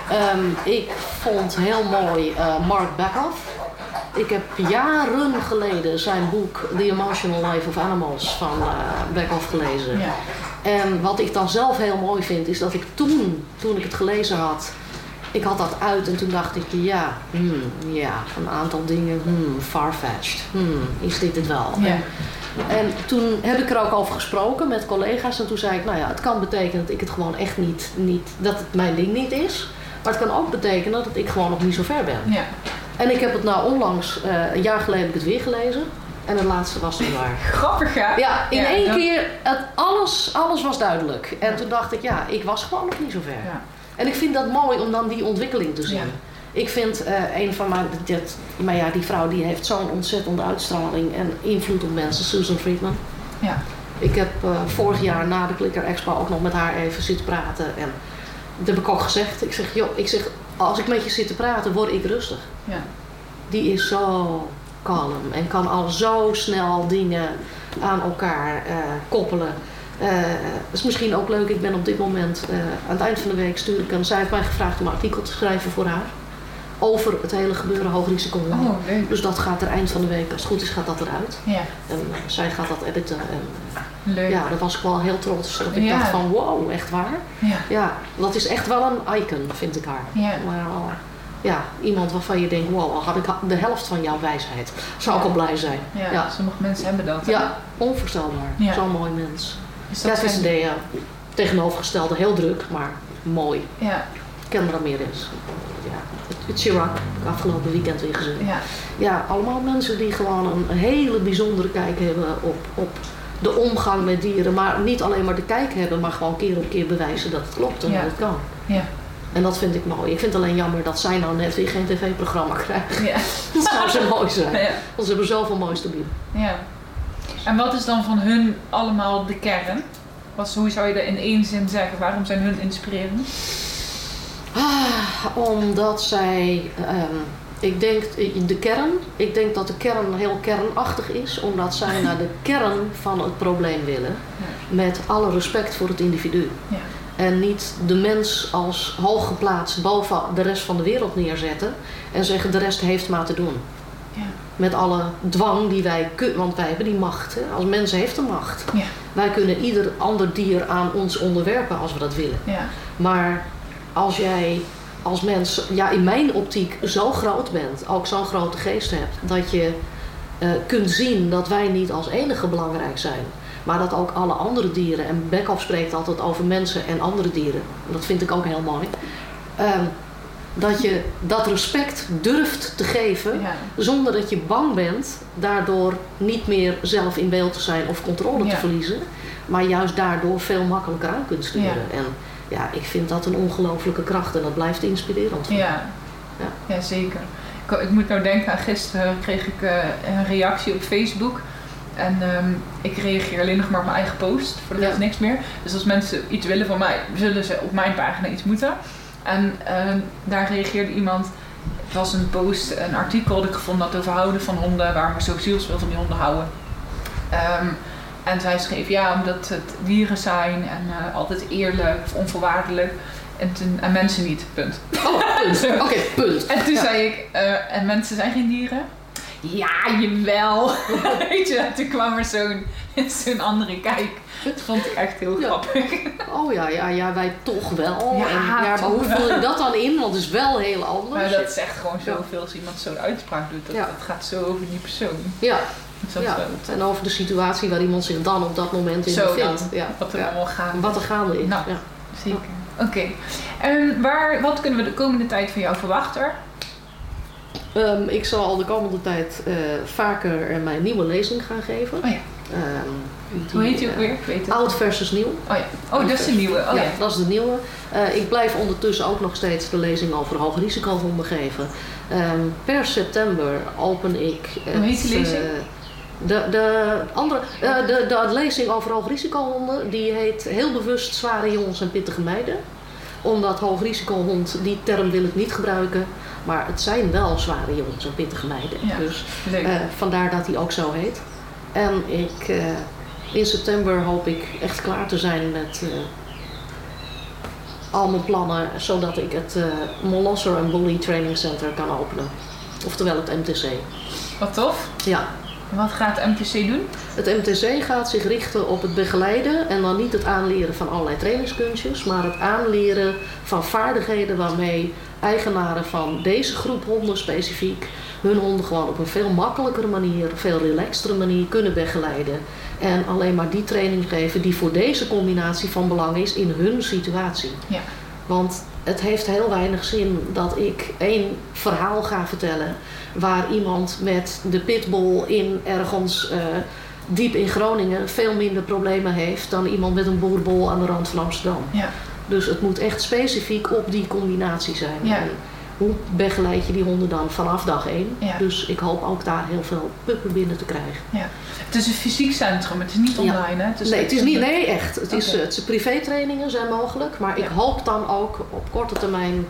Ik vond heel mooi Mark Bekoff. Ik heb jaren geleden zijn boek The Emotional Life of Animals van Bekoff gelezen. Ja. En wat ik dan zelf heel mooi vind, is dat ik toen ik het gelezen had, ik had dat uit en toen dacht ik, een aantal dingen, far-fetched, is dit het wel? Ja. En toen heb ik er ook over gesproken met collega's en toen zei ik, het kan betekenen dat ik het gewoon echt niet dat het mijn ding niet is. Maar het kan ook betekenen dat ik gewoon nog niet zo ver ben. Ja. En ik heb het onlangs, een jaar geleden heb ik het weer gelezen. En het laatste was toen waar. Grappig, hè? Ja, in één keer, alles was duidelijk. En toen dacht ik, ik was gewoon nog niet zo ver. Ja. En ik vind dat mooi om dan die ontwikkeling te zien. Ja. Ik vind een van mijn, die vrouw die heeft zo'n ontzettende uitstraling en invloed op mensen, Susan Friedman. Ja. Ik heb vorig jaar na de Clicker Expo ook nog met haar even zitten praten. En dat heb ik ook gezegd. Ik zeg, als ik met je zit te praten, word ik rustig. Ja. Die is zo kalm en kan al zo snel dingen aan elkaar koppelen. Dat is misschien ook leuk. Ik ben op dit moment, aan het eind van de week stuur ik een... Zij heeft mij gevraagd om een artikel te schrijven voor haar. Over het hele gebeuren hoogrisico. Dus dat gaat er eind van de week, als het goed is, gaat dat eruit. Ja. En zij gaat dat editen. En, leuk. Ja, daar was ik wel heel trots. Dat ik dacht van, wow, echt waar? Ja, dat is echt wel een icon, vind ik haar. Ja. Maar iemand waarvan je denkt, wow, al had ik de helft van jouw wijsheid. Zou ik al blij zijn. Ja, sommige mensen hebben dat. Hè? Ja, onvoorstelbaar. Ja. Zo'n mooi mens. Het is de tegenovergestelde, heel druk, maar mooi. Ja. Ken Ramirez. Het Chirac, afgelopen weekend weer gezien. Ja, allemaal mensen die gewoon een hele bijzondere kijk hebben op de omgang met dieren. Maar niet alleen maar de kijk hebben, maar gewoon keer op keer bewijzen dat het klopt en dat het kan. Ja. En dat vind ik mooi. Ik vind het alleen jammer dat zij nou net weer geen tv-programma krijgen. Ja. Dat zou zo mooi zijn. Ja. Want ze hebben zoveel moois te bieden. Ja. En wat is dan van hun allemaal de kern? Hoe zou je dat in één zin zeggen? Waarom zijn hun inspirerend? Omdat zij... ik denk dat de kern heel kernachtig is. Omdat zij naar de kern van het probleem willen. Ja. Met alle respect voor het individu. Ja. En niet de mens als hooggeplaatst boven de rest van de wereld neerzetten. En zeggen de rest heeft maar te doen. Ja. Met alle dwang die wij kunnen, want wij hebben die macht. Hè? Als mensen heeft de macht. Ja. Wij kunnen ieder ander dier aan ons onderwerpen als we dat willen. Ja. Maar als jij als mens in mijn optiek zo groot bent, ook zo'n grote geest hebt, dat je kunt zien dat wij niet als enige belangrijk zijn. Maar dat ook alle andere dieren, en Beckhoff spreekt altijd over mensen en andere dieren. Dat vind ik ook heel mooi. Dat je dat respect durft te geven, zonder dat je bang bent daardoor niet meer zelf in beeld te zijn of controle te verliezen. Maar juist daardoor veel makkelijker aan kunt sturen. En ik vind dat een ongelooflijke kracht en dat blijft inspirerend. Ja, zeker. Ik moet nou denken aan gisteren kreeg ik een reactie op Facebook. En ik reageer alleen nog maar op mijn eigen post. Voor de rest niks meer. Dus als mensen iets willen van mij, zullen ze op mijn pagina iets moeten. En daar reageerde iemand. Het was een post, een artikel dat ik gevonden had over houden van honden. Waar ik zo zielsveel van die honden houden. En zij schreef omdat het dieren zijn en altijd eerlijk of onvoorwaardelijk. En mensen niet, punt. Oh, punt. Oké, punt. En toen zei ik, en mensen zijn geen dieren? Ja, jawel. Weet je, toen kwam er zo'n andere kijk. Dat vond ik echt heel grappig. Oh ja, wij toch wel. Maar hoe vul je dat dan in? Want het is wel heel anders. Maar dat is echt gewoon zoveel als iemand zo'n uitspraak doet. Dat gaat zo over die persoon. Ja. En over de situatie waar iemand zich dan op dat moment in bevindt. Wat er allemaal gaande is. Wat er gaande is. Nou, zeker. Oké. Wat kunnen we de komende tijd van jou verwachten? Ik zal de komende tijd vaker mijn nieuwe lezing gaan geven. Oh ja. Hoe heet die ook weer? Ik weet het. Oud versus nieuw. Oh ja. Oh, dat is de nieuwe. Oh, ja, dat is de nieuwe. Ik blijf ondertussen ook nog steeds de lezing over hoogrisicohonden geven. Per september open ik... Hoe heet die lezing? De lezing over hoogrisicohonden, die heet heel bewust zware jongens en pittige meiden. Omdat hoogrisicohond, die term wil ik niet gebruiken. Maar het zijn wel zware jongens en pittige meiden. Ja, dus vandaar dat hij ook zo heet. En in september hoop ik echt klaar te zijn met al mijn plannen. Zodat ik het Molosser and Bully Training Center kan openen. Oftewel het MTC. Wat tof. Ja. Wat gaat het MTC doen? Het MTC gaat zich richten op het begeleiden en dan niet het aanleren van allerlei trainingskunstjes, maar het aanleren van vaardigheden waarmee eigenaren van deze groep honden specifiek hun honden gewoon op een veel makkelijkere manier, veel relaxtere manier kunnen begeleiden. En alleen maar die training geven die voor deze combinatie van belang is in hun situatie. Ja. Want het heeft heel weinig zin dat ik één verhaal ga vertellen waar iemand met de pitbull ergens diep in Groningen veel minder problemen heeft dan iemand met een boerbol aan de rand van Amsterdam. Ja. Dus het moet echt specifiek op die combinatie zijn. Ja. Hoe begeleid je die honden dan vanaf dag 1? Ja. Dus ik hoop ook daar heel veel puppen binnen te krijgen. Ja. Het is een fysiek centrum, het is niet online, hè? Het is niet, echt. Het is privétrainingen zijn mogelijk, maar ik hoop dan ook op korte termijn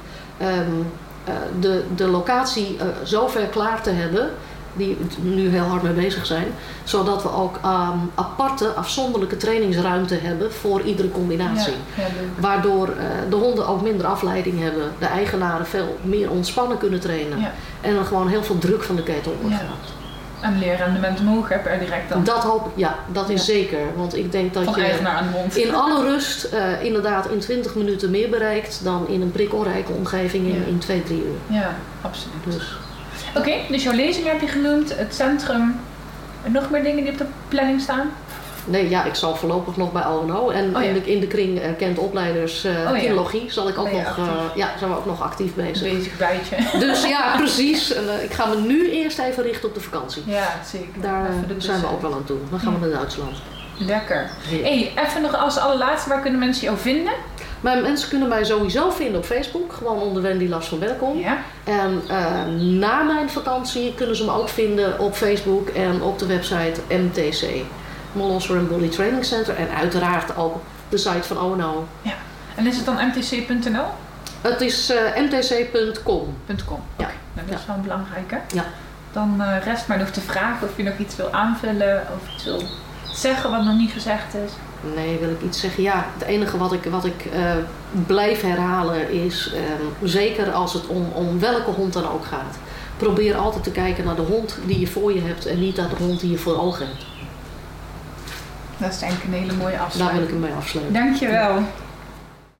de locatie zover klaar te hebben, die nu heel hard mee bezig zijn, zodat we ook aparte, afzonderlijke trainingsruimte hebben voor iedere combinatie. Ja, waardoor de honden ook minder afleiding hebben, de eigenaren veel meer ontspannen kunnen trainen en dan gewoon heel veel druk van de ketel wordt gehaald. En leerrendement omhoog heb er direct dan. Dat hoop ik, dat is zeker. Want ik denk dat van je eigenaar aan de hond. In alle rust inderdaad in 20 minuten meer bereikt dan in een prikkelrijke omgeving in 2-3 uur. Ja, absoluut. Dus. Oké, dus jouw lezing heb je genoemd, het centrum. En nog meer dingen die op de planning staan? Nee, ik zal voorlopig nog bij ONO. En in de kring erkend opleiders kinologie zal ik ook zijn we ook nog actief bezig. Bezig bijtje. Dus precies. Ik ga me nu eerst even richten op de vakantie. Ja, zeker. Daar zijn we ook wel aan toe. Dan gaan we naar Duitsland. Lekker. Hey, even nog als allerlaatste, waar kunnen mensen jou vinden? Maar mensen kunnen mij sowieso vinden op Facebook, gewoon onder Wendy Lars van Welkom. Ja. En na mijn vakantie kunnen ze me ook vinden op Facebook en op de website MTC. Molosser and Bully Training Center. En uiteraard ook de site van ONO. Ja. En is het dan mtc.nl? Het is mtc.com. Ja. Nou, dat is wel belangrijk, hè? Ja. Dan rest maar nog te vragen of je nog iets wil aanvullen of iets wil zeggen wat nog niet gezegd is. Nee, wil ik iets zeggen? Ja, het enige wat ik blijf herhalen is, zeker als het om welke hond dan ook gaat, probeer altijd te kijken naar de hond die je voor je hebt en niet naar de hond die je voor ogen hebt. Dat is denk ik een hele mooie afsluiting. Daar wil ik hem mee afsluiten. Dankjewel.